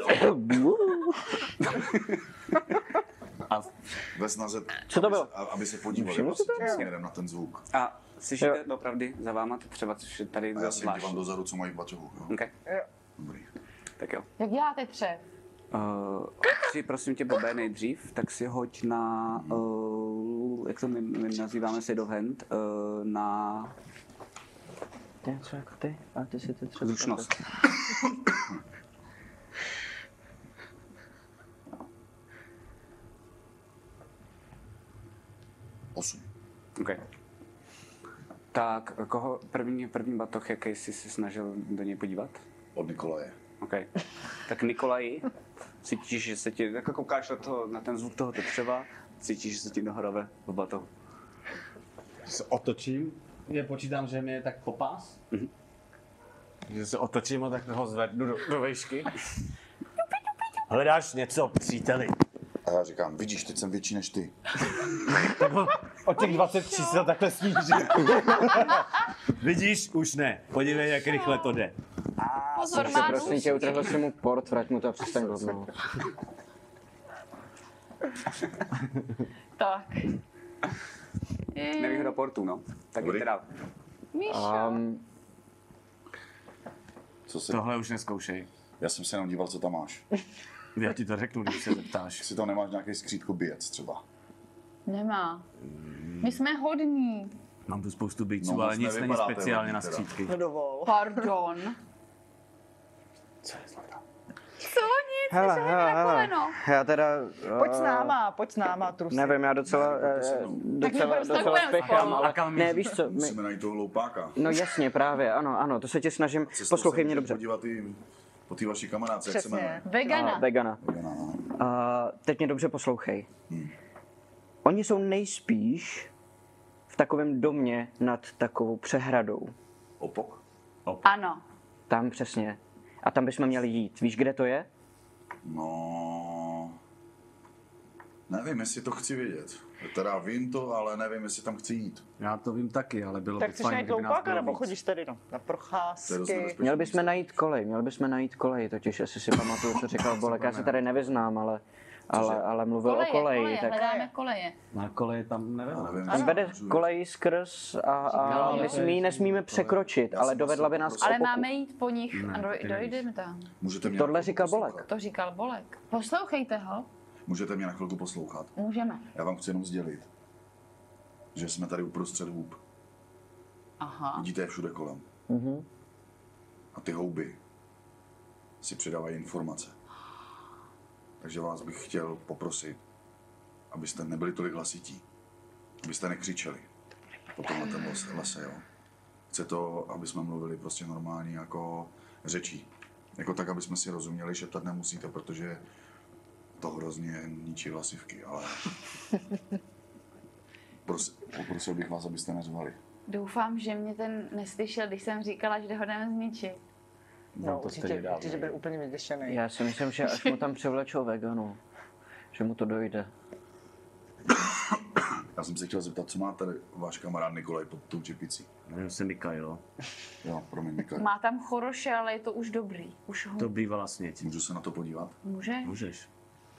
A ve snaze, Co to aby, bylo? se, aby se podívali Všiml jsi vlastně tím směrem na ten zvuk. A slyšíte Jo. opravdu za váma třeba, což je tady A já se jim dívám zvláštní. dozadu, co mají v baťohu. Jo? Okay. Dobrý. Tak jo. Jak děláte třep? Uh, si prosím tě, Bobe, nejdřív, tak si hoď na, uh, jak to my, my nazýváme si do hand, uh, na Něco jako ty, a ty si to třeba... zručnost. Osm. Okay. Tak, koho první, první batoh, jaký jsi se snažil do něj podívat? Od Nikolaje. Okay. Tak Nikolaji, cítíš, že se ti, jako koukáš na, toho, na ten zvuk toho tetřeva, cítíš, že se ti dohrave v batohu. Se otočím, je počítám, že mi je tak popás. Mhm. Že se otočím a tak ho zvednu do, do vejšky. Hledáš něco, příteli? A já říkám, vidíš, teď jsem větší než ty. Tak ho o těch dvacet tři se takhle sníží. Vidíš? Už ne. Podívej, jak rychle to jde. Pozor, Se má prosím nůž. tě, utrhl si mu port, vrať mu to a přestaň blbnout. Tak. Nevýhoda portu, no. Tak Dobrý. jdete dál. Míšo. Um, Co se... Tohle už neskoušej. Já jsem se jenom díval, co tam máš. Já ti to řeknu, když se zeptáš. Jestli tam nemáš nějaký skřítko bijec třeba. Nemá. My jsme hodní. Mám tu spoustu bejců, No, ale moc nic není nevypadáte speciálně na hodně teda. skřítky. Nedovol. Pardon. Co je zlatá? Co nic, hele, nešel hele, na hele. koleno. Já teda... Pojď s uh, náma, pojď s náma, trusy. Nevím, já docela, Ne, pojďte se eh, mnou. docela, budeme docela spolu. spěchám, ale A kam ne, míříš? víš co, my, Musíme najít toho hloupáka. no jasně, právě, ano, ano, to se ti snažím, Cestou poslouchej se mě můžeme dobře. podívat i po té vaší kamarádce, jak se Přesně. jmenuje. Vegana. A, vegana. Vegana, no. A teď mě dobře poslouchej. Hmm. Oni jsou nejspíš v takovém domě nad takovou přehradou. Opok? Ano. Tam přesně. A tam bychom měli jít. Víš, kde to je? No... Nevím, jestli to chci vědět. Teda vím to, ale nevím, jestli tam chci jít. Já to vím taky, ale bylo Tak by chceš fajn, najít kdyby nás loupáka, bylo nebo víc. chodíš tady no, na To je dost procházky? nebezpečné. Měli bychom najít kolej, měli bychom najít kolej, totiž asi si pamatuju, co říkal Bolek. Já se tady nevyznám, ale, ale, ale mluvil Koleje, o koleji. koleje, Tak hledáme koleje. Na koleji tam nevím. Já nevím, tam jestli vede můžu- kolej skrz a, a Říkal, my jo. si my ji nesmíme překročit, Já ale jsem dovedla by asi nás to k Ale opoku. máme jít po nich Ne, a doj- ty dojdeme tam. Můžete mě Tohle na chvilku říkal Bolek. poslouchat? To říkal Bolek. Poslouchejte ho. Můžete mě na chvilku poslouchat? Můžeme. Já vám chci jenom sdělit, že jsme tady uprostřed hub. Aha. Vidíte je všude kolem. Mhm. A ty houby si předávají informace. Takže vás bych chtěl poprosit, abyste nebyli tolik hlasití. Abyste nekřičeli po tomhle lese, lese, jo. Chce to, aby jsme mluvili prostě normálně jako řečí. Jako tak, aby jsme si rozuměli, šeptat nemusíte, protože to hrozně ničí hlasivky, ale... Pros, poprosil bych vás, abyste neřvali. Doufám, že mě ten neslyšel, když jsem říkala, že ho jdeme zničit. No, určitě, určitě byl úplně vyděšený. Já si myslím, že až mu tam převlečou veganu, že mu to dojde. Já jsem se chtěl zeptat, co má tady váš kamarád Nikolaj pod tou čepicí? Jmenuji se Mikael. Jo, promiň, Mikael. Má tam choroše, ale je to už dobrý. Už ho... To bývala sněť. Můžu se na to podívat? Může? Můžeš.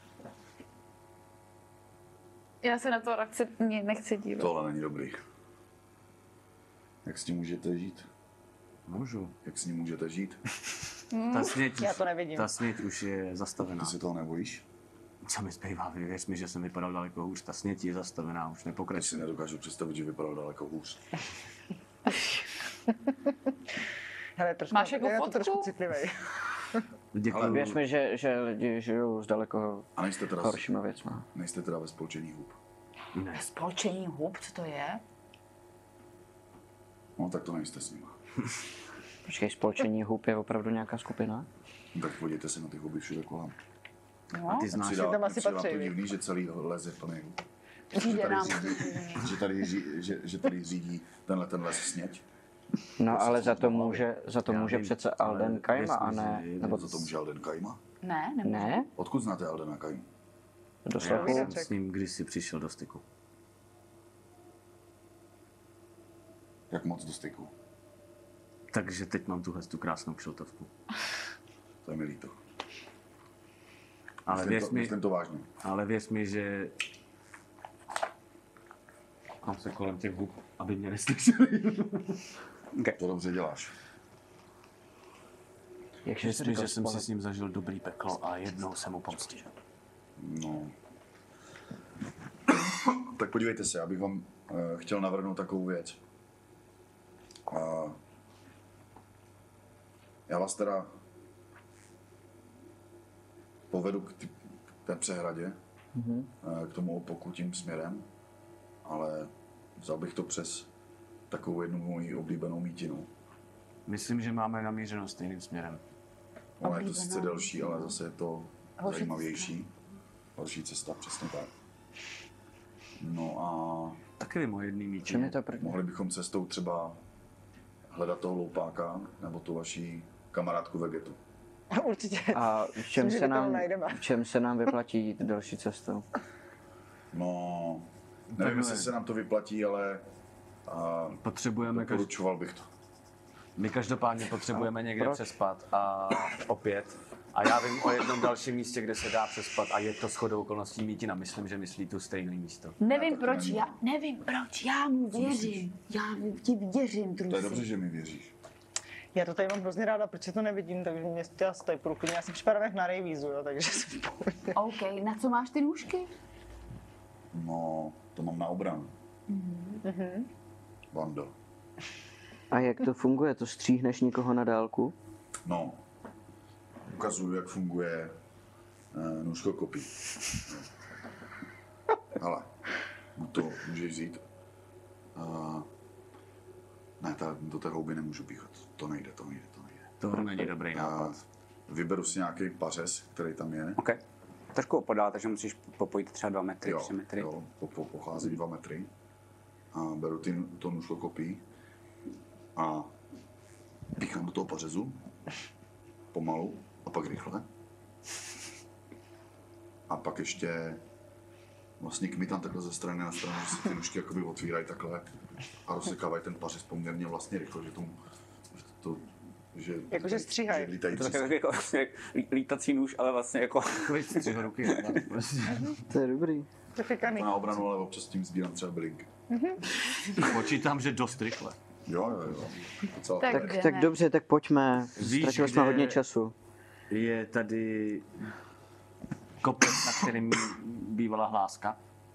Já se na to akce nechci dívat. Tohle není dobrý. Jak s tím můžete žít? Můžu. Jak s ním můžete žít? Ta sněť, Já to nevidím. ta sněť už je zastavená. Ty si toho nebojíš? Co mi zbývá? Věř mi, že jsem vypadal daleko hůř. Ta sněť je zastavená, už Teď si nepokračuje. nedokážu představit, že vypadal daleko hůř. Hele, trošku, Máš jako je na to fotku? trošku citlivej. Děkuji. Věř mi, že, že lidi žijou s daleko A nejste teda, horšíma věcma. nejste teda ve spolčení hub. Ne. Spolčení hub, co to je? No tak to nejste s nima. Počkej, spolčení hub je opravdu nějaká skupina? No, tak podívejte se na ty huby všude kolem. No, A ty znáš. Přidá, tam asi nepřidá patří, to víš? divný, že celý les je plný hub. Že přijde tady, nám. řídí, že, tady, ří- že, že tady řídí tenhle ten les sněď. No ale za to může, za to Já může vím, přece ale Alden Kajma a věř mi, ne, že- nebo Za to může Alden Kajma. Ne, nemůže. ne? Odkud znáte Aldena Kajmu? Já Doslechu? jsem s ním kdysi přišel do styku. Jak moc do styku? Takže teď mám tuhle tu krásnou kšiltovku. To je mi líto. Ale myslím, věř to, mi, myslím to vážně. ale věř mi, že mám se kolem těch hub, aby mě neslyšeli. To dobře děláš. Jak jsi Myslím, říkal, že jsem si spole- s ním zažil dobrý peklo a jednou se mu pomstil. No. Tak podívejte se, já bych vám uh, chtěl navrhnout takovou věc. Uh, já vás teda povedu k, ty, k té přehradě, mm-hmm. uh, k tomu opoku tím směrem, ale vzal bych to přes takovou jednu moji oblíbenou mítinu. Myslím, že máme namířeno stejným směrem. Ona je to sice delší, ale zase je to Horší zajímavější. Horší cesta, přesně tak. No a Taky vím o jedný Čem je mítině. to první? mohli bychom cestou třeba hledat toho loupáka nebo tu vaší kamarádku Vegetu. Určitě. A v čem, Myslím, že se to nám, najdeme. v čem se nám vyplatí jít další cestou? No, nevím, Takhle. jestli se nám to vyplatí, ale a, Potřebujeme, kaž... doporučoval bych to. my každopádně potřebujeme někde proč? přespat a opět. A já vím o jednom dalším místě, kde se dá přespat a je to shodou okolností mítina. Myslím, že myslí tu stejné místo. Nevím tak to proč, není. já nevím proč, já mu věřím. Já ti věřím, To je trusi. dobře, že mi věříš. Já to tady mám hrozně ráda, protože to nevidím, takže mě já stojí průklidně. Já si připadám jak na rejvízu, jo, takže jsem v pohodě. OK, na co máš ty nůžky? No, to mám na obranu. Mhm. Vando. A jak to funguje? To stříhneš někoho na dálku? No, ukazuju, jak funguje uh, nůžkokopí. Ale, to můžeš vzít. Uh, ne, ta, do té houby nemůžu píchat. To nejde, to nejde, to nejde. To není dobrý Já nápad. vyberu si nějaký pařez, který tam je. OK. Trošku opodál, takže musíš popojit třeba dva metry, Jo, tři metry. jo, po, po, pochází dva metry. A beru ty, to nůžkokopí a píchám do toho pařezu. Pomalu a pak rychle. A pak ještě vlastně kmitám takhle ze strany na stranu, že se ty nůžky jakoby otvírají takhle a rozsekávají ten pařez poměrně vlastně rychle, že tomu, že to, že, Jakože stříhají. že lítají To je tři- tak jako vlastně lí- lítací nůž, ale vlastně jako... Takový tři ruky. Prostě. To je dobrý. To je fikaný. na obranu, ale občas tím sbírám třeba bylinky. Počítám, že dost rychle. Jo, jo, jo. Docela. Tak, Tak, jdeme. tak dobře, tak pojďme. Víš, Ztratili jsme kde- hodně času. Je tady kopec, na kterým bývala hláska.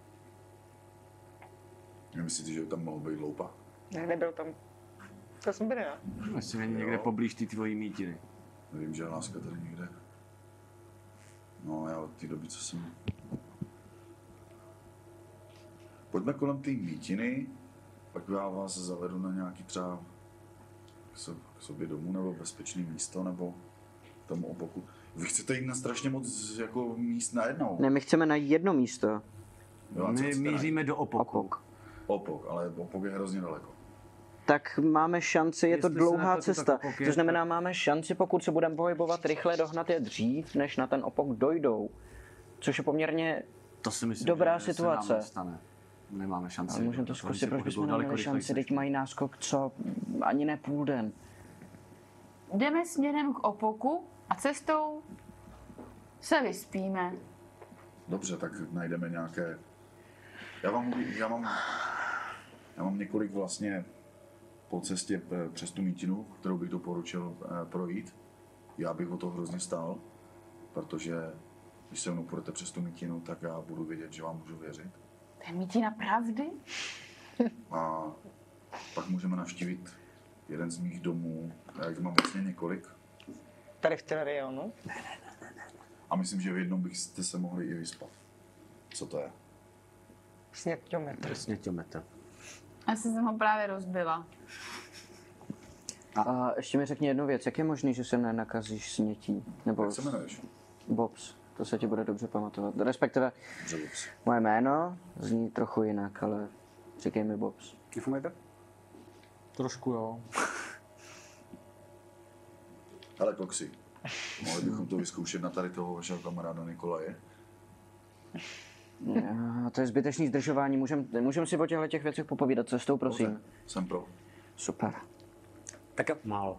Nemyslíte, že tam mohl být loupa? Ne, nebyl tam. To jsem byl já. Jestli není někde poblíž té tvojí mítiny. Nevím, že je láska tady někde. No, já od té doby, co jsem... Pojďme kolem té mítiny, pak já vás zavedu na nějaký třeba k so- k sobě domů, nebo bezpečné místo, nebo tomu opoku. Vy chcete jít na strašně moc jako míst najednou. Ne, my chceme na jedno místo. Jo, a co My chcete míříme do opoku. Opok. najít? Opok, ale opok je hrozně daleko. Tak máme šanci, je to Jestli se dlouhá nepletu, cesta. tak opok je- To znamená, máme šanci, pokud se budeme pohybovat rychle, dohnat je dřív, než na ten opok dojdou. Což je poměrně To si myslím, Dobrá že situace. se nám nestane. nemáme šanci. Ale můžeme to Oni zkusit, se proč pohybují bychom daleko neměli rychleji šanci, než teď mají náskok, co ani ne půl den. Jdeme směrem k opoku a cestou se vyspíme. Dobře, tak najdeme nějaké... Já vám, mluví- já mám, já mám několik vlastně po cestě p- přes tu mítinu, kterou bych doporučil eh, projít. Já bych o to hrozně stál, protože když se mnou půjdete přes tu mítinu, tak já budu vědět, že vám můžu věřit. To je mítina pravdy? A pak můžeme navštívit jeden z mých domů, já jich mám vlastně několik. Tady v Telerionu. A myslím, že v jednom byste se mohli i vyspat. Co to je? Sněťometr. Sněťometr. Asi jsem ho právě rozbila. A ještě mi řekni jednu věc, jak je možný, že se nenakazíš snětí? Nebo Jak se jmenuješ? Bobs, to se ti bude dobře pamatovat. Respektive Dobře, Bobs. moje jméno zní trochu jinak, ale říkej mi Bobs. Nefunguje to? Trošku jo. Ale Koxy, mohli bychom to vyzkoušet na tady toho vašeho kamaráda Nikolaje. Já, to je zbytečný zdržování, můžem, můžem si o těchto těch věcech popovídat cestou, prosím. Dobře, jsem pro. Super. Tak jo. Málo.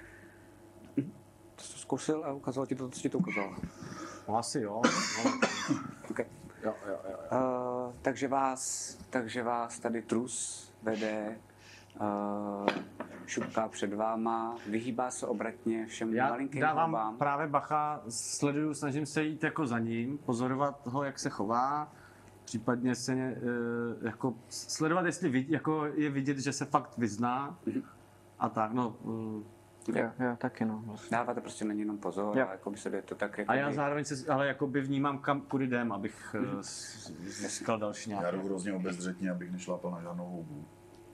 Ty jsi to zkusil a ukázal ti to, co ti to ukázalo. No asi jo. No. Okay. Jo, jo, jo. Uh, takže vás, takže vás tady trus vede, uh, šupká před váma, vyhýbá se obratně všem Já malinkým dávám houbám. právě bacha, sleduju, snažím se jít jako za ním, pozorovat ho, jak se chová, případně se uh, jako sledovat, jestli vid, jako je vidět, že se fakt vyzná a tak, no. Uh, Jo, jo, taky no. Vlastně. Dáváte prostě na něj jenom pozor Jo. a jako by se jde to tak jako a já zároveň se, ale jakoby vnímám, kam kudy jdem, abych uh, získal další Já nějaké. jdu hrozně obezřetně, abych nešlápal na žádnou houbu.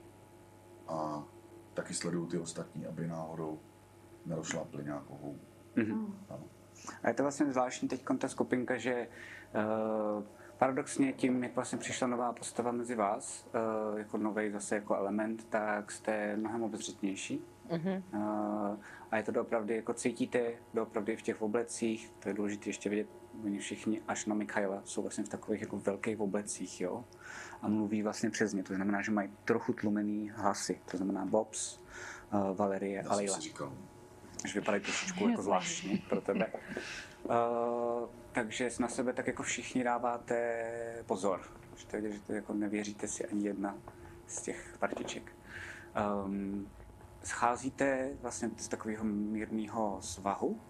A taky sleduju ty ostatní, aby náhodou nerozšlápli nějakou houbu. Mhm. Ano. A je to vlastně zvláštní teď ta skupinka, že uh, paradoxně tím, jak vlastně přišla nová postava mezi vás, uh, jako nový zase jako element, tak jste mnohem obezřetnější. Mhm. Uh, a je to doopravdy, jako cítíte doopravdy v těch oblecích, to je důležité ještě vidět, oni všichni až na Mikhaila jsou vlastně v takových jako velkých oblecích, jo. A mluví vlastně přes ně, to znamená, že mají trochu tlumený hlasy, to znamená Bobs, uh, Valerie Já a jsem Leila. si říkal, Že vypadají trošičku jako zvláštní pro tebe. Uh, takže na sebe tak jako všichni dáváte pozor. Že to vidět, že to jako nevěříte si ani jedna z těch partiček. Um, scházíte vlastně z takového mírného svahu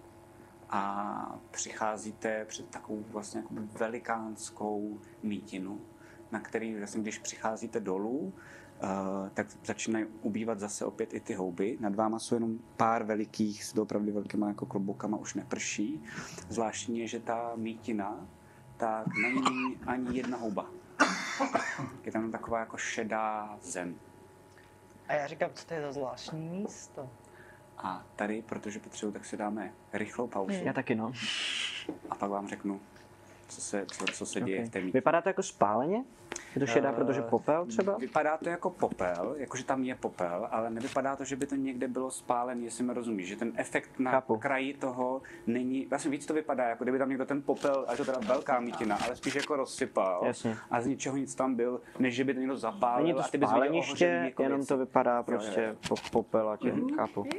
a přicházíte před takovou vlastně jako velikánskou mítinu, na který vlastně, když přicházíte dolů, Uh, tak začínají ubývat zase opět i ty houby. Nad váma jsou jenom pár velikých s opravdu velkýma jako kloboukama, už neprší. Zvláštní je, že ta mítina, tak není ani jedna houba. Je tam taková jako šedá zem. A já říkám, co to je za zvláštní místo. A tady, protože potřebuji, tak si dáme rychlou pauzu Já taky no. a pak vám řeknu, co se, co, co se děje Okay. v té mítině. Vypadá to jako spáleně? Je to šedá, Eh, protože popel třeba? Vypadá to jako popel, jakože tam je popel, ale nevypadá to, že by to někde bylo spálen, jestli mi rozumíš, že ten efekt na Chápu. kraji toho není, vlastně víc to vypadá, jako kdyby tam někdo ten popel, a je to teda velká mítina, ale spíš jako rozsypal Jasně. a z ničeho nic tam byl, než že by to někdo zapálil Není to a ty bys viděl ohořelý spáleniště, jako jenom věci. to vypadá jo, prostě jo. po popel a tě, chápu. Uh,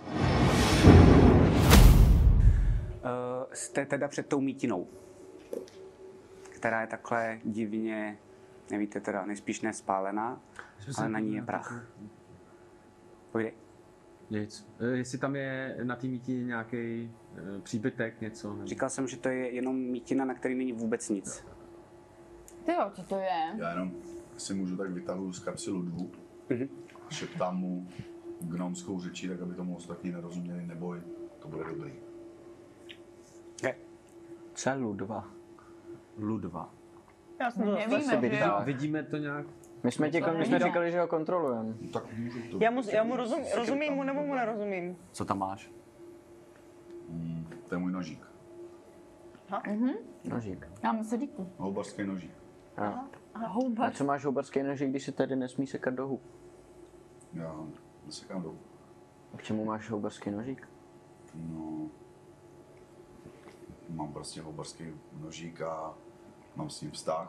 jste teda před tou mítinou, která je takhle divně, nevíte teda, nejspíš nespálená, ale na ní je prach. Pojdej. Nic. E, jestli tam je na té míti nějaký e, příbytek, něco? Nebo... Říkal jsem, že to je jenom mítina, na který není vůbec nic. Ty jo, co to je? já jenom si můžu tak vytahuju z kapsy Ludvu Mhm. a šeptám mu gnomskou řečí, tak aby tomu ostatní nerozuměli, neboj, to bude dobrý. Okay. Co je Ludva? Ludva. Já jsem to Nevíme, zase že viděl. jo. Vidíme to nějak? My jsme, tě, my jsme říkali, že ho kontrolujeme. No, tak můžu to... Já mu, já mu rozum, rozumím mu nebo mu nerozumím? Co tam máš? Hmm, to je můj nožík. Nožík. Máme sedíku. Houbařský nožík. A, A a houba. co máš houbarský nožík, když si tady nesmí sekat do hub? Já nesekám dolů. K čemu máš houbarský nožík? No, mám prostě houbarský nožík a mám s ním vztah.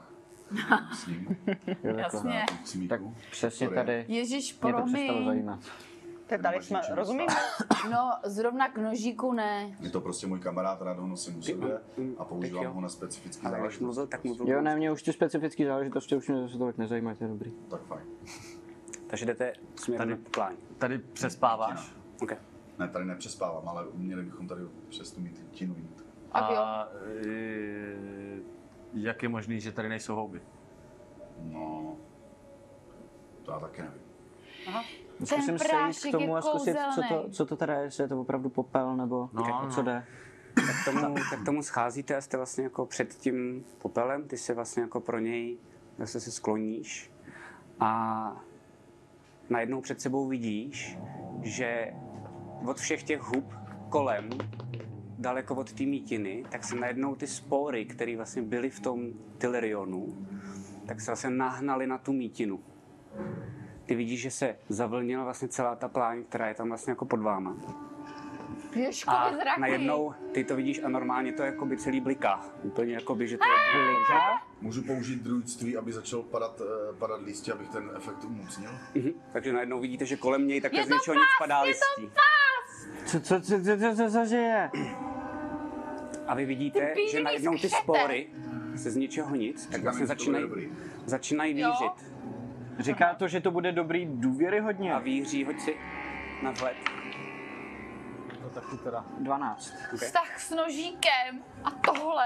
s ním. Jasně. Tak přesně tady Ježíš, mě to přestalo promiň. zajímat. To je talisman, rozumím? No, zrovna k nožíku ne. Je to prostě můj kamarád, rád ho nosím u sebe a používám ho na specifické Ale když mluvil, záležitosti. tak mluvil. Jo, ne, mě už ty specifické záležitosti už mě zase tolik nezajímají, to je dobrý. Tak fajn. Takže jdete směrem na pláň. Tady přespáváš. Okay. Ne, tady nepřespávám, ale měli bychom tady přesto mít tinu jít. Tak jo. A e, jak je možný, že tady nejsou houby? No, to já taky nevím. Zkusím se jít prášek k tomu je a zkusit, co to, kouzelnej. co to teda je, jestli je to opravdu popel, nebo No, o co jde. Tak tomu, tak tomu scházíte a jste vlastně jako před tím popelem, ty se vlastně jako pro něj zase se skloníš a najednou před sebou vidíš, že od všech těch hub kolem, daleko od té mítiny, tak se najednou ty spory, které vlastně byly v tom Tylerionu, tak se vlastně nahnaly na tu mítinu. Ty vidíš, že se zavlnila vlastně celá ta pláň, která je tam vlastně jako pod váma. Pěškovy A zraky. najednou ty to vidíš a normálně to jakoby celý bliká. Úplně jakoby, že to je bliká. Můžu použít druidství, aby začal padat, eh, padat listě, abych ten efekt umocnil? Mhm. Takže najednou vidíte, že kolem něj takhle Je z to ničeho nic pás, padá je to listí. Co, co, co, co, co, co, co, že je? A vy vidíte, Ty bílý že najednou ty skřete. spory se z ničeho nic, tak Říkám, vlastně že to bude začínají, dobrý. začínají Jo. vířit. Říká to, že to bude dobrý důvěryhodně. A víří, hoď si na vhled. To taky teda. dvanáct. Okay. Vztah s nožíkem a tohle.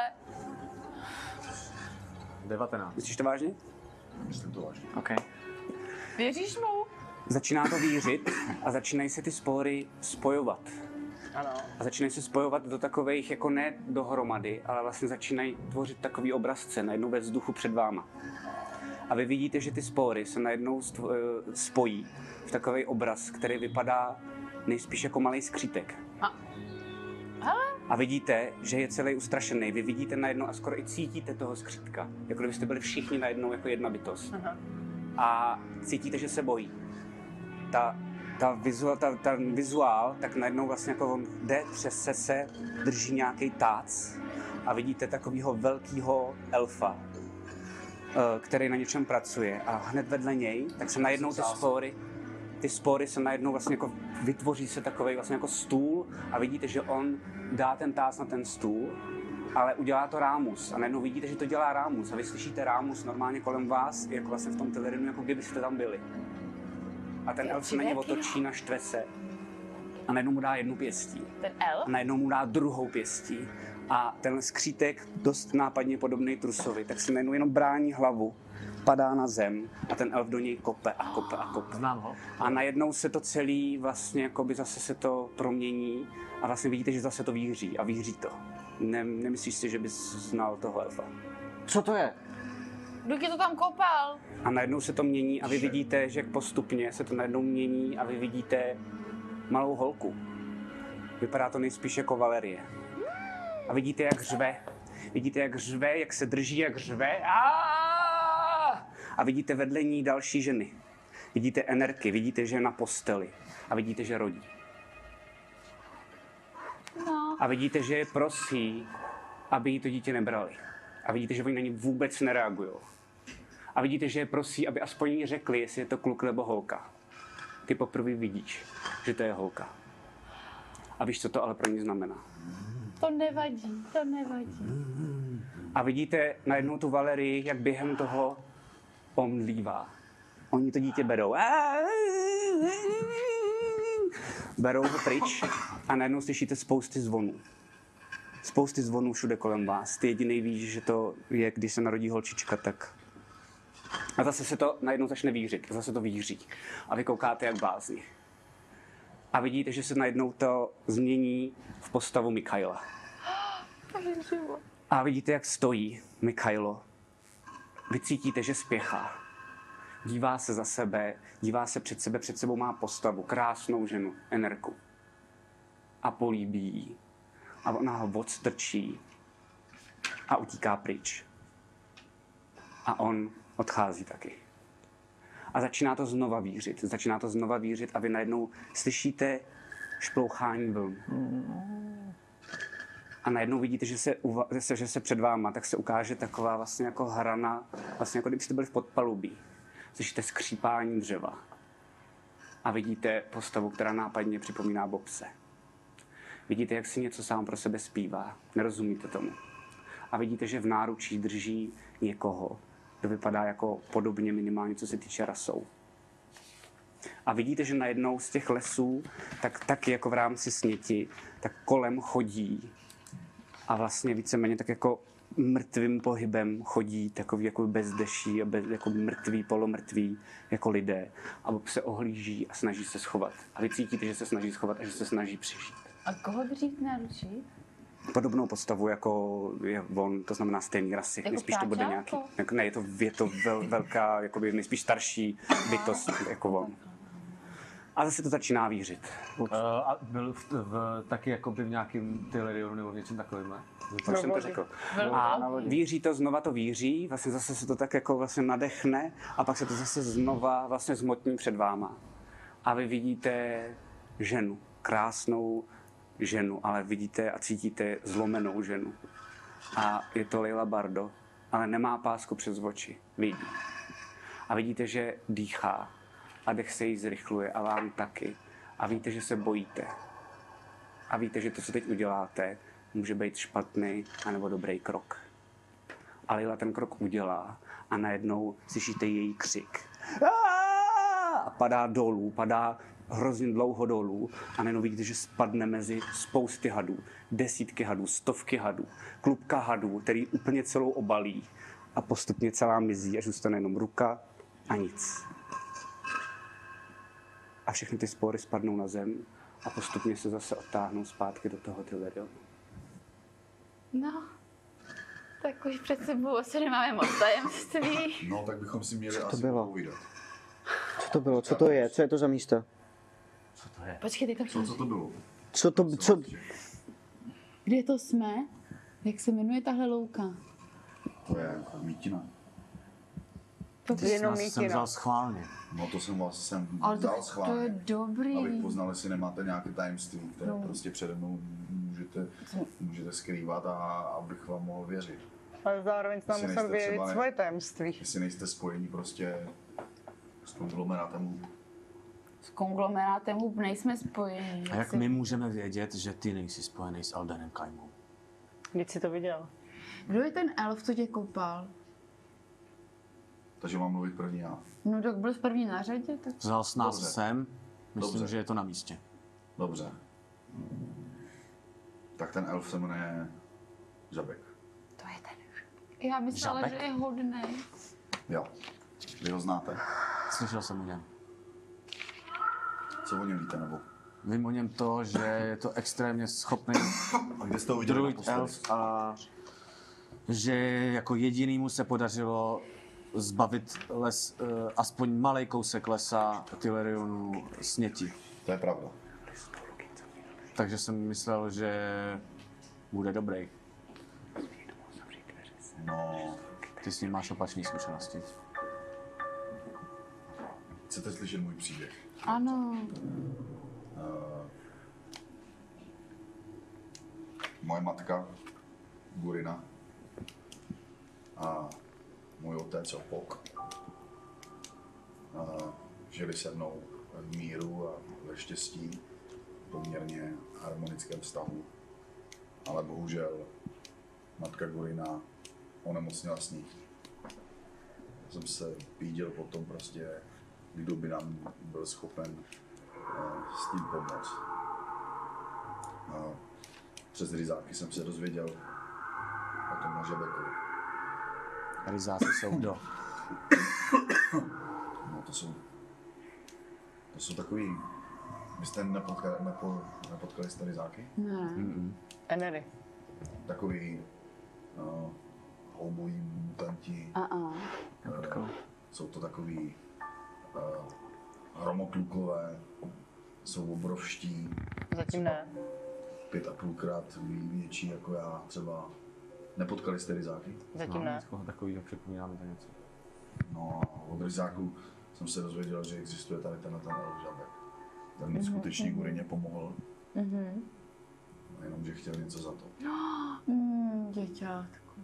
devatenáct. Myslíš to vážně? Myslím to vážně. OK. Věříš mu? Začíná to vířit a začínají se ty spory spojovat. Ano. A začínají se spojovat do takových, jako ne dohromady, ale vlastně začínají tvořit takový obrazce najednou ve vzduchu před váma. A vy vidíte, že ty spory se najednou stvo- eh, spojí v takový obraz, který vypadá nejspíš jako malý skřítek. A- Hele. A vidíte, že je celý ustrašený. Vy vidíte najednou a skoro i cítíte toho skřítka. Jako kdybyste byli všichni najednou jako jedna bytost. Aha. A cítíte, že se bojí. Ta, ta, vizuál, ta, ta vizuál, tak najednou vlastně jako on jde přes se, drží nějaký tác a vidíte takového velkého elfa, eh, který na něčem pracuje a hned vedle něj, tak se najednou ty spory, ty spory se najednou vlastně jako vytvoří se takový vlastně jako stůl a vidíte, že on dá ten tác na ten stůl, ale udělá to Rámus a najednou vidíte, že to dělá Rámus a vy slyšíte Rámus normálně kolem vás, jako vlastně v tom Tylerionu, jako kdybyste tam byli. A ten elf se na ně otočí, naštve se a najednou mu dá jednu pěstí. Ten L? A najednou mu dá druhou pěstí. A ten skřítek, dost nápadně podobný trusovi, tak si najednou jenom brání hlavu, padá na zem a ten elf do něj kope a kope a kope. Znám ho. A najednou se to celý vlastně jakoby zase se to promění a vlastně vidíte, že zase to víří a víří to. Ne, nemyslíš si, že bys znal toho elfa? Co to je? Duky to tam kopal. A najednou se to mění a vy vidíte, že postupně se to najednou mění a vy vidíte malou holku. Vypadá to nejspíš jako Valerie. A vidíte, jak řve. Vidíte, jak řve, jak se drží, jak řve. Aaaa! A vidíte vedle ní další ženy. Vidíte Enerky, vidíte, že je na posteli. A vidíte, že rodí. No. A vidíte, že je prosí, aby jí to dítě nebrali. A vidíte, že oni na ní vůbec nereagují. A vidíte, že je prosí, aby aspoň jí řekli, jestli je to kluk nebo holka. Ty poprvé vidíš, že to je holka. A víš, co to ale pro ní znamená. To nevadí, to nevadí. A vidíte najednou tu Valerii, jak během toho omdlívá. Oni to dítě berou. Berou ho pryč a najednou slyšíte spousty zvonů. Spousty zvonů všude kolem vás. Ty jedinej víš, že to je, když se narodí holčička, tak... A zase se to najednou začne vířit. Zase to víří. A vy koukáte jak blázni. A vidíte, že se najednou to změní v postavu Mikaela. A vidíte, jak stojí Mikaelo. Vy cítíte, že spěchá. Dívá se za sebe, dívá se před sebe, před sebou má postavu, krásnou ženu, Enerku. A políbí jí. A ona ho odstrčí a utíká pryč. A on odchází taky. A začíná to znova vířit. Začíná to znova vířit a vy najednou slyšíte šplouchání vln. A najednou vidíte, že se, uva- že se před váma tak se ukáže taková vlastně jako hrana, vlastně jako kdybyste byli v podpalubí. Slyšíte skřípání dřeva. A vidíte postavu, která nápadně připomíná Bobse. Vidíte, jak si něco sám pro sebe zpívá. Nerozumíte tomu. A vidíte, že v náručí drží někoho, kdo vypadá jako podobně minimálně, co se týče rasou. A vidíte, že najednou z těch lesů, tak taky jako v rámci sněti, tak kolem chodí a vlastně víceméně tak jako mrtvým pohybem chodí takový jako bezdeší a bez, jako mrtví, polomrtví jako lidé. A Bob se ohlíží a snaží se schovat. A vy cítíte, že se snaží schovat a že se snaží přežít. A koho drží v náručí? Podobnou postavu, jako je on, to znamená stejný rasy. Jako nejspíš to bude nějaký. Jako, ne, je to, je to vel, velká, jakoby nejspíš starší bytost, jako on. A zase to začíná vířit. Uh, a byl v, v, taky jakoby v nějakým Tylerionu nebo v něčem takovým, Už jsem to řekl. A víří to, znova to víří, vlastně zase se to tak jako vlastně nadechne a pak se to zase znova vlastně zmotní před váma. A vy vidíte ženu, krásnou ženu, ale vidíte a cítíte zlomenou ženu. A je to Leila Bardo, ale nemá pásku přes oči, vidí. A vidíte, že dýchá a dech se jí zrychluje a vám taky. A víte, že se bojíte. A víte, že to, co teď uděláte, může být špatný anebo dobrý krok. A Leila ten krok udělá a najednou slyšíte její křik. A padá dolů, padá hrozně dlouho dolů a najednou vidíte, že spadne mezi spousty hadů. Desítky hadů, stovky hadů, klubka hadů, který úplně celou obalí a postupně celá mizí, až zůstane jenom ruka a nic. A všechny ty spory spadnou na zem a postupně se zase odtáhnou zpátky do toho Tylerionu. No, tak už před sebou asi nemáme moc tajemství. No, tak bychom si měli Co to asi bylo? povídat. Co to bylo? Co to je? Co je to za místo? Počkej, ty to Co, co to bylo? Co to, co? Kde to jsme? Jak se jmenuje tahle louka? To je mítina. To Jenom Nás jsem mítina. vzal schválně. No to jsem vás sem Ale to, dal to je schválně. dobrý. Abych poznal, jestli nemáte nějaké tajemství, které No. prostě přede mnou můžete, můžete skrývat a abych vám mohl věřit. Ale zároveň s námi Jestli musím nejste vědět třeba ne- svoje tajemství. Jestli nejste spojení prostě s konglomerátem. S konglomerátem hub nejsme spojeni. A jak my můžeme vědět, že ty nejsi spojený s Aldenem Kaimou? Když jsi to viděl. Kdo je ten elf, co tě kopal? Takže mám mluvit první já. No tak byl v první na řadě, tak... Vzal s nás Dobře. sem, myslím, Dobře. že je to na místě. Dobře. Tak ten elf se jmenuje Žabek. To je ten. Já myslela, Žabek? že je hodnej. Jo. Vy ho znáte? Slyšel jsem o něm. Co o něm víte, nebo? Vím o něm to, že je to extrémně schopný A kde jste ho viděli druid naposledy? elf a že jako jedinýmu se podařilo zbavit les, uh, aspoň malý kousek lesa Tylerionu sněti. To je pravda. Takže jsem myslel, že bude dobrý. No, Ty s ním máš opačné zkušenosti. chcete slyšet můj příběh? Ano. Uh, moje matka, Gurina, a můj otec, Opok, uh, žili se mnou v míru a ve štěstí, poměrně harmonickém vztahu. Ale bohužel matka Gurina onemocněla sníh. Jsem se píděl potom prostě, kdo by nám byl schopen uh, s tím pomoct. Uh, přes ryzáky jsem se dozvěděl o tom na Žabekovi. Ryzáci jsou kdo? No to jsou, to jsou takový, vy jste nepotkali, nepo, nepotkali jste ryzáky? Ne. Enery. Takový uh, houboví mutanti. A a. Uh, jsou to takový uh, hromotlukové, jsou obrovští, Zatím ne. pět a půlkrát větší jako já třeba. Nepotkali jste ryzáky? Zatím ne. Takový, jak připomíná mi to něco. No, od ryzáků jsem se dozvěděl, že existuje tady tenhle ten elf Žabek. Ten mi skutečně Gurině pomohl. Mhm. Jenomže chtěl něco za to. Mm, děťátku.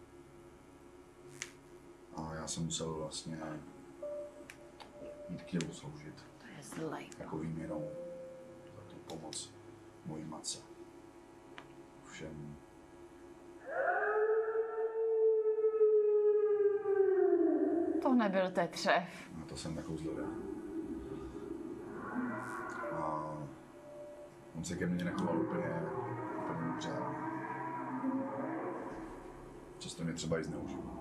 A já jsem musel vlastně jít k němu sloužit. To je zlej. Jako výměnou za tu pomoc mojí matce. Všem. To nebyl tetřev. No to jsem nekouzlil já. A on se ke mně nechoval úplně, úplně dobře. Často mě třeba i zneužil.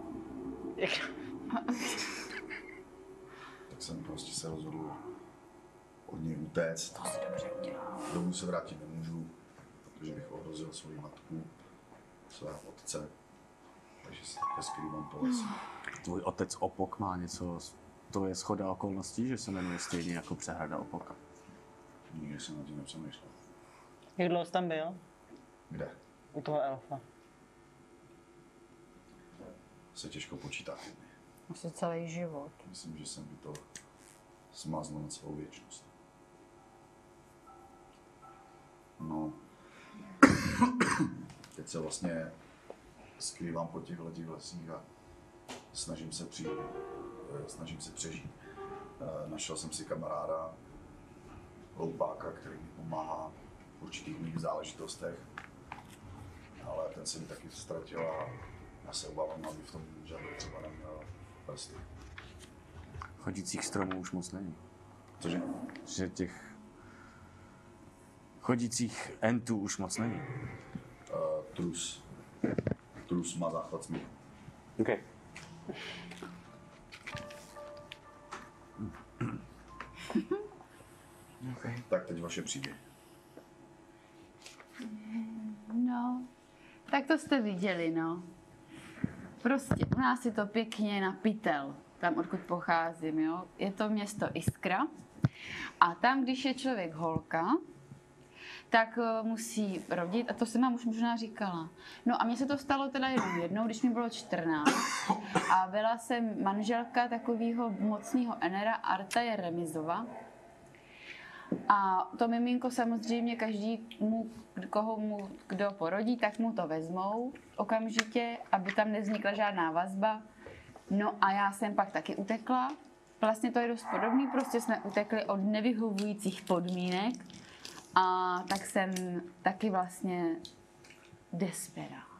Tak jsem prostě se rozhodl od něj utéct. To si dobře udělal. Domů se vrátit nemůžu, protože bych ohrozil svoji matku, svého otce. Takže se také skrývám po lese. Tvůj otec Opok má něco, to je shoda okolností, že se jmenuje stejně jako přehrada Opoka. Nikdy jsem na tím nepřemýšlel. Jak dlouho jsi tam byl? Kde? U toho elfa. Se těžko počítá týdny. Asi celý život. Myslím, že jsem by to smázl na celou věčnost. No. Teď se vlastně skrývám po těch letích lesích a snažím se, při, snažím se přežít. Našel jsem si kamaráda, loupáka, který mi pomáhá v určitých mých záležitostech, ale ten se mi taky ztratil a já se obávám, aby v tom žádnou třeba neměl prsty. Chodících stromů už moc není. Cože? Že těch chodících entů už moc není. Uh, trus. Trus má záchvat smíchu. OK. Okay. Tak teď vaše příběh. No, tak to jste viděli, no. Prostě u nás je to pěkně na pytel, tam odkud pocházím, jo. Je to město Iskra a tam, když je člověk holka, tak uh, musí rodit, a to jsem vám už možná říkala. No a mně se to stalo teda jenom jednou, když mi bylo čtrnáct a byla jsem manželka takového mocného enera Artaje Remizova. A to miminko samozřejmě každý, mu, koho mu kdo porodí, tak mu to vezmou okamžitě, aby tam nevznikla žádná vazba. No a já jsem pak taky utekla. Vlastně to je dost podobný, prostě jsme utekli od nevyhovujících podmínek. A tak jsem taky vlastně desperá.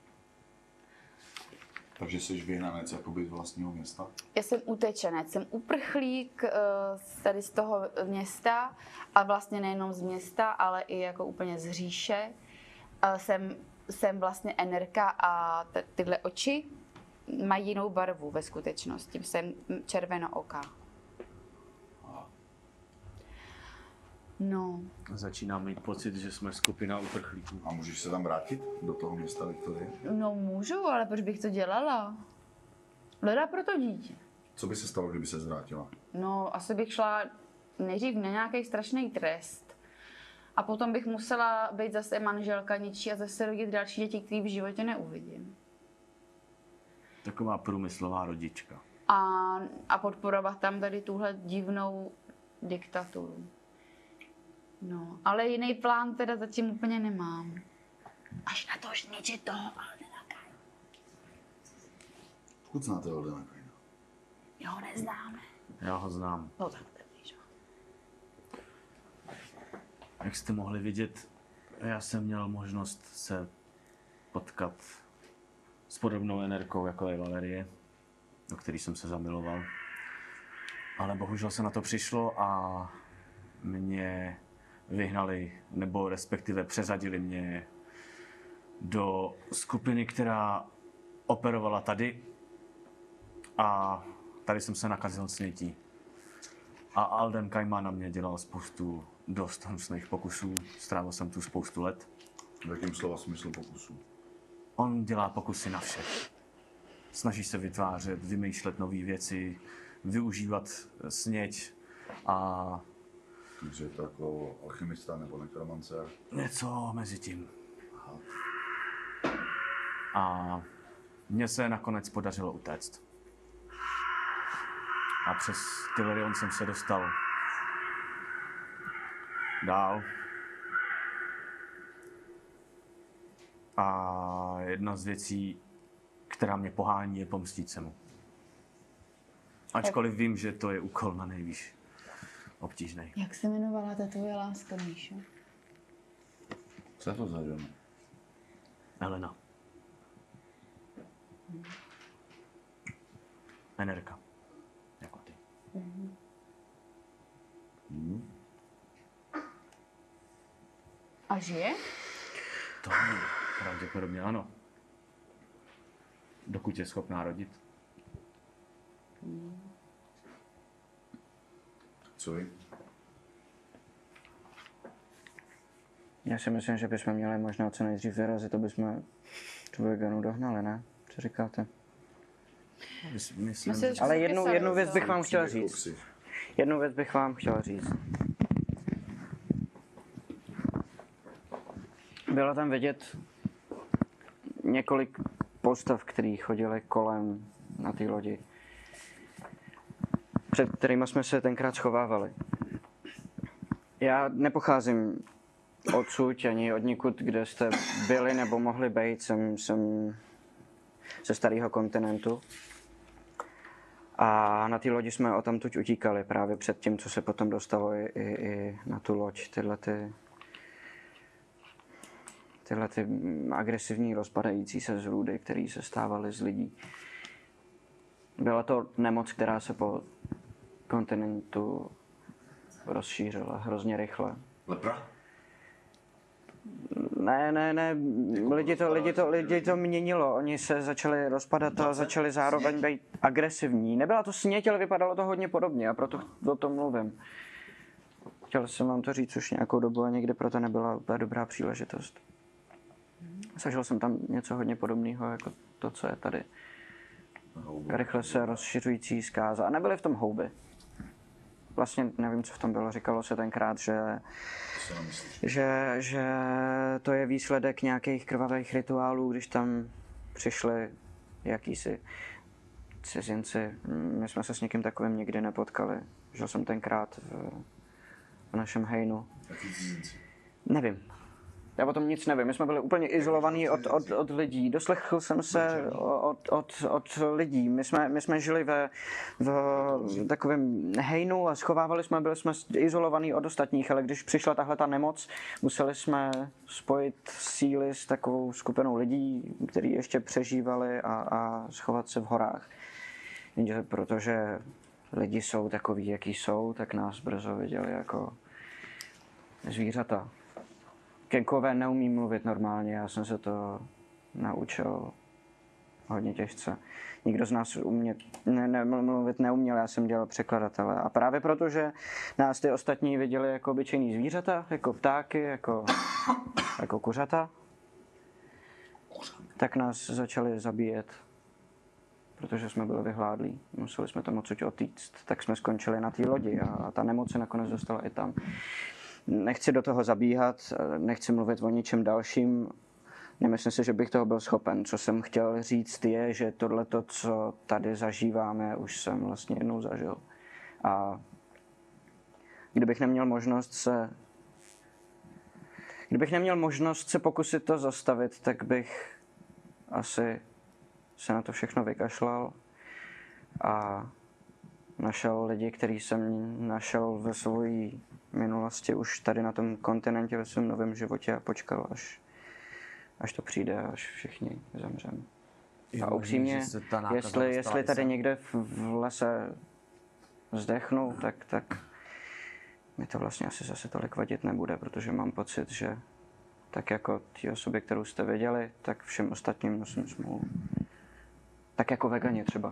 Takže jsi vyhnanec jakoby z vlastního města? Já jsem utečenec, jsem uprchlík uh, tady z toho města a vlastně nejenom z města, ale i jako úplně z říše. Uh, jsem, jsem vlastně enerka a t- tyhle oči mají jinou barvu ve skutečnosti. Jsem červenooká. No. Začínám mít pocit, že jsme skupina uprchlíků. A můžeš se tam vrátit do toho města Viktorie? No můžu, ale proč bych to dělala? Leda pro to dítě. Co by se stalo, kdyby se zvrátila? No, asi bych šla nejdřív na nějaký strašný trest. A potom bych musela být zase manželka něčí a zase rodit další děti, které v životě neuvidím. Taková průmyslová rodička. A, a podporovat tam tady tuhle divnou diktaturu. No, ale jiný plán teda zatím úplně nemám. Až na to zničit toho Aldena Kaina. Odkud znáte Aldena Kaina? My ho neznáme. Já ho znám. No tak víš. Jak jste mohli vidět, já jsem měl možnost se potkat s podobnou enerkou, jako je Valerie, do který jsem se zamiloval. Ale bohužel se na to přišlo a mě vyhnali, nebo respektive přeřadili mě do skupiny, která operovala tady. A tady jsem se nakazil snětí. A Alden Kajma na mě dělal spoustu dost hnusných pokusů. Strávil jsem tu spoustu let. V jakém slova smyslu pokusů? On dělá pokusy na vše. Snaží se vytvářet, vymýšlet nové věci, využívat sněť a... Takže je to jako alchymista nebo nekromancer? Něco mezi tím. A mně se nakonec podařilo utéct. A přes Tylerion jsem se dostal dál. A jedna z věcí, která mě pohání, je pomstít se mu. Ačkoliv vím, že to je úkol na nejvíc obtížný. Jak se jmenovala ta tvoje láska, Míšo? Co je to za žena? Elena. Hmm. Enerka. Jako ty. Mm-hmm. Hmm. A žije? To pravděpodobně ano. Dokud je schopná rodit. Mm. Co vy? Já si myslím, že bychom měli možná co nejdřív vyrazit, aby jsme tu veganu dohnali, ne? Co říkáte? Myslím, že... Ale jednu, jednu věc bych vám chtěl říct. Jednu věc bych vám chtěl říct. Bylo tam vidět několik postav, který chodili kolem na té lodi, před kterými jsme se tenkrát schovávali. Já nepocházím odsud ani od nikud, kde jste byli nebo mohli být. Jsem, jsem ze starého kontinentu. A na té lodi jsme o tamtud utíkali právě před tím, co se potom dostalo i, i, i na tu loď. Tyhle ty, tyhle ty agresivní rozpadající se zrůdy, které se stávaly z lidí. Byla to nemoc, která se po kontinentu rozšířila hrozně rychle. Lepra? Ne, ne, ne, lidi to, lidi to, lidi to měnilo, oni se začali rozpadat a začali zároveň být agresivní. Nebyla to sněť, ale vypadalo to hodně podobně a proto o tom mluvím. Chtěl jsem vám to říct už nějakou dobu a někdy proto nebyla úplně dobrá příležitost. Zažil jsem tam něco hodně podobného jako to, co je tady. Rychle se rozšiřující zkáza. A nebyly v tom houby. Vlastně nevím, co v tom bylo. Říkalo se tenkrát, že, že, že to je výsledek nějakých krvavých rituálů, když tam přišli jakýsi cizinci. My jsme se s někým takovým nikdy nepotkali. Žil jsem tenkrát v, v našem hejnu. Jaký cizinci? Nevím. Já o tom nic nevím. My jsme byli úplně izolovaní od, od, od lidí. Doslechl jsem se od, od, od lidí. My jsme, my jsme žili ve, v takovém hejnu a schovávali jsme, byli jsme izolovaní od ostatních, ale když přišla tahle ta nemoc, museli jsme spojit síly s takovou skupinou lidí, kteří ještě přežívali a, a schovat se v horách. Jenže protože lidi jsou takový, jaký jsou, tak nás brzo viděli jako zvířata. Kenkové neumí mluvit normálně, já jsem se to naučil hodně těžce. Nikdo z nás umět, ne, ne, mluvit neuměl, já jsem dělal překladatele. A právě proto, že nás ty ostatní viděli jako obyčejný zvířata, jako ptáky, jako, jako kuřata, tak nás začali zabíjet, protože jsme byli vyhládlí. Museli jsme tam odsud odtíct, tak jsme skončili na té lodi a, a ta nemoc se nakonec dostala i tam. Nechci do toho zabíhat, nechci mluvit o ničem dalším. Nemyslím si, že bych toho byl schopen. Co jsem chtěl říct je, že tohleto, co tady zažíváme, už jsem vlastně jednou zažil. A kdybych neměl možnost se... Kdybych neměl možnost se pokusit to zastavit, tak bych asi se na to všechno vykašlal a našel lidi, který jsem našel ve svojí minulosti už tady na tom kontinentě ve svém novém životě a počkal, až, až to přijde, až všichni zemřeme. A upřímně, jestli, jestli tady někde v, v lese zdechnu, tak, tak mi to vlastně asi zase tolik vadit nebude, protože mám pocit, že tak jako té osoby, kterou jste viděli, tak všem ostatním nosím smůlu. Tak jako vegani třeba.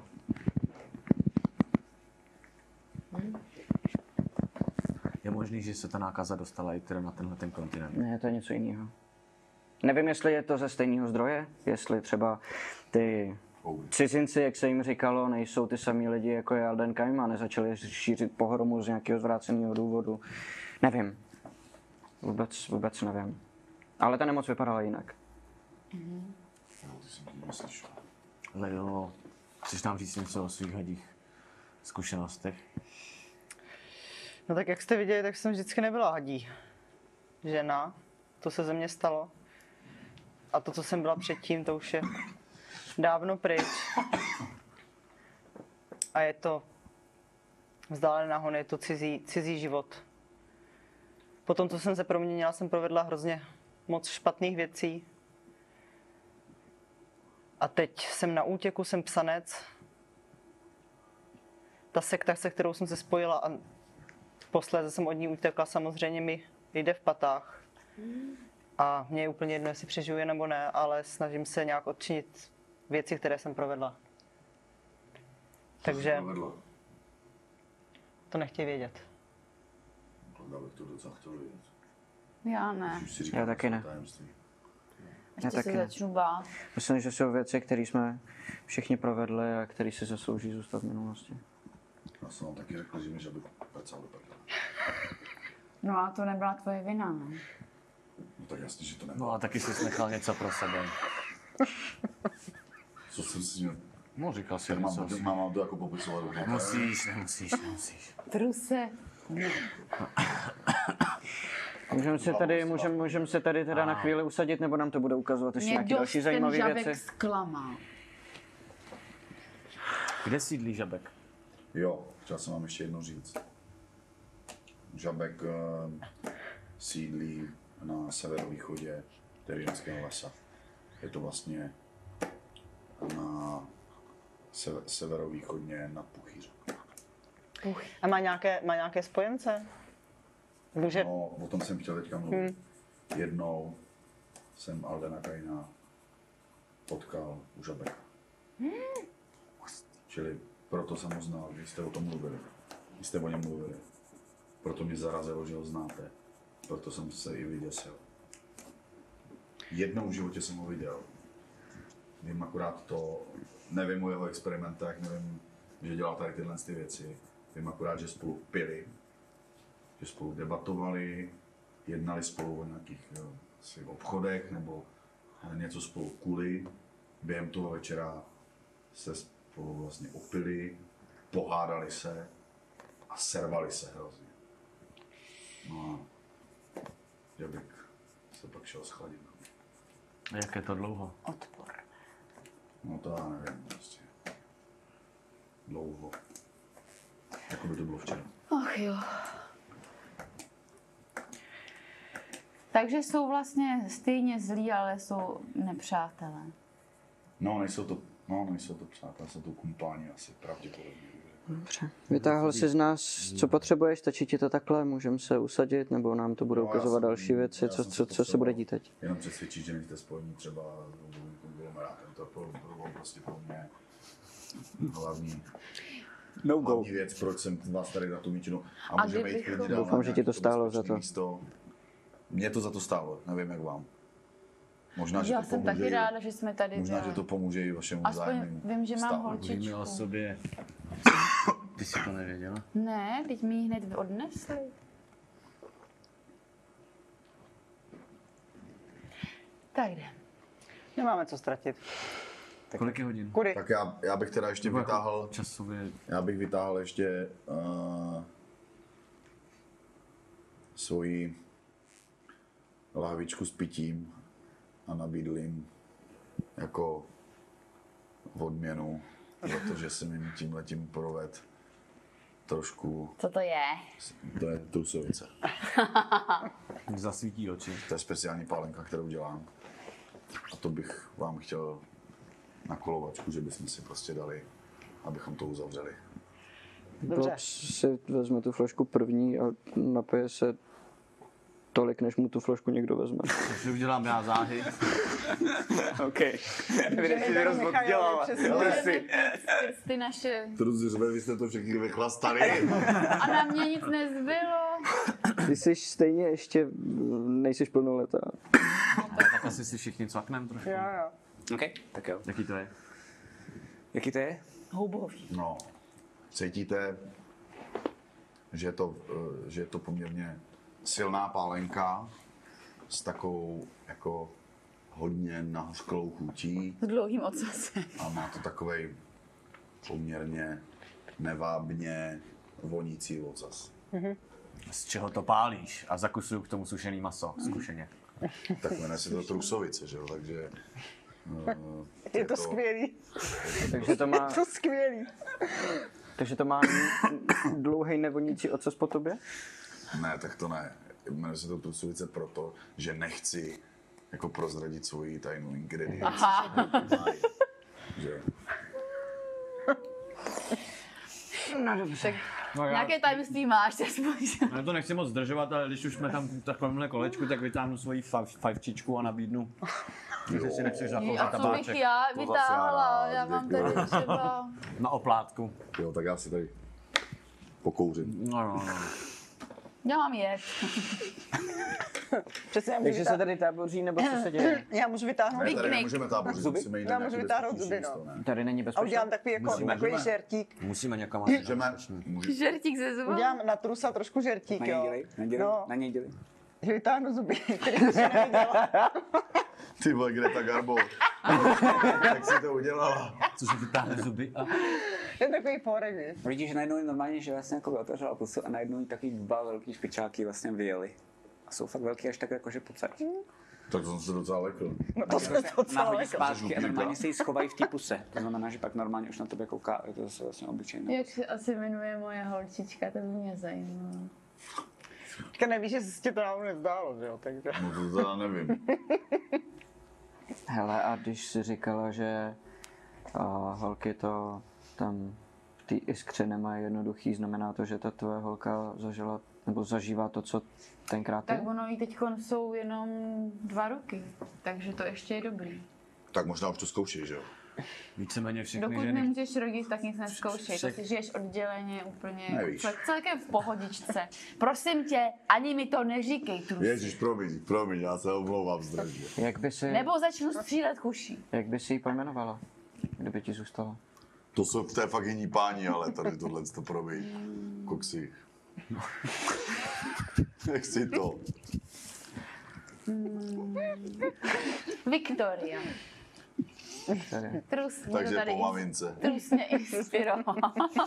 Je možný, že se ta nákaza dostala i teda na tenhle ten kontinent? Ne, to je něco jiného. Nevím, jestli je to ze stejného zdroje, jestli třeba ty cizinci, jak se jim říkalo, nejsou ty samý lidi jako je Alden Kaim a nezačali šířit pohromu z nějakého zvráceného důvodu. Nevím. Vůbec, vůbec nevím. Ale ta nemoc vypadala jinak. Mm. Lejo, chceš nám říct něco o svých hadích zkušenostech? No tak jak jste viděli, tak jsem vždycky nebyla hadí žena. To se ze mě stalo. A to, co jsem byla předtím, to už je dávno pryč. A je to vzdálená hon, je to cizí, cizí život. Potom, co jsem se proměnila, jsem provedla hrozně moc špatných věcí. A teď jsem na útěku, jsem psanec. Ta sekta, se kterou jsem se spojila a posléze jsem od ní utekla, samozřejmě mi jde v patách. A mně je úplně jedno, jestli přežiju nebo ne, ale snažím se nějak odčinit věci, které jsem provedla. Takže to nechtějí vědět. Já bych to docela chtěl vědět. Já ne. Já taky ne. Ještě taky se ne. začnu bát. Myslím, že jsou věci, které jsme všichni provedli a které si zaslouží zůstat v minulosti. Já jsem vám taky řekl, že mi žaby pecal do pekla. No a to nebyla tvoje vina, ne? No tak jasně, že to No nebylo. a taky jsi nechal něco pro sebe. Co jsem si měl? No, říkal jsi Tak něco. mám, mám, mám to jako popisovat. rovnou. Musíš, nemusíš, nemusíš. Truse. Můžeme se tady, můžem, můžem se tady teda na chvíli usadit, nebo nám to bude ukazovat ještě Mě nějaké dost další ten zajímavé žabek věci? zklamal. Kde sídlí žabek? Jo, chtěl jsem vám ještě jedno říct. Žabek uh, sídlí na severovýchodě Terianského lesa. Je to vlastně na sever, severovýchodně nad Puchýřem. A má nějaké, má nějaké spojence? Může... No, o tom jsem chtěl teďka mluvit. Hmm. Jednou jsem Aldena Kaina potkal u Žabeka. Hmm. Čili proto jsem ho znal, když jste o tom mluvili. Když jste o něm mluvili. Proto mě zarazilo, že ho znáte. Proto jsem se i vyděsil. Jednou v životě jsem ho viděl. Vím akorát to, nevím o jeho experimentech, nevím, že dělal tady tyhle ty věci. Vím akorát, že spolu pili, že spolu debatovali, jednali spolu o nějakých jo, asi obchodech nebo něco spolu kuli. Během toho večera se spolu vlastně opili, pohádali se a servali se hrozně. No a Žabek se pak šel schladit. A jak je to dlouho? Odpor. No to já nevím, prostě. Dlouho. Jako by to bylo včera. Ach jo. Takže jsou vlastně stejně zlí, ale jsou nepřátelé. No, nejsou to, no, nejsou to přátelé, jsou to kumpáni asi pravděpodobně. Dobře. Vytáhl jsi z nás, co potřebuješ, stačí ti to takhle, můžeme se usadit, nebo nám to budou No, já ukazovat jsem- další věci, já co, jsem co, se co se bude dít teď? Jenom přesvědčit, že nejste spojení třeba konglomerátem. To bylo bylo prostě pro mě hlavní, No go. hlavní věc, proč jsem vás tady na tu mítinu. A, A můžeme jít kdybychom- klidně dál Doufám, na že ti to nějaké stálo bezpečné za to. Místo. Mě to za to stálo, nevím jak vám. Možná, že Já to jsem pomůže, taky i- ráda, že jsme tady možná, byli. že to pomůže i vašemu Aspoň vzájemnému vím, že mám vztahu. holčičku. Víme o sobě. Ty jsi to nevěděla? Ne, teď mi ji hned odnesli. Tak jdem. Nemáme co ztratit. Kolik je hodin? Kudy? Tak já, já bych teda ještě Nebo jako vytáhl, Časově. já bych vytáhl ještě uh, svoji lahvičku s pitím a nabídl jim jako odměnu za to, že jsem jim tímhletím proved trošku, Co to je? to je trusovice. Zasvítí oči. To je speciální pálenka, kterou dělám. A to bych vám chtěl na kolovačku, že bychom si prostě dali, abychom to uzavřeli. Dobře. Bob si vezme tu flašku první a napije se tolik, než mu tu flašku někdo vezme. Takže udělám já záhy. OK. Evidentně to rozdělala. Ty, ty naše... Truzi, vy jste to všichni vychlastali. A na mě nic nezbylo. Ty jsi stejně ještě, nejsiš plnoletá. Tak asi si všichni cvaknem trošku. Jo, jo. OK, tak jo. Jaký to je? Jaký to je? Houbový. No, cítíte, že je to, eh, že je to poměrně silná pálenka s takovou jako hodně nahořklou chutí S dlouhým ocasem. a má to takovej poměrně nevábně vonící ocas. Z čeho to pálíš? A zakusuju k tomu sušený maso, zkušeně. Tak jmenuje se to Trusovice, že jo, takže... Uh, je, je to, to skvělý. Takže to má... Je to skvělý. Takže to má dlouhý nevonící ocas po tobě? Ne, tak to ne. Jmenuje se to Trusovice proto, že nechci jako prozradit svoji tajnou ingredienci. Aha. Že? No dobře. No já- Nějaké tajemství máš, aspoň. Já to nechci moc zdržovat, ale když už jsme tam v takovémhle kolečku, tak vytáhnu svoji faj- fajfčičku a nabídnu. Jestli si nechceš zakouřit A co bych tabáček já To zase vytáhla? já Já rád, mám děkuji. tady třeba... na oplátku. Jo, tak já si tady pokouřím. No, no, no. Já mám jet. Přesně, já můžu Takže se vytáhnout, tady táboří, nebo co se děje? já můžu vytáhnout Ne, tady Piknik. nemůžeme tábořit, Zuby? musíme jít Já na můžu nějaké vytáhnout bezpečnější zuby, no. místo, ne? Tady není a bezpečné. udělám takový jako Musíme, takový můžeme. žertík. Musíme někam asi Můžeme, může, Žertík ze zubu. Udělám na trusa trošku žertík, Na něj jo. dělej, na, dělej, No, na něj dělej. že vytáhnu zuby, které jsem neviděla. ty vole, Greta Garbo. Jak jsi to udělala? co si vytáhne zuby a... Je takový porek, víš. Vidíš, že najednou normálně, že vlastně jako otevřela pusu a najednou jí takový dva velký špičáky vlastně vyjeli. A jsou fakt velký až tak jakože pocať. Tak to jsem se docela lekl. No to jsem to celé Nahodí jako. zpátky a normálně se jí schovají v té puse. To znamená, že pak normálně už na tebe kouká, je to zase vlastně obyčejné. Jak se asi jmenuje moje holčička, to by mě zajímalo. Teďka nevíš, že se ti to náhodou nezdálo, že jo, takže. No to teda nevím. Hele, a když jsi říkala, že uh, holky to tam v té iskře nemají jednoduchý, znamená to, že ta tvoje holka zažila, nebo zažívá to, co tenkrát Tak je? ono jí teď jsou jenom dva roky, takže to ještě je dobrý. Tak možná už to zkoušej, že jo? Víceméně všechny Dokud ženy. nemůžeš rodit, tak nic neskoušej. To Všech- si žiješ odděleně úplně, Nevíš. cel- celkem v pohodičce. Prosím tě, ani mi to neříkej, trus. Ježíš, promiň, promiň, já se omlouvám strašně. Jak by si, Nebo začnu střílet kuší. jak by si ji pojmenovala, kdyby ti zůstala? To jsou to je fakt jiní páni, ale tady tohle to promiň. Koksy. Jak si to? Viktoria. Tady. Trus mě to Takže tady po mamince. Trus mě inspiroval.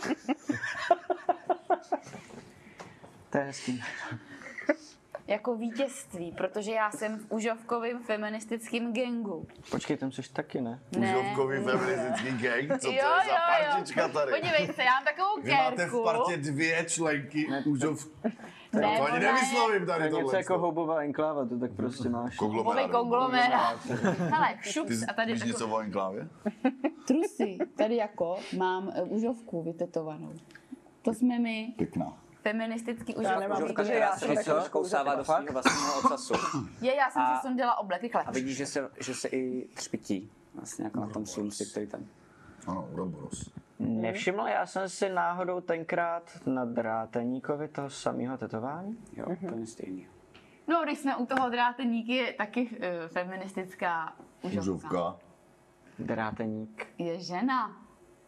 To je hezký. Jako vítězství, protože já jsem v užovkovém feministickém gangu. Počkej, tam jsi taky, ne? Užovkový feministický gang, co to je Jo, za jo, jo. partička tady? Podívej se, já mám takovou Vy máte v kérku. partě dvě členky užov... Ne, Já to ani ona je- nevyslovím To tady je něco tohle. jako houbová enkláva, to tak prostě máš. Houbový Konglomerát. konglomerát. Hele, Ty šups a tady víš něco o enklávě? trusy. Tady jako mám eh, užovku vytetovanou. To jsme my, Pěkná. feministický Já užovku. nemám, Užovka, protože která já se jsem něco takovou zkousává do svého vlastního ocasu. Je, já jsem A- si sundala oblek, rychle. A vidíš, že se, že se i třpití. Vlastně jako na tom slunci, který tam. Ano, Uroboros. Nevšiml, já jsem si náhodou tenkrát na dráteníkovi toho samého tetování. Jo, úplně stejný. No, když jsme u toho dráteníky, je taky uh, feministická užovka. Užovka. Dráteník. Je žena.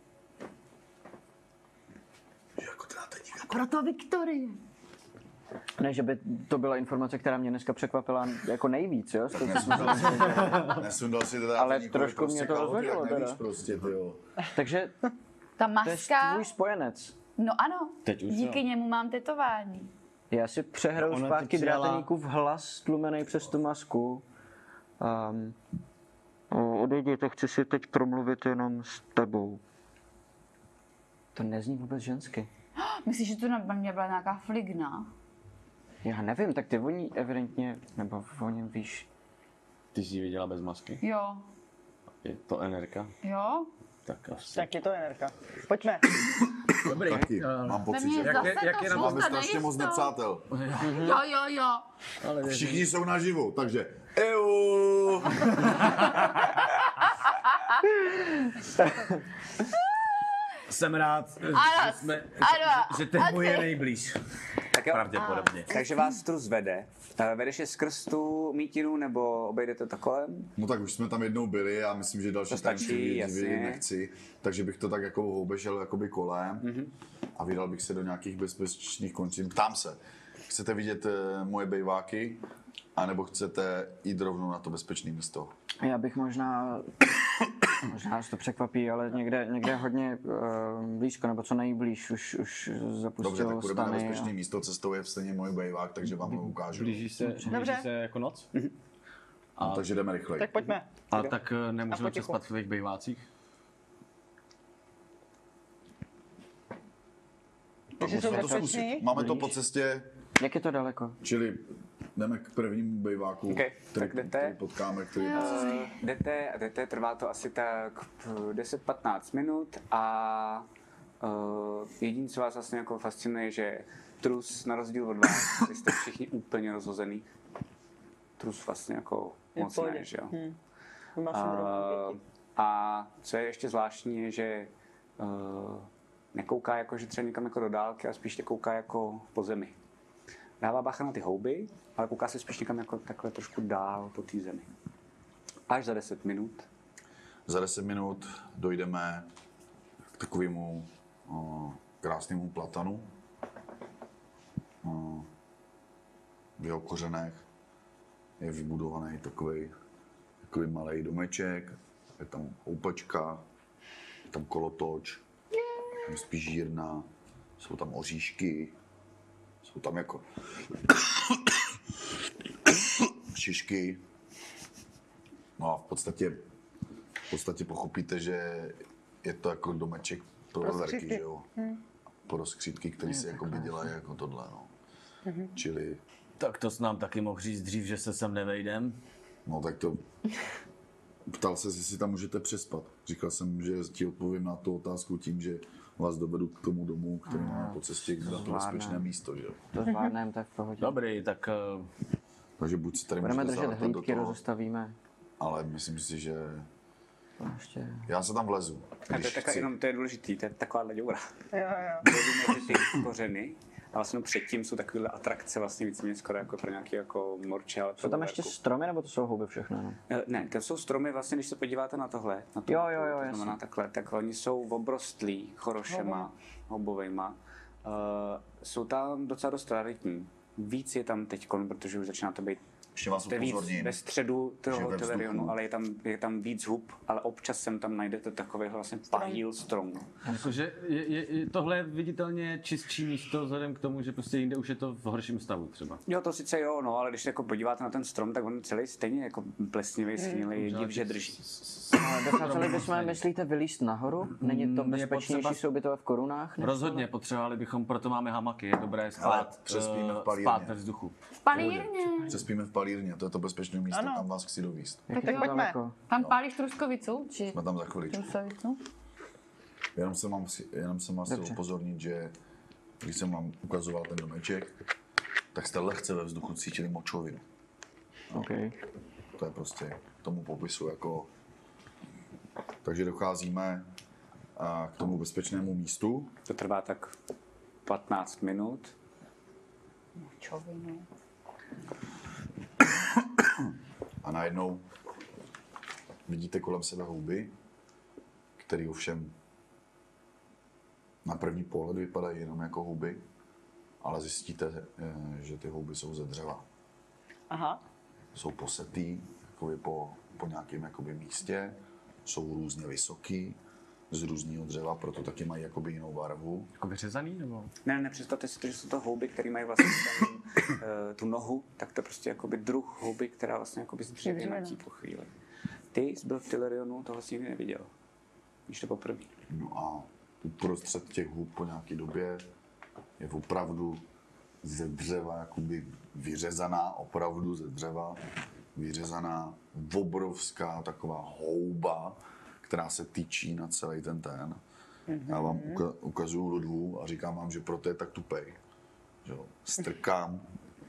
Jako dráteník. Proto Viktorie. Ne, že by to byla informace, která mě dneska překvapila jako nejvíc, jo? To, Nesundal si, nesundal si teda Ale dráteníkovi trošku mě to kalhoty, jak rozhodilo nevíš teda. prostě, ty jo. takže Ta to je maska, tvůj spojenec. no ano, Teď už díky jo. němu mám tetování. Já si přehraju Ona zpátky ti přijala- dráteníkův hlas tlumený přes tu masku. Um, odejdi, to chci si teď promluvit jenom s tebou. To nezní vůbec žensky. Myslíš, že to na mě byla nějaká fligna? Já nevím, tak ty o ní evidentně, nebo o něm víš. Ty jsi ji viděla bez masky? Jo, Je to Enerka? jo. Tak asi. Tak je to enerka. Pojďme. Dobrý. Taky, mám Ve pocit, mně že zase je- jak to je na- máme spousta strašně moc nejistot. nepřátel. Jo, jo, jo. Ale Všichni jsou naživu, takže eu. jsem rád, Ano, že, jsme, ano, že, že ten a můj je ty? nejblíž. Tak jo. Pravděpodobně. Takže vás trus vede. Eh, Vedeš je skrz tu mítinu, nebo obejdete to kolem? No tak už jsme tam jednou byli a myslím, že další To stačí, tajemství jasně. vědět nechci. Takže bych to tak jako obešel jakoby kolem mm-hmm. a vydal bych se do nějakých bezpečných končin. Ptám se, chcete vidět eh, moje bejváky, anebo chcete jít rovnou na to bezpečné místo? Já bych možná, možná nás to překvapí, ale někde, někde hodně uh, blízko, nebo co nejblíž, už, už zapustil Dobře, tak půjdeme na stany. bezpečné místo, cestou je stejně můj bejvák, takže vám ho ukážu. Blíží se, blíží Dobře. se jako noc? A, no, takže jdeme rychleji. Tak pojďme. A tak uh, A nemůžeme potichu. přespat v tvých bejvácích? Takže jsou Musíme to zkusit. bezpeční. Máme to po cestě, Jak je to daleko? čili jdeme k prvnímu bejváku, Okay, který, tak jdete. který potkáme, který je na cestě. Uh, jdete a jdete, trvá to asi tak deset patnáct minut a uh, jediné, co vás vlastně jako fascinuje, že trus na rozdíl od vás, vy jste všichni úplně rozhozený. Trus vlastně jako Je v moc pohodě. ne, že jo. Hm. Má syndrom Uh, dětí. a co je ještě zvláštní, je, že uh, nekouká jako, že třeba někam jako do dálky, a spíš tě kouká jako po zemi. Dává bacha na ty houby, ale kouká se spíš někam jako takhle trošku dál po té zemi. Až za deset minut. Za deset minut dojdeme k takovému o, krásnému platanu. O, v jeho kořenech je vybudovaný takový, takový malý domeček, je tam houpačka, je tam kolotoč, je tam spíš žírna, jsou tam oříšky, jsou tam jako šišky. No a v podstatě, v podstatě pochopíte, že je to jako domeček pro Pro velerky, skřídky. že jo? Pro skřídky, které si jako by dělají jako tohle, no. Čili, Tak to jsi nám taky mohl říct dřív, že se sem nevejdem. no tak to... Ptal se, jestli si tam můžete přespat. Říkal jsem, že ti odpovím na tu otázku tím, že vás dovedu k tomu domu, který máme po cestě na to bezpečné místo, že jo? To zvládneme, to je v pohodě. Dobrý, tak uh, Takže buď si tady Budeme můžete držet zalepet do hlídky, toho, rozestavíme. ale myslím si, že To ještě... já se tam vlezu. A to je, Když taká, chci. jenom, to je důležitý, to je taková děura. Jo, jo. Vlezu mezi ty kořeny a vlastně předtím jsou takovéhle atrakce vlastně víceméně skoro jako pro nějaký jako morče, ale Jsou tam ještě stromy, nebo to jsou houby všechno? No? Eh, Ne, to jsou stromy, vlastně, když se podíváte na tohle, na tu, Jo, jo, jo, to jasně. znamená takhle, tak oni jsou obrostlí chorošema, houbovejma. Uh, jsou tam docela dost raritní. Víc je tam teďkon, protože už začíná to být Ještě vás to je víc upozorním, ve středu že toho ve vzduchu- Telerionu, ale je tam, je tam víc hub, ale občas sem tam najdete takový vlastně pahýl strom. Jakože je, je, je, tohle je viditelně čistší místo vzhledem k tomu, že prostě jinde už je to v horším stavu třeba. Jo, to sice jo, no, ale když se jako podíváte na ten strom, tak on celý stejně jako plesnivý, snílej, je div, že drží. Ale dokázali bychom, myslíte, vylízt nahoru? Není to Mm, je bezpečnější potřeba- se ubytovat v korunách? než Rozhodně potřebovali bychom, proto máme hamaky, je dobré Ale spát, přespíme v eh, palírně. spát ve vzduchu. Palírně. Přespíme v palírně, to je to bezpečné místo, Ano. tam vás chci dovíst. Jak Tak je to pojďme. daleko? Tam pálíš truskovicu? Či Jsme tam za chviličku. trusovicu? Jenom jsem vám, jenom jsem vás chtěl Dobře. upozornit, že když jsem vám ukazoval ten domeček, tak jste lehce ve vzduchu cítili močovinu. OK. To je prostě tomu popisu jako... Takže docházíme a, k tomu bezpečnému místu. To trvá tak patnáct minut. Čovinu. A najednou vidíte kolem sebe houby, které ovšem na první pohled vypadají jenom jako houby, ale zjistíte, eh, že ty houby jsou ze dřeva. Aha. Jsou posetý jakoby po, po nějakém jakoby místě, jsou různě vysoký, z různého dřeva, proto taky mají jakoby jinou barvu. Jako vyřezaný nebo? Ne, ne, představte si to, že jsou to houby, které mají vlastně tam, uh, tu nohu, tak to je prostě jakoby druh houby, která vlastně jakoby zdřevěnatí po chvíli. Ty jsi byl v Telerionu, toho jsi nikdy neviděl. Víš to poprvé. No a uprostřed těch hub po nějaké době je opravdu ze dřeva jakoby vyřezaná, opravdu ze dřeva vyřezaná obrovská taková houba, která se tyčí na celý ten ten. Já vám uka- ukazuju ludvu a říkám vám, že proto je tak tupej. Že jo. Strkám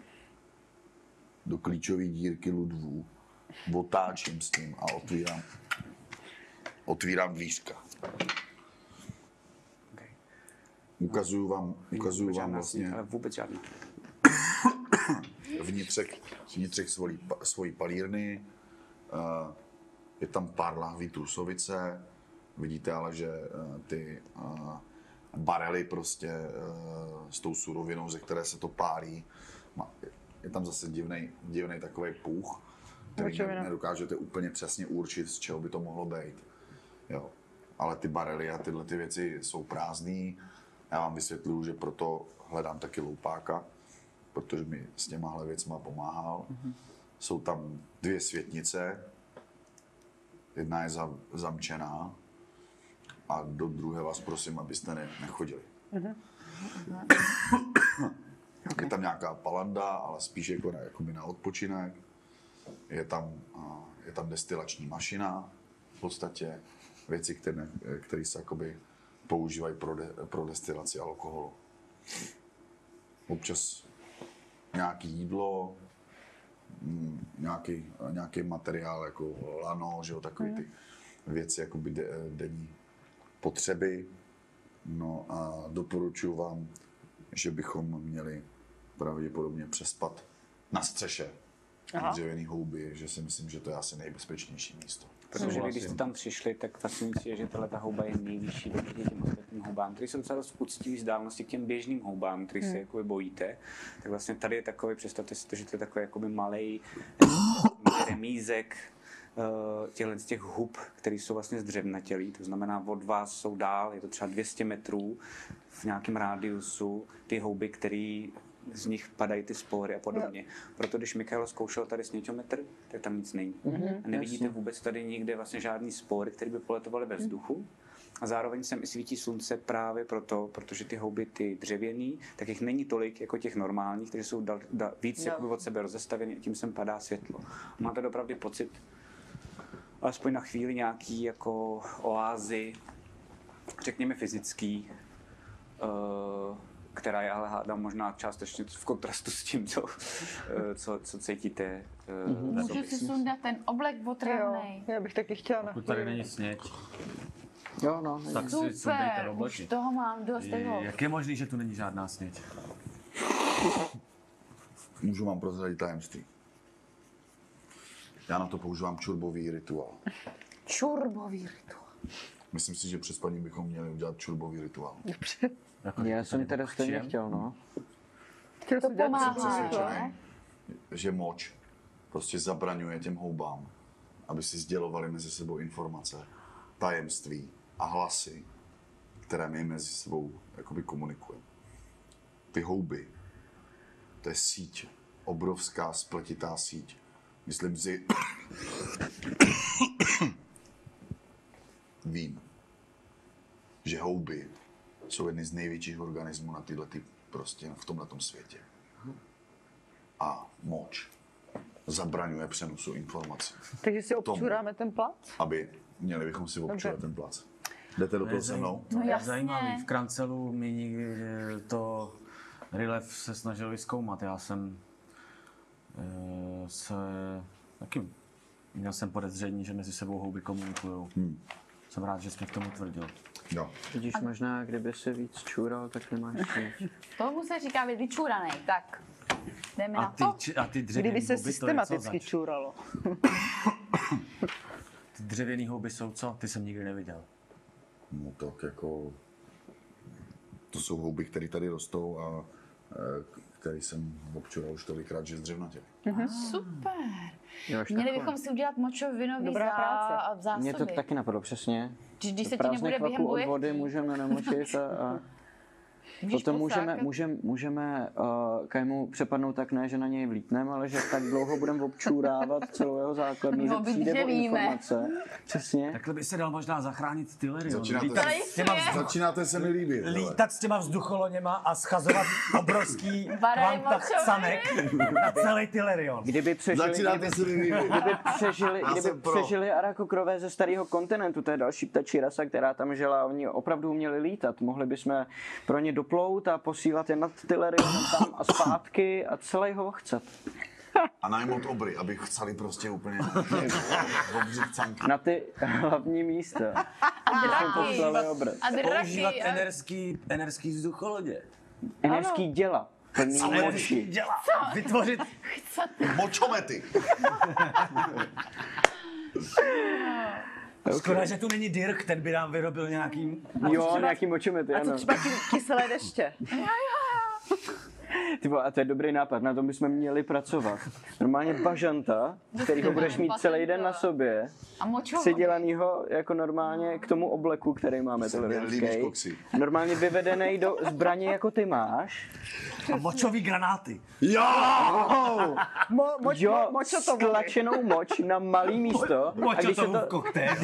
do klíčové dírky ludvu, otáčím s tím a otvírám, otvírám dvířka. Okay. Ukazuju vám, ukazuju Vůbec vám žádná vlastně síť, ale vůbec žádná. vnitřek, vnitřek svojí, pa- svojí palírny. Uh, je tam pár lahví trusovice. Vidíte ale, že uh, ty uh, barely prostě uh, s tou surovinou, ze které se to pálí, má, je tam zase divnej, divnej takový půch, který Močovina. ne, nedokážete úplně přesně určit, z čeho by to mohlo být. Jo. Ale ty barely a tyhle ty věci jsou prázdný. Já vám vysvětluju, že proto hledám taky loupáka, protože mi s těmahle věcma pomáhal. Mm-hmm. jsou tam dvě světnice, jedna je za, zamčená a do druhé vás prosím, abyste ne, nechodili. Mm-hmm. Je tam nějaká palanda, ale spíš jako na, jakoby na odpočinek. Je tam, je tam destilační mašina, v podstatě věci, které, které se jakoby používají pro, de, pro destilaci alkoholu. Občas nějaké jídlo, nějaký, nějaký materiál jako lano, že jo, takové ty věci jakoby de, denní potřeby. No a doporučuji vám, že bychom měli pravděpodobně přespat na střeše dřevěný houby, že si myslím, že to je asi nejbezpečnější místo. Protože vy, když jste tam přišli, tak fascinující je, že tato houba je nejvyšší oproti těm ostatním houbám, které jsou docela dost uctivý vzdálenosti k těm běžným houbám, který se jakoby bojíte. Tak vlastně tady je takový, představte si to, že to je takový jakoby malej remízek těchto z těch hub, které jsou vlastně zdřevnatělý, to znamená od vás jsou dál, je to třeba dvě stě metrů v nějakém rádiusu, ty houby, které z nich padají ty spory a podobně. Proto když Michael zkoušel tady sněťometr, tak tam nic není. Mm-hmm, a nevidíte jasně. Vůbec tady nikde vlastně žádný spory, které by poletovaly ve vzduchu. A zároveň sem i svítí slunce právě proto, protože ty houby, ty dřevěný, tak jich není tolik jako těch normálních, které jsou dal, dal, víc no. od sebe rozestavěny a tím sem padá světlo. Máte opravdu pocit, alespoň na chvíli nějaký jako oázy, řekněme fyzický, uh, která je ale hádám možná částečně v kontrastu s tím, co, co, co cítíte. Uh, Můžu si sundat ten oblek otravnej. Já bych taky chtěla na Pokud tady není sněď. Jo, no. Tak si sundejte Super, obleky. už toho mám dost. Jak je možný, že tu není žádná sněď? Můžu vám prozradit tajemství. Já na to používám čurbový rituál. Čurbový rituál. Myslím si, že před spaním bychom měli udělat čurbový rituál. Dobře. Jako já jsem teda stejně chtěl, no. Chtěl To jsem dělat pomáhá, Přesvědčený, že moč prostě zabraňuje těm houbám, aby si sdělovali mezi sebou informace, tajemství a hlasy, které my mezi sebou jakoby komunikujeme. Ty houby, to je síť, obrovská spletitá síť. Myslím si, vím, že houby jsou jedny z největších organismů na tyhle ty, prostě v tomhletom světě. A moč zabraňuje přenosu informací. Takže si občuráme ten plac? Aby měli bychom si občurat ten plac. Jdete do toho se mnou? No je jasně. zajímavý. V Krancelu mi nikdy to Rilef se snažil vyzkoumat. Já jsem e, se taky měl jsem podezření, že mezi sebou houby komunikujou. Hmm. Jsem rád, že jsi mě k tomu tvrdil. Jo. Vidíš, možná, kdyby se víc čůral, tak nemáš nic. Tomu se říká být vyčúranej. Tak, jdeme A na ty, to. či- a ty dřevěný Kdyby se houby, to je co systematicky zač? čůralo. Ty dřevěný houby jsou co? Ty jsem nikdy neviděl. No tak jako... To jsou houby, které tady rostou a e, který jsem občural už tolikrát, že zdřevnatěli. Super. Jo, až Měli takhle. bychom si udělat močovinový Dobrá zá... práce. zásoby. Mně to taky napadlo, přesně. Když, když se ti Prázdných nebude během kvapů od vody bujek můžeme namočit a, a můžeš potom můžeme, posákat. můžeme, můžeme uh, Kajmu přepadnout tak ne, že na něj vlítneme, ale že tak dlouho budeme občůrávat celou jeho základnu, My že ho přijde o vydřevíme. informace. Přesně. Takhle by se dal možná zachránit Tylerion. Začínáte, Lítat, se, s těma vzduch, začínáte se mi líbit. hele. Lítat s těma vzducholoněma a schazovat obrovský Baraj kvanta močoviny. chcanek na celý Tylerion. Kdyby přežili, Začínáte kdyby, se mi líbit. kdyby přežili, Já kdyby jsem pro. přežili Arakokrové ze starého kontinentu, to je další ptačí rasa, která tam žila, oni opravdu uměli lítat. Mohli bychom pro ně doplout a posílat je nad Tylerionem tam a zpátky a celý ho ochcat. A najmout obry, aby chceli prostě úplně obří chcanky. Na ty hlavní místa. A draky. Poslali obraz. A draky. používat a- enerský, enerský vzducholodě. Energický děla. Plný moči. Dělá. Vytvořit Močomety. Škoda, že tu není Dirk, ten by nám vyrobil nějaký... Jo, nějaký močomety, A co ano. třeba ty kyselé deště? Ty vole, a to je dobrý nápad, na tom bychom měli pracovat. Normálně bažanta, kterýho budeš mít celý den na sobě, A močovod. přidělanýho jako normálně k tomu obleku, který máme televizorský. Normálně vyvedený do zbraně, jako ty máš. A močový granáty. Jo! Mo, moč, Jo, mo, moč to stlačenou moč na malý místo. A když se Močotovou to, koktejl.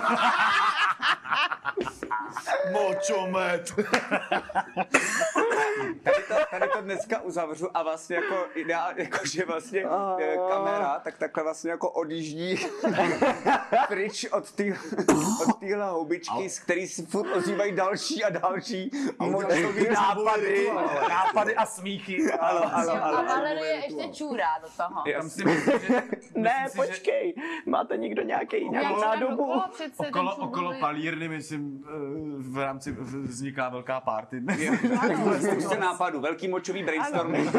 Močomet! Tady to, tady to dneska uzavřu a vlastně jako ideál, jakože vlastně eh, kamera, tak takhle vlastně jako odjíždí pryč od té od téhle houbičky, z který si furt ozývají další a další močový nápady. Nápady a smíchy. Ano, ano, A ano. Valerie ještě čůrá do toho. Já Tam si myslím, že, ne, myslím si, že počkej, máte někdo nějaký Jak nějakou se tam nádobu? okolo přece ten okolo, čubový- okolo palírny, myslím, eh, v rámci vzniká velká party. Spousta nápadů, velký močový brainstorming.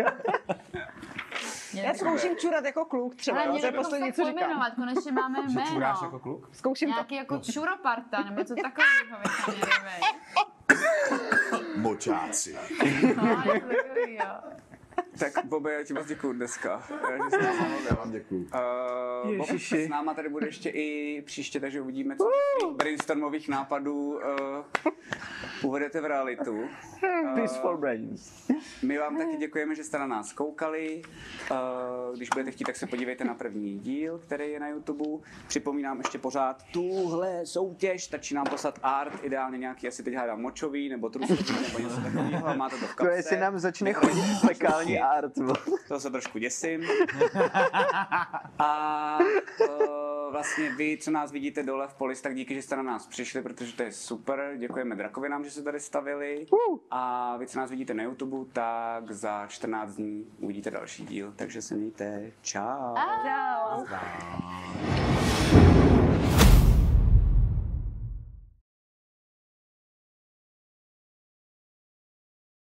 Já zkouším čurat jako kluk třeba, Ale jo, mě to je to poslední, poslední, co říkám. pojmenovat, konečně máme jméno. Čuráš jako kluk? Zkouším to. Nějaký jako čuroparta, nebo co takového vychvěděli. Močáci. No, je to takový, jo. Tak Bobe, já ti moc děkuju dneska. Já, že jsi nás Já vám děkuju. Uh, Bob s náma tady bude ještě i příště, takže uvidíme, co z těch brainstormových nápadů uh, uvedete v realitu. Uh, Peaceful Brains. my vám taky děkujeme, že jste na nás koukali. Uh, když budete chtít, tak se podívejte na první díl, který je na YouTube. Připomínám ještě pořád tuhle soutěž, stačí nám poslat art, ideálně nějaký, asi teď hádám močový, nebo truskový, nebo něco takového, máte to v To kapse. jestli nám začne chodit fekální art. To se trošku děsím. A uh, vlastně vy, co nás vidíte dole v Polis, tak díky, že jste na nás přišli, protože to je super. Děkujeme Drakovinám, že se tady stavili. A vy, co nás vidíte na YouTube, tak za čtrnáct dní uvidíte další díl. Takže se mějte. Čau. Čau. Čau.